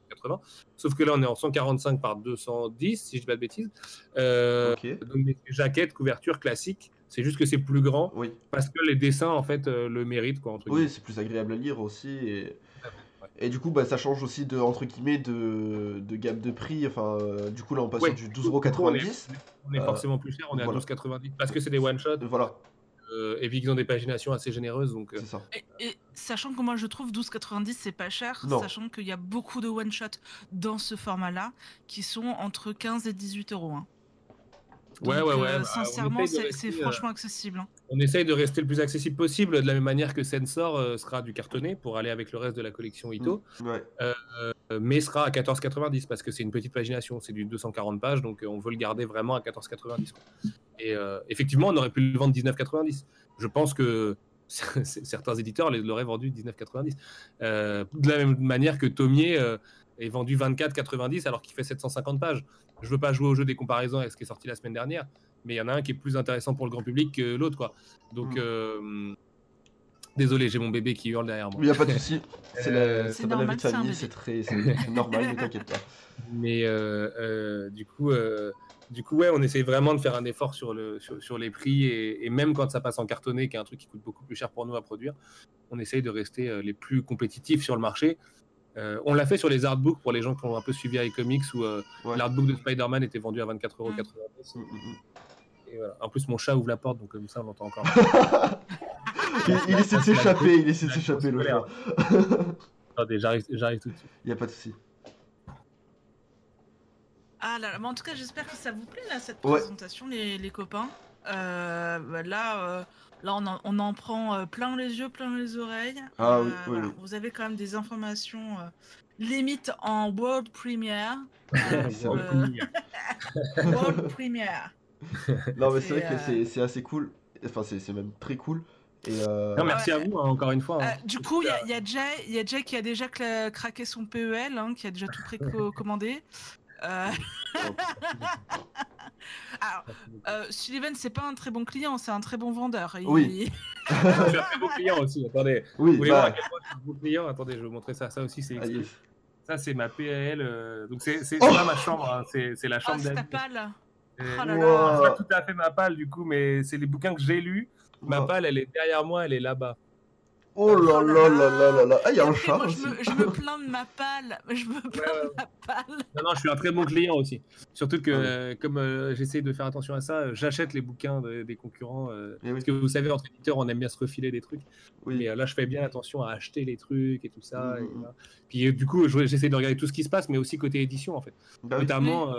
280. Sauf que là, on est en 145 par 210, si je dis pas de bêtises. Ok. Donc, des jaquettes, couverture classique. C'est juste que c'est plus grand Oui. parce que les dessins, en fait, le méritent, quoi, entre Oui, guillemets. c'est plus agréable à lire aussi. Ouais. Et du coup, bah, ça change aussi de, entre guillemets, de gamme de prix. Enfin, du coup, là, on passe Ouais. sur du Du coup, 12,90 €. on est forcément plus cher, on est à voilà. 12,90 parce que c'est des one-shots Voilà, et puis qu'ils ont des paginations assez généreuses. Donc, c'est ça. Et sachant que moi je trouve 12,90 c'est pas cher, Non. sachant qu'il y a beaucoup de one-shot dans ce format-là qui sont entre 15 et 18 euros. Hein. ouais, Donc, ouais, ouais. sincèrement, on essaye de c'est rester, franchement accessible. Hein. on essaye de rester le plus accessible possible, de la même manière que Sensor sera du cartonné pour aller avec le reste de la collection Ito, Ouais. mais sera à 14,90 parce que c'est une petite pagination, c'est du 240 pages, donc on veut le garder vraiment à 14,90. Quoi. Et effectivement, on aurait pu le vendre 19,90. Je pense que certains éditeurs l'auraient vendu 19,90. De la même manière que Tomier est vendu 24,90 alors qu'il fait 750 pages. Je veux pas jouer au jeu des comparaisons avec ce qui est sorti la semaine dernière, mais il y en a un qui est plus intéressant pour le grand public que l'autre, quoi. Donc, désolé, j'ai mon bébé qui hurle derrière moi. Il n'y a pas de souci. C'est la C'est vie de normal, c'est un famille, bébé. c'est normal, ne t'inquiète pas. Mais du coup, ouais, on essaye vraiment de faire un effort sur les prix et même quand ça passe en cartonné, qui est un truc qui coûte beaucoup plus cher pour nous à produire, on essaye de rester les plus compétitifs sur le marché. On l'a fait sur les artbooks pour les gens qui ont un peu suivi iComics où l'artbook de Spider-Man était vendu à 24,90 €. Et voilà. En plus, mon chat ouvre la porte, donc comme ça, on l'entend encore. Il essaie de s'échapper, le chat. Attendez, j'arrive tout de suite. Il n'y a pas de souci. Ah là là, mais en tout cas, j'espère que ça vous plaît là cette Ouais. présentation, les copains. Là, on en prend plein les yeux, plein les oreilles. Ah oui, oui, Voilà. oui. Vous avez quand même des informations limite en world premiere. C'est World premiere. Non, mais c'est vrai C'est, que c'est assez cool. Enfin, c'est même très cool. Et Non, merci à vous, hein, encore une fois. Hein. Du coup, il y a Jay qui a déjà craqué son PEL, hein, qui a déjà tout précommandé. Alors, Sullivan, c'est pas un très bon client, c'est un très bon vendeur. Oui. Je suis un très beau client aussi, attendez. oui, Vous voulez voir à bah, quel point je suis un beau client? Attendez, je vais vous montrer ça. Ça aussi, c'est ah, yes. Ça, c'est ma PAL. Donc, c'est Oh pas ma chambre, hein, c'est la Oh, chambre c'est ta d'amis. palle. Euh, Oh là Wow. là. C'est pas tout à fait ma palle, du coup, mais c'est les bouquins que j'ai lus. Ma Wow. palle, elle est derrière moi, elle est là-bas. Oh là là là là là là. Ah, il y a Et un après, chat moi, aussi. je me plains de ma palle. Je me plains de ma palle. Non, je suis un très bon client aussi. Surtout que, comme j'essaie de faire attention à ça, j'achète les bouquins des concurrents. Eh oui. Parce que vous savez, entre éditeurs, on aime bien se refiler des trucs. Oui. Mais là, je fais bien attention à acheter les trucs et tout ça. Mm, Et mm, voilà. Puis du coup, j'essaie de regarder tout ce qui se passe, mais aussi côté édition, en fait. Bah oui. Notamment,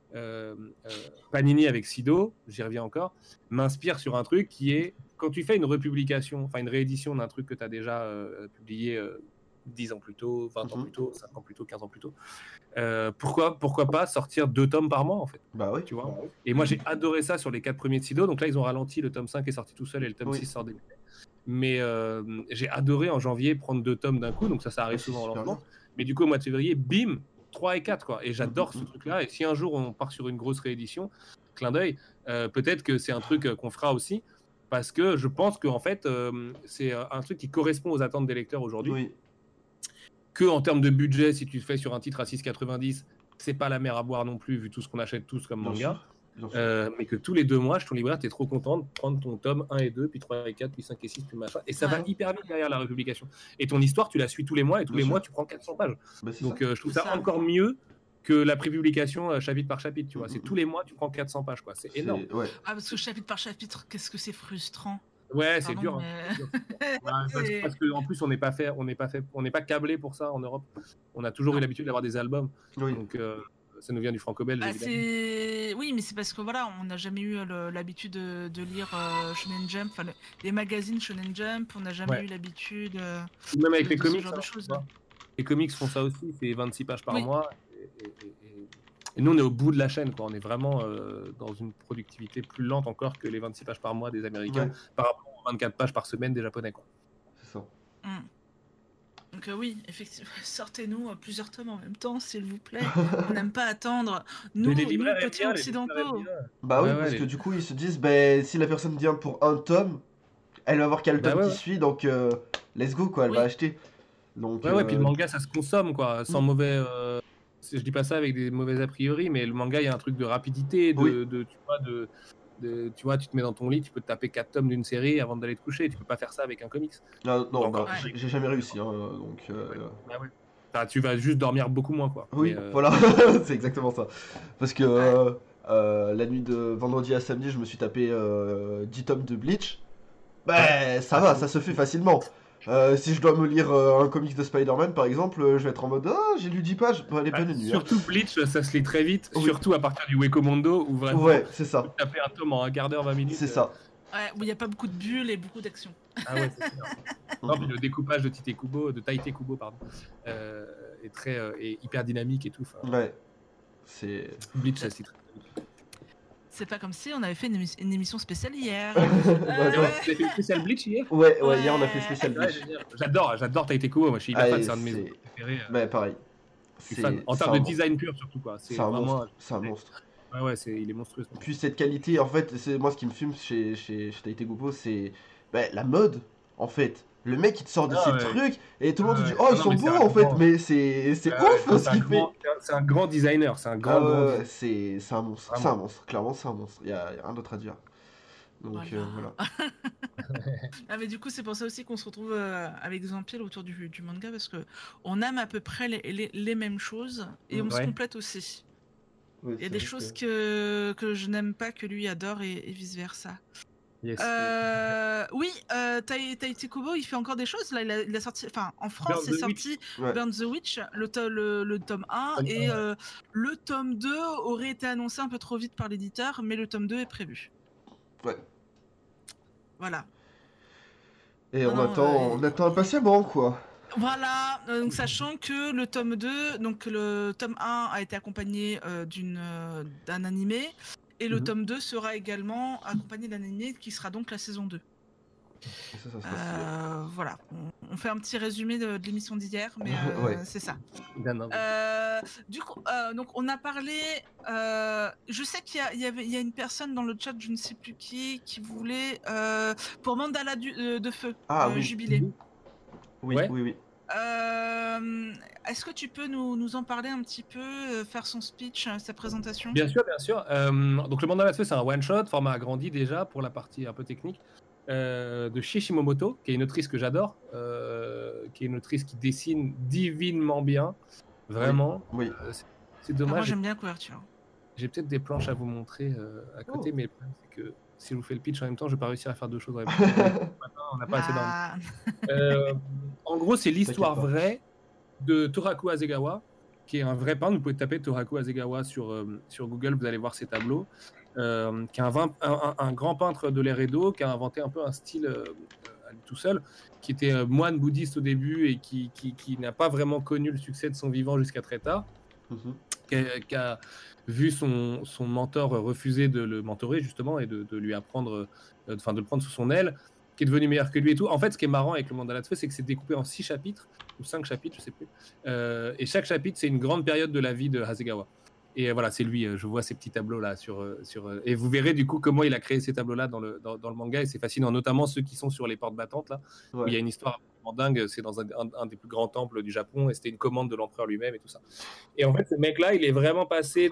Panini avec Sido, j'y reviens encore, m'inspire sur un truc qui est, quand tu fais une republication, enfin une réédition d'un truc que tu as déjà publié 10 ans plus tôt, 20 ans plus tôt, 5 ans plus tôt, 15 ans plus tôt, pourquoi pas sortir 2 tomes par mois, en fait, Bah oui. tu vois. Et moi, j'ai adoré ça sur les 4 premiers de Sido. Donc là, ils ont ralenti, le tome 5 est sorti tout seul et le tome Oui. 6 sort début mai. Mais j'ai adoré en janvier prendre 2 tomes d'un coup, donc ça arrive Ah, c'est souvent en super lancement. bien. Mais du coup, au mois de février, bim, 3 et 4, quoi. Et j'adore ce truc-là. Et si un jour on part sur une grosse réédition, clin d'œil, peut-être que c'est un truc qu'on fera aussi. Parce que je pense qu'en fait, c'est un truc qui correspond aux attentes des lecteurs aujourd'hui. Oui. Que en termes de budget, si tu le fais sur un titre à 6,90, c'est pas la mer à boire non plus, vu tout ce qu'on achète tous comme Bien manga. sûr. Bien sûr. Mais que tous les 2 mois, ton libraire, t'es trop content de prendre ton tome 1 et 2, puis 3 et 4, puis 5 et 6, puis machin. Et ça va hyper vite derrière la republication. Et ton histoire, tu la suis tous les mois, et tous Bien les sûr. mois, tu prends 400 pages. Bah, c'est Donc ça. je trouve C'est ça ça. encore mieux que la prépublication chapitre par chapitre, tu vois. C'est Mhm. tous les mois, tu prends 400 pages, quoi. C'est énorme. Ouais. Ah, parce que chapitre par chapitre, qu'est-ce que c'est frustrant. Ouais, c'est Pardon, dur. Hein. mais- C'est dur. Ouais, parce qu'en plus, on n'est pas câblé pour ça en Europe. On a toujours eu l'habitude d'avoir des albums. Oui. Donc ça nous vient du franco-belge, Bah, évidemment. oui, mais c'est parce que voilà, on n'a jamais eu l'habitude de lire Shonen Jump, enfin les magazines Shonen Jump, on n'a jamais Ouais. eu l'habitude. Même avec de les ce comics, genre de hein, choses. tu vois. Les comics font ça aussi, c'est 26 pages par Oui. mois. Et nous, on est au bout de la chaîne, quoi. On est vraiment dans une productivité plus lente encore que les 26 pages par mois des Américains, Ouais. par rapport aux 24 pages par semaine des Japonais, quoi. C'est ça. Donc oui, effectivement, sortez-nous plusieurs tomes en même temps, s'il vous plaît. On n'aime pas attendre. Nous, Mais les nous libraires aiment petits bien, les libraires occidentaux. aiment bien. Bah oui, Ouais, parce les- que du coup, ils se disent, bah, si la personne vient pour un tome, elle va voir qu'il y a le Bah tome ouais, qui ouais. suit, donc let's go, quoi, elle Oui. va acheter. Donc, Ouais, puis le manga, ça se consomme, quoi, sans mauvais. Je dis pas ça avec des mauvais a priori, mais le manga, il y a un truc de rapidité, tu vois, tu te mets dans ton lit, tu peux te taper 4 tomes d'une série avant d'aller te coucher. Tu peux pas faire ça avec un comics. non, Encore. bah, j'ai jamais réussi, hein, donc... Bah ouais. Enfin, tu vas juste dormir beaucoup moins, quoi. Oui, Mais, voilà, c'est exactement ça. Parce que la nuit de vendredi à samedi, je me suis tapé 10 tomes de Bleach. Bah, ça va, ça se fait facilement. Si je dois me lire un comics de Spider-Man, par exemple, je vais être en mode ah, j'ai lu 10 pages. Bon, allez, bonne nuit. Surtout Bleach, ça se lit très vite, Oui. surtout à partir du Wekomondo, où vraiment Ouais, c'est tu ça. peux taper un tome en un quart d'heure, 20 minutes. C'est ça. Ouais, où il n'y a pas beaucoup de bulles et beaucoup d'action. Ah ouais, c'est sûr. Non, puis le découpage de Tite Kubo, pardon, est très est hyper dynamique et tout. Ouais. C'est. Bleach, ça se lit très vite. C'est pas comme si on avait fait une émission spéciale hier. Bah, Vous non. avez fait une spéciale Bleach hier? Ouais, hier on a fait spécial Ouais, Bleach. génial. J'adore Tite Kubo, moi je suis hyper fan, c'est un de mes c'est- auteurs préférés. Bah, pareil. Je suis fan. En termes de design pur, surtout, quoi. C'est un vraiment. monstre. C'est un monstre. Ouais, il est monstrueux. Puis cette qualité, en fait, c'est moi ce qui me fume chez Tite Kubo, c'est bah, la mode, en fait. Le mec il te sort de ces trucs et tout le monde te dit oh ils sont beaux en fait, mais c'est ouf ce qu'il fait. C'est un grand designer, c'est un grand. Ouais, c'est un monstre, c'est un monstre, clairement c'est un monstre. Il y a rien d'autre à dire. Donc voilà. Ah mais du coup c'est pour ça aussi qu'on se retrouve avec Zampil autour du manga parce que on aime à peu près les mêmes choses et on se complète aussi. Ouais, il y a des choses que je n'aime pas que lui adore et vice versa. Yes. Oui, Tite Kubo il fait encore des choses là, il a sorti, enfin en France c'est sorti Burn the Witch, le tome 1 et le tome 2 aurait été annoncé un peu trop vite par l'éditeur mais le tome 2 est prévu. Ouais. Voilà. Et on attend impatiemment quoi. Voilà, donc sachant que le tome 2, donc le tome 1 a été accompagné d'un animé, et le tome 2 sera également accompagné d'un animé qui sera donc la saison 2. Voilà, on fait un petit résumé de l'émission d'hier, mais c'est ça. Du coup, donc on a parlé, je sais qu'il y a une personne dans le chat, je ne sais plus qui voulait, pour Mandala de Feu, Jubilé. Oui. Est-ce que tu peux nous en parler un petit peu, faire son speech, sa présentation? Bien sûr. Donc le Mandala de Feu, c'est un one-shot, format agrandi déjà pour la partie un peu technique, de Shishimomoto, qui est une autrice que j'adore, qui est une autrice qui dessine divinement bien, vraiment. Oui. C'est dommage. Moi j'aime bien la couverture. J'ai peut-être des planches à vous montrer à côté, mais le problème c'est que si je vous fais le pitch en même temps, je vais pas réussir à faire deux choses. On n'a pas assez d'armes. En gont, c'est l'histoire vraie de Toraku Hasegawa, qui est un vrai peintre. Vous pouvez taper Toraku Hasegawa sur Google, vous allez voir ses tableaux. Qui est un grand peintre de l'ère Edo, qui a inventé un peu un style à lui tout seul, qui était moine bouddhiste au début et qui n'a pas vraiment connu le succès de son vivant jusqu'à très tard. Qui a vu son mentor refuser de le mentorer justement et de lui apprendre, de le prendre sous son aile, qui est devenu meilleur que lui et tout. En fait, ce qui est marrant avec le Mandala de Feu, c'est que c'est découpé en 6 chapitres ou 5 chapitres, je sais plus. Et chaque chapitre, c'est une grande période de la vie de Hasegawa. Et voilà, c'est lui. Je vois ces petits tableaux là et vous verrez du coup comment il a créé ces tableaux là dans le manga, et c'est fascinant, notamment ceux qui sont sur les portes battantes là, où il y a une histoire dingue. C'est dans un des plus grands temples du Japon et c'était une commande de l'empereur lui-même et tout ça. Et en fait, ce mec là, il est vraiment passé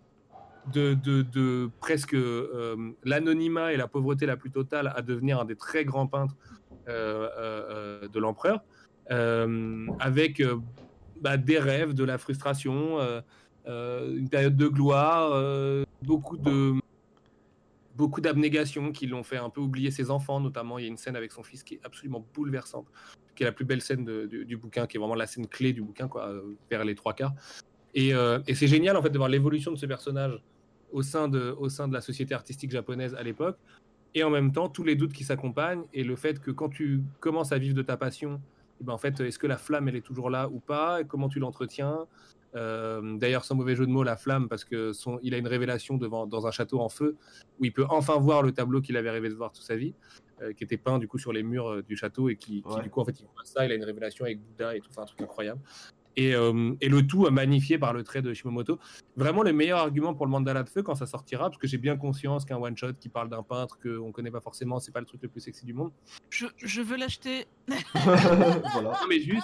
de presque l'anonymat et la pauvreté la plus totale à devenir un des très grands peintres de l'empereur, avec des rêves, de la frustration, une période de gloire, beaucoup d'abnégation qui l'ont fait un peu oublier ses enfants, notamment. Il y a une scène avec son fils qui est absolument bouleversante, qui est la plus belle scène du bouquin, qui est vraiment la scène clé du bouquin, quoi, vers les 3/4. Et c'est génial en fait de voir l'évolution de ce personnage au sein de la société artistique japonaise à l'époque, et en même temps tous les doutes qui s'accompagnent, et le fait que quand tu commences à vivre de ta passion, en fait, est-ce que la flamme elle est toujours là ou pas, et comment tu l'entretiens. D'ailleurs, sans mauvais jeu de mots, la flamme, parce que il a une révélation dans un château en feu, où il peut enfin voir le tableau qu'il avait rêvé de voir toute sa vie, qui était peint du coup sur les murs du château, et qui du coup en fait il voit ça, il a une révélation avec Bouddha et tout, un truc incroyable. Et le tout magnifié par le trait de Shimomoto. Vraiment le meilleur argument pour le Mandala de Feu quand ça sortira, parce que j'ai bien conscience qu'un one shot qui parle d'un peintre qu'on connaît pas forcément, c'est pas le truc le plus sexy du monde. Je veux l'acheter. Voilà. Non, mais juste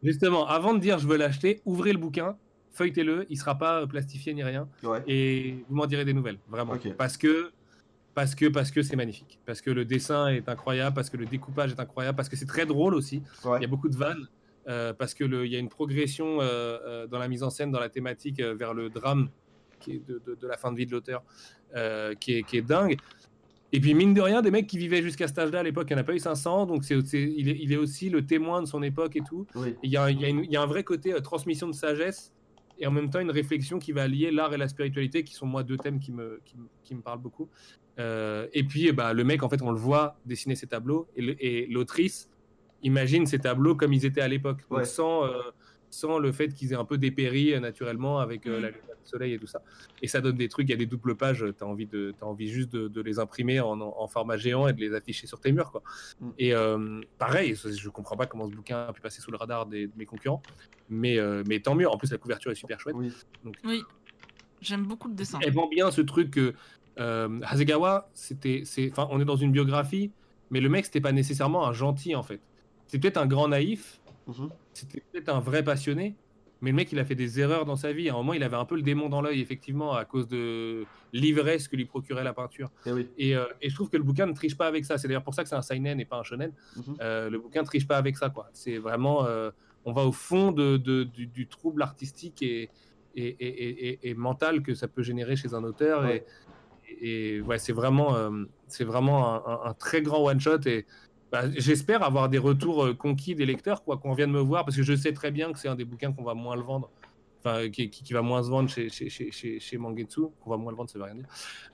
Justement, avant de dire je veux l'acheter, ouvrez le bouquin, feuilletez-le, il sera pas plastifié ni rien, et vous m'en direz des nouvelles, vraiment. Parce que c'est magnifique, parce que le dessin est incroyable, parce que le découpage est incroyable, parce que c'est très drôle aussi. Il y a beaucoup de vannes, parce que il y a une progression dans la mise en scène, dans la thématique vers le drame qui est de la fin de vie de l'auteur, qui est dingue. Et puis mine de rien, des mecs qui vivaient jusqu'à cet âge-là à l'époque, il n'y en a pas eu 500, donc il est aussi le témoin de son époque et tout. Il y a un vrai côté transmission de sagesse, et en même temps une réflexion qui va lier l'art et la spiritualité, qui sont moi deux thèmes qui me parlent beaucoup. Et puis le mec, en fait, on le voit dessiner ses tableaux, et l'autrice imagine ces tableaux comme ils étaient à l'époque, donc sans le fait qu'ils aient un peu dépéri naturellement avec la lumière du soleil et tout ça. Et ça donne des trucs, il y a des doubles pages, t'as envie juste de les imprimer en format géant et de les afficher sur tes murs, quoi. Et pareil, je comprends pas comment ce bouquin a pu passer sous le radar de mes concurrents, mais tant mieux. En plus, la couverture est super chouette. Donc, j'aime beaucoup le dessin. Elle vend bien ce truc que Hasegawa, on est dans une biographie, mais le mec, c'était pas nécessairement un gentil, en fait. C'est peut-être un grand naïf, c'était peut-être un vrai passionné, mais le mec, il a fait des erreurs dans sa vie. À un moment, il avait un peu le démon dans l'œil, effectivement, à cause de l'ivresse que lui procurait la peinture. Et je trouve que le bouquin ne triche pas avec ça. C'est d'ailleurs pour ça que c'est un seinen et pas un shonen. Le bouquin ne triche pas avec ça, quoi. C'est vraiment... on va au fond du trouble artistique et mental que ça peut générer chez un auteur. Et c'est vraiment un très grand one-shot. Et j'espère avoir des retours conquis des lecteurs, quoi, qu'on vient de me voir, parce que je sais très bien que c'est un des bouquins qu'on va moins le vendre, enfin qui va moins se vendre chez Mangetsu, qu'on va moins le vendre, ça veut rien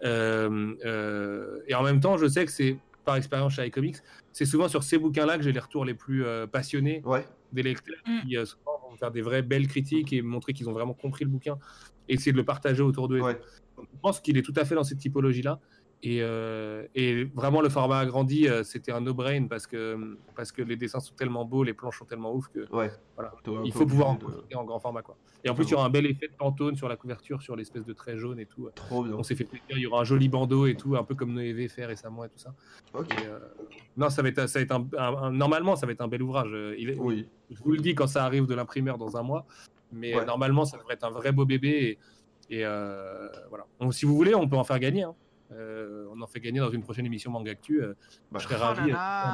dire. Et en même temps, je sais que c'est par expérience chez iComics, c'est souvent sur ces bouquins-là que j'ai les retours les plus passionnés des lecteurs qui souvent vont faire des vraies belles critiques et montrer qu'ils ont vraiment compris le bouquin et essayer de le partager autour d'eux. Donc, je pense qu'il est tout à fait dans cette typologie-là. Et vraiment, le format agrandi, c'était un no-brain parce que les dessins sont tellement beaux, les planches sont tellement ouf que voilà, il faut pouvoir en profiter en grand format, quoi. Et en plus, il y aura un bel effet de Pantone sur la couverture, sur l'espèce de trait jaune et tout. Trop bien. On s'est fait plaisir, il y aura un joli bandeau et tout, un peu comme Noévé fait récemment et tout ça. Non, ça va être normalement, ça va être un bel ouvrage. Je vous le dis quand ça arrive de l'imprimeur dans un mois, mais normalement, ça devrait être un vrai beau bébé. Et voilà. Donc, si vous voulez, on peut en faire gagner. On en fait gagner dans une prochaine émission Mangactu. Je serais ravi.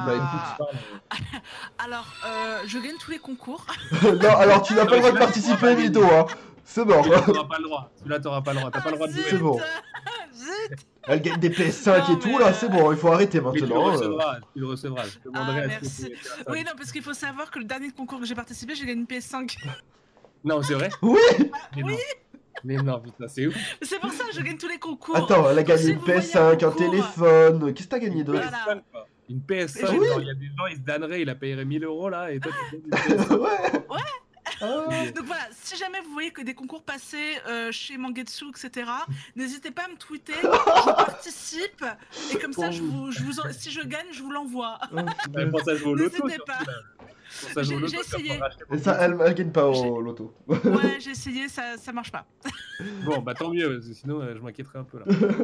Alors, je gagne tous les concours. Non, alors tu n'as pas le droit de participer, Vito. C'est mort. Celui-là, t'auras pas le droit. T'as pas le droit de jouer. C'est bon. Elle gagne des PS5 et tout, là, c'est bon, il faut arrêter maintenant. Tu le recevras. Je te demanderai merci. Oui, non, parce qu'il faut savoir que le dernier concours que j'ai participé, j'ai gagné une PS5. Non, c'est vrai? Oui. Mais non, putain, c'est ouf. C'est pour ça que je gagne tous les concours. Attends, elle a gagné une PS5, un téléphone. Qu'est-ce que t'as gagné d'autre? Une PS5, il y a des gens, ils se danneraient, il a payé 1000 € là, et toi tu gagnes Ouais. Donc voilà, si jamais vous voyez que des concours passés chez Mangetsu, etc., n'hésitez pas à me tweeter, je participe, et comme ça, si je gagne, je vous l'envoie. N'hésitez pas. J'ai essayé. Et ça, elle gagne pas au loto. Ouais, j'ai essayé, ça marche pas. Bon, bah tant mieux, sinon je m'inquiéterais un peu là.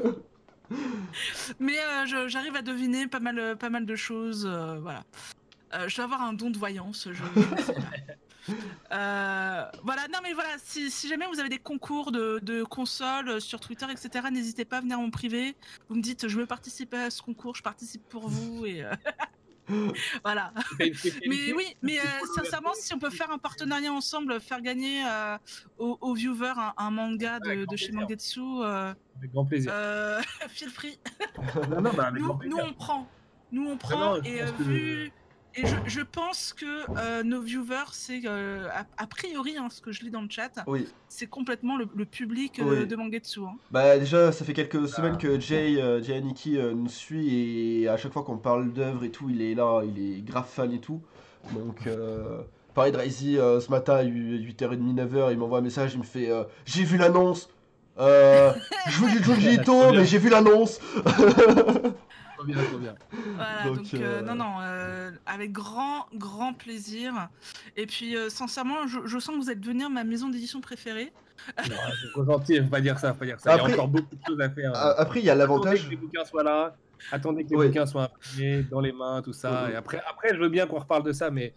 Mais j'arrive à deviner pas mal de choses, voilà. Je dois avoir un don de voyance, je sais pas. Voilà, non mais voilà, si jamais vous avez des concours de consoles sur Twitter, etc., n'hésitez pas à venir en privé. Vous me dites, je veux participer à ce concours, je participe pour vous et... Voilà. Mais oui, mais sincèrement, si on peut faire un partenariat ensemble, faire gagner aux viewers un manga de chez Mangetsu, avec grand plaisir. Feel free. Nous on prend et je pense que nos viewers, c'est a priori, ce que je lis dans le chat, c'est complètement le public de Mangetsu. Bah déjà, ça fait quelques semaines que Jay Aniki nous suit et à chaque fois qu'on parle d'œuvres et tout, il est là, il est grave fan et tout. Donc, pareil, Drazy, ce matin à 8h30, 9h, il m'envoie un message, il me fait j'ai vu l'annonce, je vous dis Junji Ito, mais j'ai vu l'annonce. Trop bien. Voilà, donc non, avec grand plaisir. Et puis sincèrement, je sens que vous êtes devenir ma maison d'édition préférée. Non, c'est trop gentil, faut pas dire ça. Après, il y a encore beaucoup de choses à faire. Après, il y a l'avantage. Attendez que les bouquins soient là, attendez que les bouquins soient imprimés dans les mains, tout ça. Et après, je veux bien qu'on reparle de ça, mais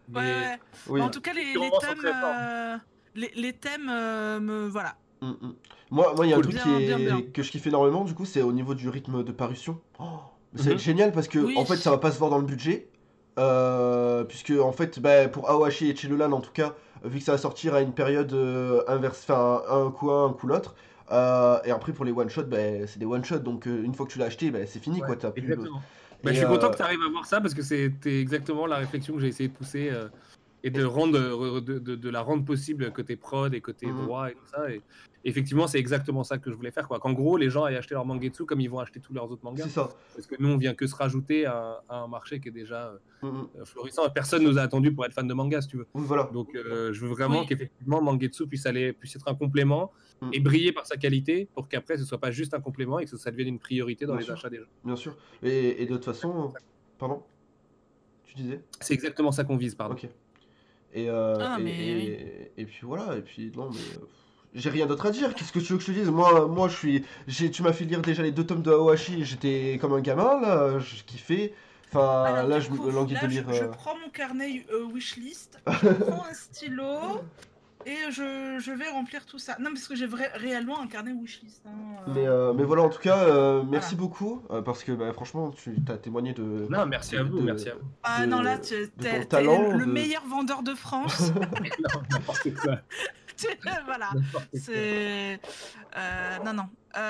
Mais Ouais. Oui. En tout cas, les Sûrement sont thèmes, très forts. les thèmes me voilà. Moi, il y a un Cool. truc Bien. que je kiffe énormément, du coup, c'est au niveau du rythme de parution. C'est Mhm. génial parce que, Oui. en fait, ça va pas se voir dans le budget. Puisque, en fait, bah, pour Aohashi et Chelolan, en tout cas, vu que ça va sortir à une période inverse, enfin, un coup un coup l'autre. Et après, pour les one-shots, bah, c'est des one-shots. Donc, une fois que tu l'as acheté, bah, c'est fini, Ouais, quoi. T'as plus. exactement. Bah, je Et suis content que tu arrives à voir ça parce que c'était exactement la réflexion que j'ai essayé de pousser et de la rendre possible côté prod et côté Mhm. droit et tout ça. Et effectivement, c'est exactement ça que je voulais faire, quoi. Qu'en gros, les gens aillent acheter leur Mangetsu comme ils vont acheter tous leurs autres mangas. C'est ça. Parce que nous, on vient que se rajouter à un marché qui est déjà Mhm. florissant. Personne nous a attendu pour être fan de manga, si tu veux. Oui, voilà. Donc, je veux vraiment Oui. qu'effectivement Mangetsu puisse être un complément Mhm. et briller par sa qualité pour qu'après, ce soit pas juste un complément et que ça devienne une priorité dans Bien les sûr. achats des gens. Bien sûr. Et de toute façon. Pardon? Tu disais? C'est exactement ça qu'on vise, pardon. Ok. Et, Ah, mais et puis voilà, et puis non, mais j'ai rien d'autre à dire. Qu'est-ce que tu veux que je te dise? Moi, tu m'as fait lire déjà les 2 tomes de Aohashi, j'étais comme un gamin, là, je kiffais. Enfin, alors là, du je coup, me languis de là, lire. je prends mon carnet wishlist, je prends un stylo et je vais remplir tout ça. Non, parce que j'ai réellement un carnet wishlist. Mais voilà, en tout cas, merci Voilà. beaucoup, parce que bah, franchement, tu as témoigné Non, merci à vous, merci à vous. Ah non, là, de ton t'es talent. le meilleur vendeur de France. Non, n'importe quoi. Voilà. N'importe quoi. C'est. Non.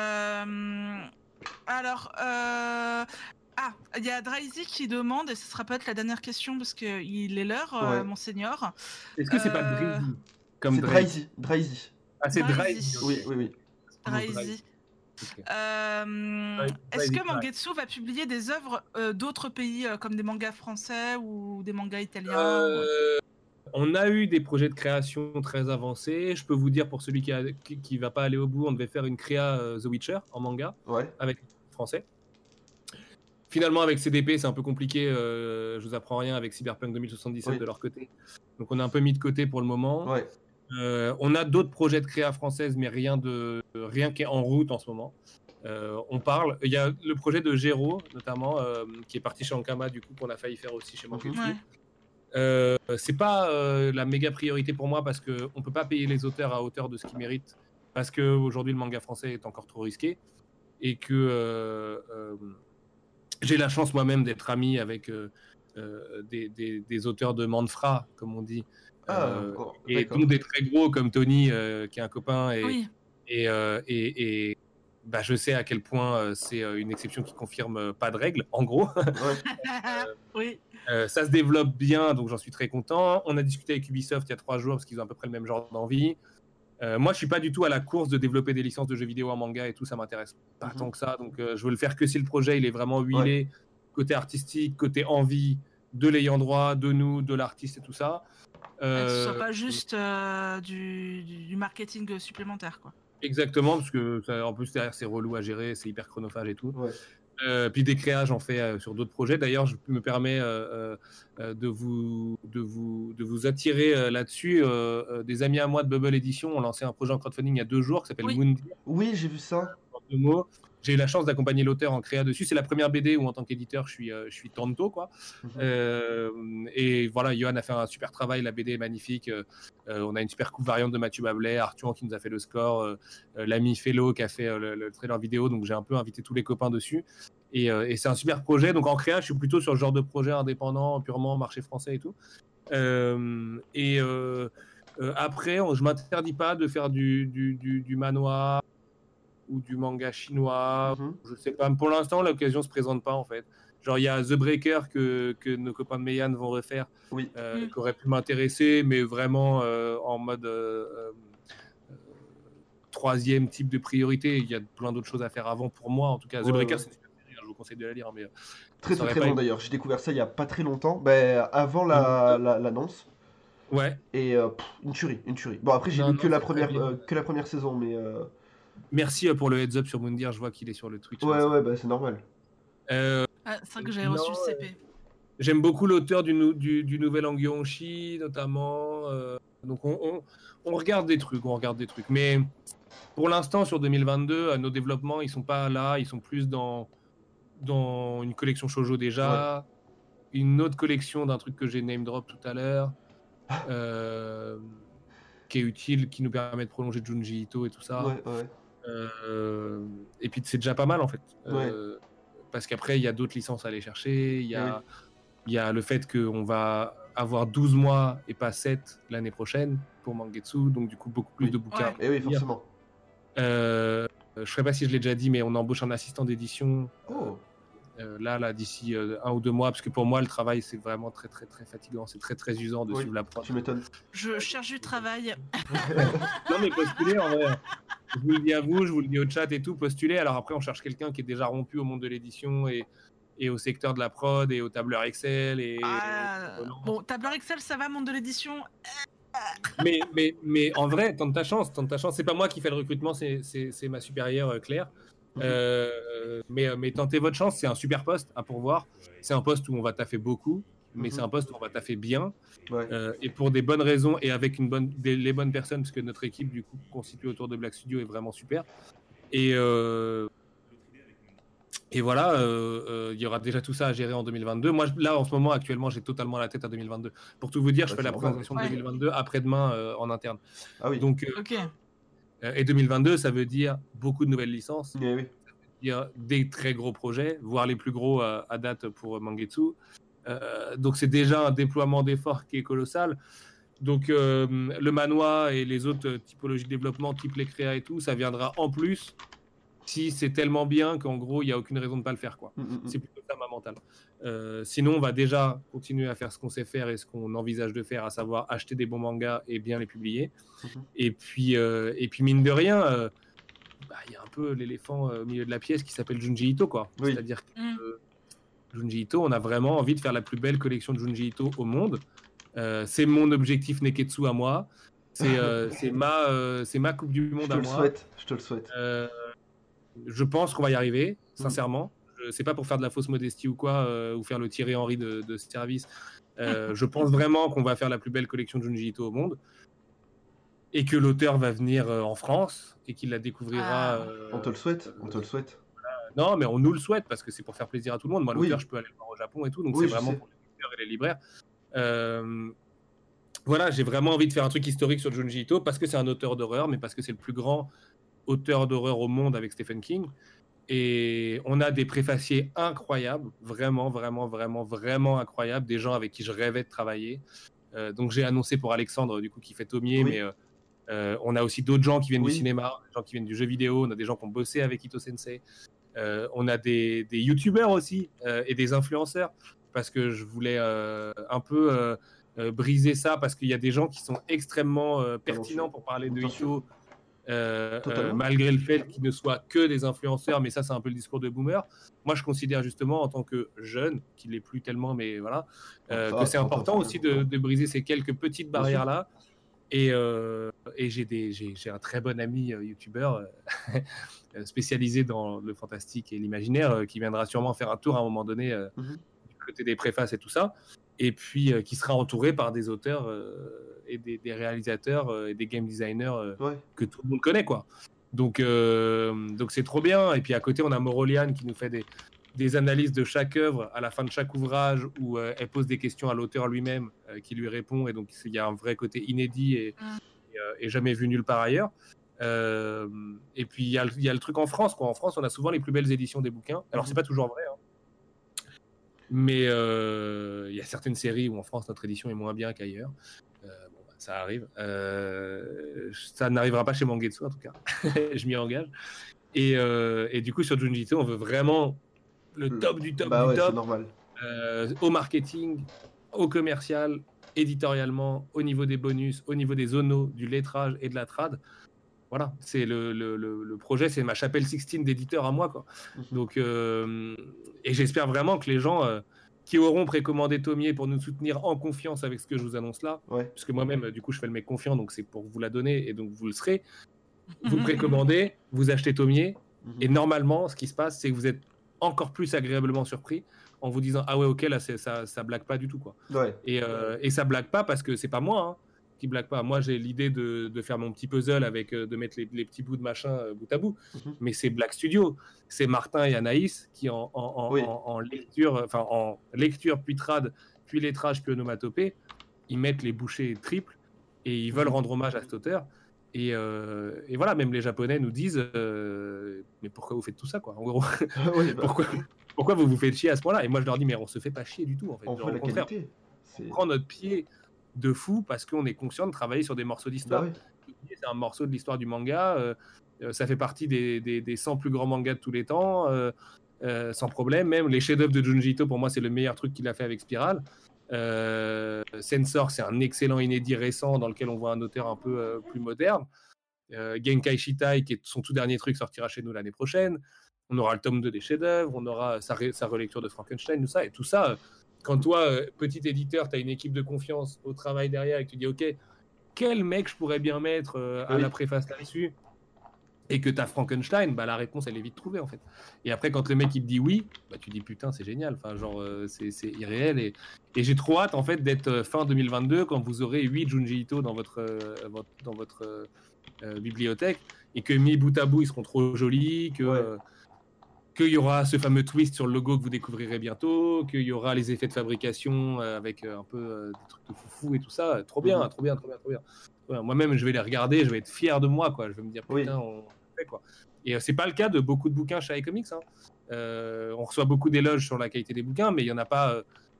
Alors, il y a Draisy qui demande, et ce sera peut-être la dernière question parce qu'il est l'heure, Ouais. Monseigneur. Est-ce que c'est pas Drizzy comme C'est Drake? Draisy. Ah, c'est Draisy. Drizzy. Oui, oui. Draisy. Ok. Est-ce que Draisy, Mangetsu va publier des œuvres d'autres pays comme des mangas français ou des mangas italiens On a eu des projets de création très avancés. Je peux vous dire, pour celui qui va pas aller au bout, on devait faire une créa The Witcher en manga Ouais. avec français. Finalement, avec CDP, c'est un peu compliqué. Je vous apprends rien avec Cyberpunk 2077 Oui. de leur côté. Donc, on a un peu mis de côté pour le moment. Ouais. On a d'autres projets de créa française, mais rien qui est en route en ce moment. On parle. Il y a le projet de Géraud, notamment, qui est parti chez Ankama, du coup, qu'on a failli faire aussi chez Mangetsu. Ouais. C'est pas la méga priorité pour moi parce qu'on peut pas payer les auteurs à hauteur de ce qu'ils méritent parce qu'aujourd'hui le manga français est encore trop risqué et que j'ai la chance moi-même d'être ami avec des auteurs de Manfra, comme on dit, et d'accord. donc des très gros comme Tony qui est un copain Oui. et bah, je sais à quel point c'est une exception qui confirme pas de règles, en gros. Ouais. Oui. Ça se développe bien, donc j'en suis très content. On a discuté avec Ubisoft il y a 3 jours parce qu'ils ont à peu près le même genre d'envie. Moi, je suis pas du tout à la course de développer des licences de jeux vidéo en manga et tout, ça m'intéresse pas tant que ça. Donc, je veux le faire que si le projet il est vraiment huilé, côté artistique, côté envie de l'ayant droit, de nous, de l'artiste et tout ça. Que ce soit pas juste du marketing supplémentaire, quoi. Exactement, parce que en plus derrière c'est relou à gérer, c'est hyper chronophage et tout. Ouais. Puis des créas, j'en fais sur d'autres projets. D'ailleurs, je me permets de vous attirer là-dessus. Des amis à moi de Bubble Edition ont lancé un projet en crowdfunding il y a 2 jours qui s'appelle Moondir. Oui, j'ai vu ça. En 2 mots. J'ai eu la chance d'accompagner l'auteur en créa dessus. C'est la première BD où en tant qu'éditeur, je suis Tanto, quoi. Et voilà, Johan a fait un super travail. La BD est magnifique. On a une super coupe variante de Mathieu Bablet, Arthur qui nous a fait le score, l'ami Fellow qui a fait le trailer vidéo. Donc j'ai un peu invité tous les copains dessus. Et c'est un super projet. Donc en créa, je suis plutôt sur le genre de projet indépendant, purement marché français et tout. Après, je m'interdis pas de faire du manoir ou du manga chinois. Je sais pas. Pour l'instant, l'occasion se présente pas en fait. Genre, il y a The Breaker que nos copains de Meian vont refaire, qui aurait pu m'intéresser, mais vraiment en mode 3e type de priorité. Il y a plein d'autres choses à faire avant pour moi, en tout cas. The Breaker, c'est une super série, je vous conseille de la lire. Mais, très bon d'ailleurs. J'ai découvert ça il y a pas très longtemps, avant l'annonce. Ouais. Et une tuerie. Bon, après, j'ai lu que la première saison, mais. Merci pour le heads up sur Moondir, je vois qu'il est sur le Twitch. Ouais, bah c'est normal. C'est vrai que j'avais reçu le CP. J'aime beaucoup l'auteur du nouvel Angyoonshi, notamment. Donc on regarde des trucs, Mais pour l'instant, sur 2022, nos développements, ils sont pas là, ils sont plus dans une collection shoujo déjà. une autre collection d'un truc que j'ai name drop tout à l'heure, qui est utile, qui nous permet de prolonger Junji Ito et tout ça. Et puis c'est déjà pas mal en fait. Parce qu'après, il y a d'autres licences à aller chercher. Il y a le fait qu'on va avoir 12 mois et pas 7 l'année prochaine pour Mangetsu, donc du coup beaucoup plus de bouquins. Et oui, forcément. Je ne sais pas si je l'ai déjà dit, mais on embauche un assistant d'édition là d'ici 1 ou 2 mois, parce que pour moi le travail c'est vraiment très très très fatigant, c'est très très usant de suivre la prod. Tu m'étonnes. Je cherche du travail. Non mais postulez en vrai. Je vous le dis à vous, je vous le dis au chat et tout, postulez. Alors après on cherche quelqu'un qui est déjà rompu au monde de l'édition et au secteur de la prod et au tableur Excel bon, tableur Excel ça va, monde de l'édition. Mais en vrai, tente ta chance. C'est pas moi qui fais le recrutement, c'est ma supérieure Claire. Mais tentez votre chance, c'est un super poste à pourvoir. C'est un poste où on va taffer beaucoup, mais c'est un poste où on va taffer bien. Et pour des bonnes raisons et avec les bonnes personnes, parce que notre équipe du coup constituée autour de Black Studio est vraiment super. Et voilà, il y aura déjà tout ça à gérer en 2022. Moi, là, en ce moment, actuellement, j'ai totalement la tête à 2022. Pour tout vous dire, je fais la présentation de 2022 après-demain en interne. Ah oui. Donc, et 2022, ça veut dire beaucoup de nouvelles licences. Oui. Ça veut dire des très gros projets, voire les plus gros à date pour Mangetsu. Donc, c'est déjà un déploiement d'efforts qui est colossal. Donc, le manoir et les autres typologies de développement, type les créas et tout, ça viendra en plus. Si c'est tellement bien qu'en gros, il n'y a aucune raison de ne pas le faire, quoi. C'est plutôt ça ma mentale. Sinon, on va déjà continuer à faire ce qu'on sait faire et ce qu'on envisage de faire, à savoir acheter des bons mangas et bien les publier. Et puis, mine de rien, il y a un peu l'éléphant au milieu de la pièce qui s'appelle Junji Ito, quoi. C'est-à-dire que Junji Ito, on a vraiment envie de faire la plus belle collection de Junji Ito au monde. C'est mon objectif Neketsu à moi. C'est ma Coupe du Monde à moi. Je te le souhaite. Je pense qu'on va y arriver, sincèrement. C'est pas pour faire de la fausse modestie ou quoi, ou faire le Thierry Henry de ce service. Je pense vraiment qu'on va faire la plus belle collection de Junji Ito au monde. Et que l'auteur va venir en France et qu'il la découvrira. On te le souhaite. Non, mais on nous le souhaite parce que c'est pour faire plaisir à tout le monde. Moi, l'auteur, je peux aller le voir au Japon et tout. Donc, c'est vraiment pour les éditeurs et les libraires. Voilà, j'ai vraiment envie de faire un truc historique sur Junji Ito parce que c'est un auteur d'horreur, mais parce que c'est le plus grand auteur d'horreur au monde avec Stephen King. Et on a des préfaciers incroyables, vraiment incroyables, des gens avec qui je rêvais de travailler. Donc j'ai annoncé pour Alexandre, du coup, qui fait Tomier, mais on a aussi d'autres gens qui viennent du cinéma, des gens qui viennent du jeu vidéo, on a des gens qui ont bossé avec Ito Sensei, on a des youtubeurs aussi et des influenceurs, parce que je voulais un peu briser ça, parce qu'il y a des gens qui sont extrêmement pertinents pour parler de Ito. Malgré le fait qu'ils ne soient que des influenceurs, mais ça c'est un peu le discours de boomer. Moi je considère justement en tant que jeune, qui l'est plus tellement, mais voilà, que c'est important aussi de briser ces quelques petites barrières là. Et j'ai un très bon ami youtubeur spécialisé dans le fantastique et l'imaginaire qui viendra sûrement faire un tour à un moment donné du côté des préfaces et tout ça, et puis qui sera entouré par des auteurs et des réalisateurs et des game designers que tout le monde connaît, quoi. Donc c'est trop bien. Et puis à côté on a Moroliane qui nous fait des analyses de chaque œuvre à la fin de chaque ouvrage, où elle pose des questions à l'auteur lui-même qui lui répond, et donc il y a un vrai côté inédit et jamais vu nulle part ailleurs. Et puis il y a le truc en France, quoi. En France on a souvent les plus belles éditions des bouquins. Alors c'est pas toujours vrai, hein. Mais il y a certaines séries où en France notre édition est moins bien qu'ailleurs. Ça arrive. Ça n'arrivera pas chez Mangetsu en tout cas. Je m'y engage. Et du coup sur Junji Ito on veut vraiment le top du top du top. C'est normal. Au marketing, au commercial, éditorialement, au niveau des bonus, au niveau des zonos, du lettrage et de la trad. Voilà, c'est le projet, c'est ma chapelle Sixtine d'éditeur à moi, quoi. Donc, et j'espère vraiment que les gens qui auront précommandé Tomier pour nous soutenir en confiance avec ce que je vous annonce là, puisque moi-même, du coup, je fais le mec confiant, donc c'est pour vous la donner, et donc vous le serez. Vous précommandez, vous achetez Tomier, et normalement, ce qui se passe, c'est que vous êtes encore plus agréablement surpris en vous disant ah ouais ok là ça blague pas du tout, quoi. Et ça blague pas parce que c'est pas moi, hein. qui blague pas. Moi, j'ai l'idée de faire mon petit puzzle avec de mettre les petits bouts de machin bout à bout. Mais c'est Black Studio. C'est Martin et Anaïs qui, en lecture, enfin en lecture, puis trad, puis lettrage, puis onomatopée, ils mettent les bouchées triples et ils veulent rendre hommage à cet auteur. Et voilà, même les Japonais nous disent mais pourquoi vous faites tout ça, quoi, en gros. Pourquoi vous vous faites chier à ce point-là? Et moi, je leur dis, mais on se fait pas chier du tout, en fait. On Genre, veut au contraire, on prend notre pied de fou parce qu'on est conscient de travailler sur des morceaux d'histoire. Bah oui. C'est un morceau de l'histoire du manga. Ça fait partie des 100 plus grands mangas de tous les temps, sans problème. Même les chefs-d'œuvre de Junji Ito, pour moi, c'est le meilleur truc qu'il a fait avec Spiral. Sensor, c'est un excellent inédit récent dans lequel on voit un auteur un peu plus moderne. Genkai Shitai, qui est son tout dernier truc, sortira chez nous l'année prochaine. On aura le tome 2 des chefs-d'œuvre, on aura sa relecture de Frankenstein, tout ça. Et tout ça, quand toi, petit éditeur, tu as une équipe de confiance au travail derrière et que tu dis, OK, quel mec je pourrais bien mettre à la préface là-dessus, et que tu as Frankenstein, bah, la réponse, elle est vite trouvée, en fait. Et après, quand le mec, il te dit oui, bah, tu dis, putain, c'est génial. Enfin, genre, c'est irréel. Et j'ai trop hâte, en fait, d'être fin 2022, quand vous aurez 8 Junji Ito dans votre bibliothèque, et que mis bout à bout, ils seront trop jolis, qu'il y aura ce fameux twist sur le logo que vous découvrirez bientôt, qu'il y aura les effets de fabrication avec un peu des trucs de foufou et tout ça. Trop bien, trop bien. Ouais, moi-même, je vais les regarder, je vais être fier de moi, quoi. Je vais me dire, putain, on fait, quoi. Et c'est pas le cas de beaucoup de bouquins chez iComics. On reçoit beaucoup d'éloges sur la qualité des bouquins, mais il y en a pas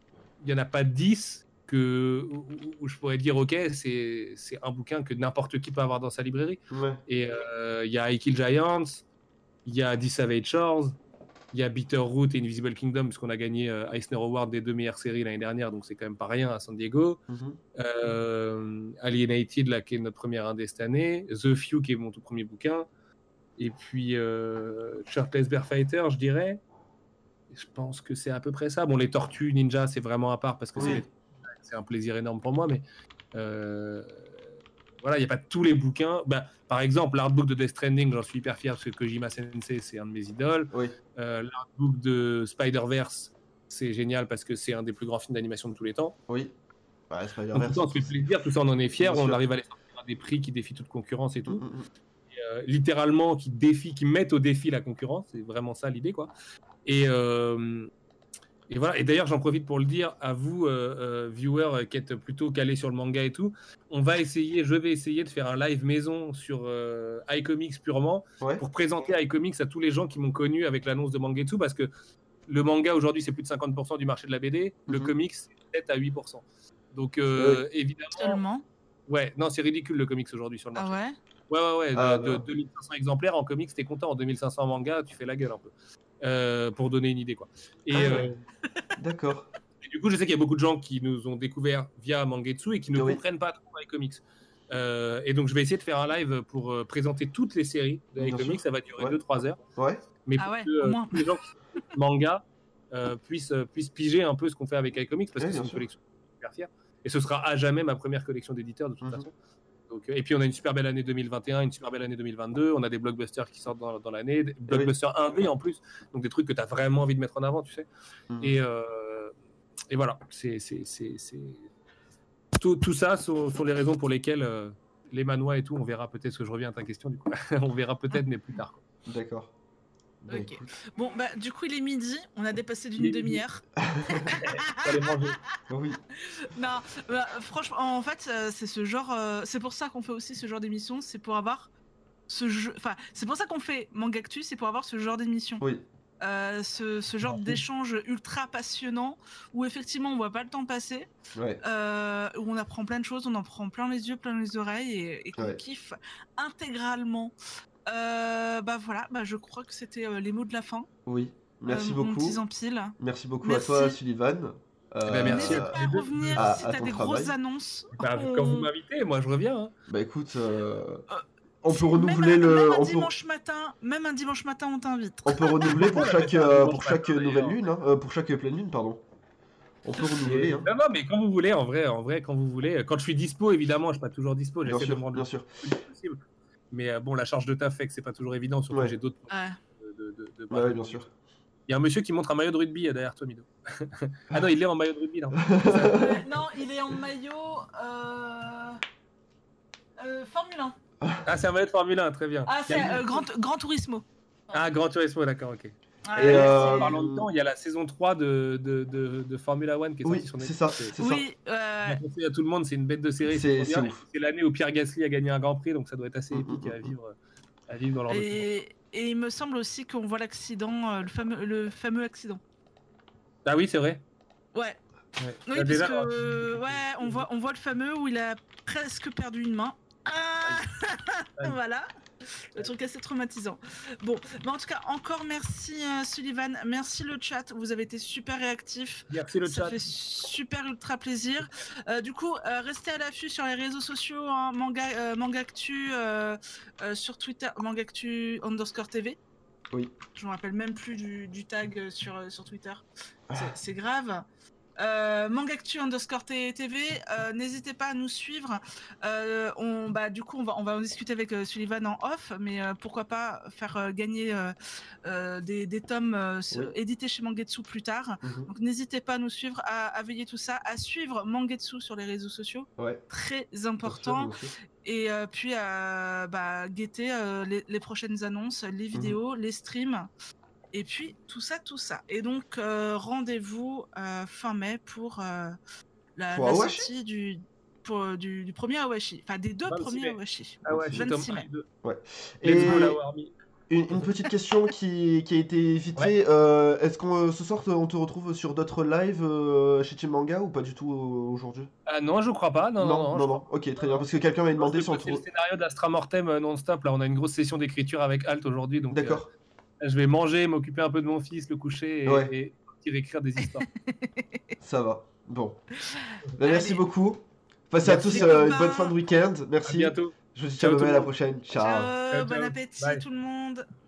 10 où je pourrais dire, ok, c'est un bouquin que n'importe qui peut avoir dans sa librairie. Et il y a I Kill Giants, il y a 10 Savage Shores, il y a Bitterroot et Invisible Kingdom, puisqu'on a gagné Eisner Award des 2 meilleures séries l'année dernière, donc c'est quand même pas rien à San Diego. Alienated, là, qui est notre première indé cette année. The Few, qui est mon tout premier bouquin. Et puis Shirtless Bear Fighter, je dirais. Je pense que c'est à peu près ça. Bon, les Tortues Ninja, c'est vraiment à part, parce que c'est un plaisir énorme pour moi, mais voilà, il n'y a pas tous les bouquins. Bah, par exemple, l'artbook de Death Stranding, j'en suis hyper fier parce que Kojima Sensei, c'est un de mes idoles. L'artbook de Spider-Verse, c'est génial parce que c'est un des plus grands films d'animation de tous les temps. Spider-Verse. Tout ça, on se fait plaisir, tout ça, on en est fier. On arrive à les sortir à des prix qui défient toute concurrence et tout. Et, littéralement, qui mettent au défi la concurrence. C'est vraiment ça l'idée, quoi. Et voilà. Et d'ailleurs, j'en profite pour le dire à vous, viewers, qui êtes plutôt calés sur le manga et tout. Je vais essayer de faire un live maison sur iComics purement pour présenter iComics à tous les gens qui m'ont connu avec l'annonce de Mangetsu, parce que le manga aujourd'hui, c'est plus de 50% du marché de la BD. Le comics, c'est 7 à 8%. Donc, évidemment. Seulement. Ouais, non, c'est ridicule le comics aujourd'hui sur le marché. Ah ouais. De 2500 exemplaires en comics, t'es content. En 2500 en manga, tu fais la gueule un peu. Pour donner une idée, quoi. D'accord. Et du coup, je sais qu'il y a beaucoup de gens qui nous ont découvert via Mangetsu et qui ne comprennent pas trop les comics. Et donc, je vais essayer de faire un live pour présenter toutes les séries de iComics. Ça va durer 2-3 heures. Mais pour que tous les gens qui font manga puissent piger un peu ce qu'on fait avec iComics, parce que c'est une collection super fière. Et ce sera à jamais ma première collection d'éditeurs, de toute façon. Donc, et puis on a une super belle année 2021, une super belle année 2022. On a des blockbusters qui sortent dans l'année, des blockbusters indés en plus, donc des trucs que tu as vraiment envie de mettre en avant, tu sais. Et voilà, tout ça sont les raisons pour lesquelles les manois et tout, on verra peut-être, ce que je reviens à ta question du coup, on verra peut-être, mais plus tard, quoi. D'accord. Ok. Bon, bah, du coup, il est midi. On a dépassé d'une demi-heure. Allez manger. Oui. Non, bah, franchement, en fait, c'est ce genre. C'est pour ça qu'on fait aussi ce genre d'émission. C'est pour avoir ce jeu. Enfin, c'est pour ça qu'on fait Mangactu. C'est pour avoir ce genre d'émission. Oui. Ce genre d'échange ultra passionnant où effectivement on voit pas le temps passer, où on apprend plein de choses, on en prend plein les yeux, plein les oreilles et qu'on kiffe intégralement. Bah voilà, bah je crois que c'était les mots de la fin. Oui, merci beaucoup. Mon petit empile. Merci beaucoup à toi, Sullivan. Merci. N'hésite pas à revenir si t'as des grosses annonces. Bah, quand vous m'invitez, moi je reviens. Hein. Bah écoute, on peut renouveler même un dimanche matin, on t'invite. On peut renouveler pour chaque nouvelle lune, pour chaque pleine lune, pardon. On peut renouveler. Hein. Non, mais quand vous voulez, en vrai, quand vous voulez. Quand je suis dispo, évidemment, je suis pas toujours dispo. J'essaie de me rendre bien sûr. le plus possible. Mais bon, la charge de taf fait que c'est pas toujours évident, surtout que j'ai d'autres. Ouais, bien sûr. Il y a un monsieur qui montre un maillot de rugby derrière toi, Mido. Ah non, il est en maillot de rugby là. Non, il est en maillot. Formule 1. Ah, c'est un maillot de Formule 1, très bien. Ah, c'est Grand Turismo. Ah, Gran Turismo, d'accord, ok. Ouais, En parlant de temps, il y a la saison 3 de Formula One qui est sortie sur Netflix. C'est ça. Oui, Je conseille à tout le monde, c'est une bête de série. C'est trop bien. ouf. C'est l'année où Pierre Gasly a gagné un Grand Prix, donc ça doit être assez épique à vivre dans leur et il me semble aussi qu'on voit l'accident, le fameux accident. Ah oui, c'est vrai. Ouais. Ouais. Oui, parce que on voit le fameux où il a presque perdu une main. Ah voilà. Le truc assez traumatisant. Bon, mais en tout cas, encore merci Sullivan, merci le chat, vous avez été super réactifs. Merci le chat. Ça fait super ultra plaisir. Du coup, restez à l'affût sur les réseaux sociaux, hein, Mangactu sur Twitter, Mangactu_TV. Oui. Je me rappelle même plus du tag sur Twitter. C'est grave. Mangactu_TV, n'hésitez pas à nous suivre. Du coup, on va en discuter avec Sullivan en off, mais pourquoi pas faire gagner des tomes édités chez Mangetsu plus tard. Donc n'hésitez pas à nous suivre, à veiller tout ça, à suivre Mangetsu sur les réseaux sociaux, très important. Et puis à guetter les prochaines annonces, les vidéos, les streams. Et puis tout ça. Et donc rendez-vous fin mai pour la sortie du premier Awashi. Enfin des deux premiers Awashi. Awashi 26 mai. Ouais. Let's go la Warmy. Une petite question qui a été vite fait. Est-ce qu'on ce soir on te retrouve sur d'autres lives chez Team Manga ou pas du tout aujourd'hui? Ah non, je crois pas. Non. Ok, très bien. Parce que quelqu'un m'a demandé si on C'est le scénario d'Astra Mortem non-stop. Là, on a une grosse session d'écriture avec Alt aujourd'hui. Donc, d'accord. Je vais manger, m'occuper un peu de mon fils, le coucher et écrire des histoires. Ça va. Bon. Merci beaucoup. Passez à tous une bonne fin de week-end. Merci. À bientôt. Je vous dis ciao, à la prochaine. Ciao. Bon appétit tout le monde.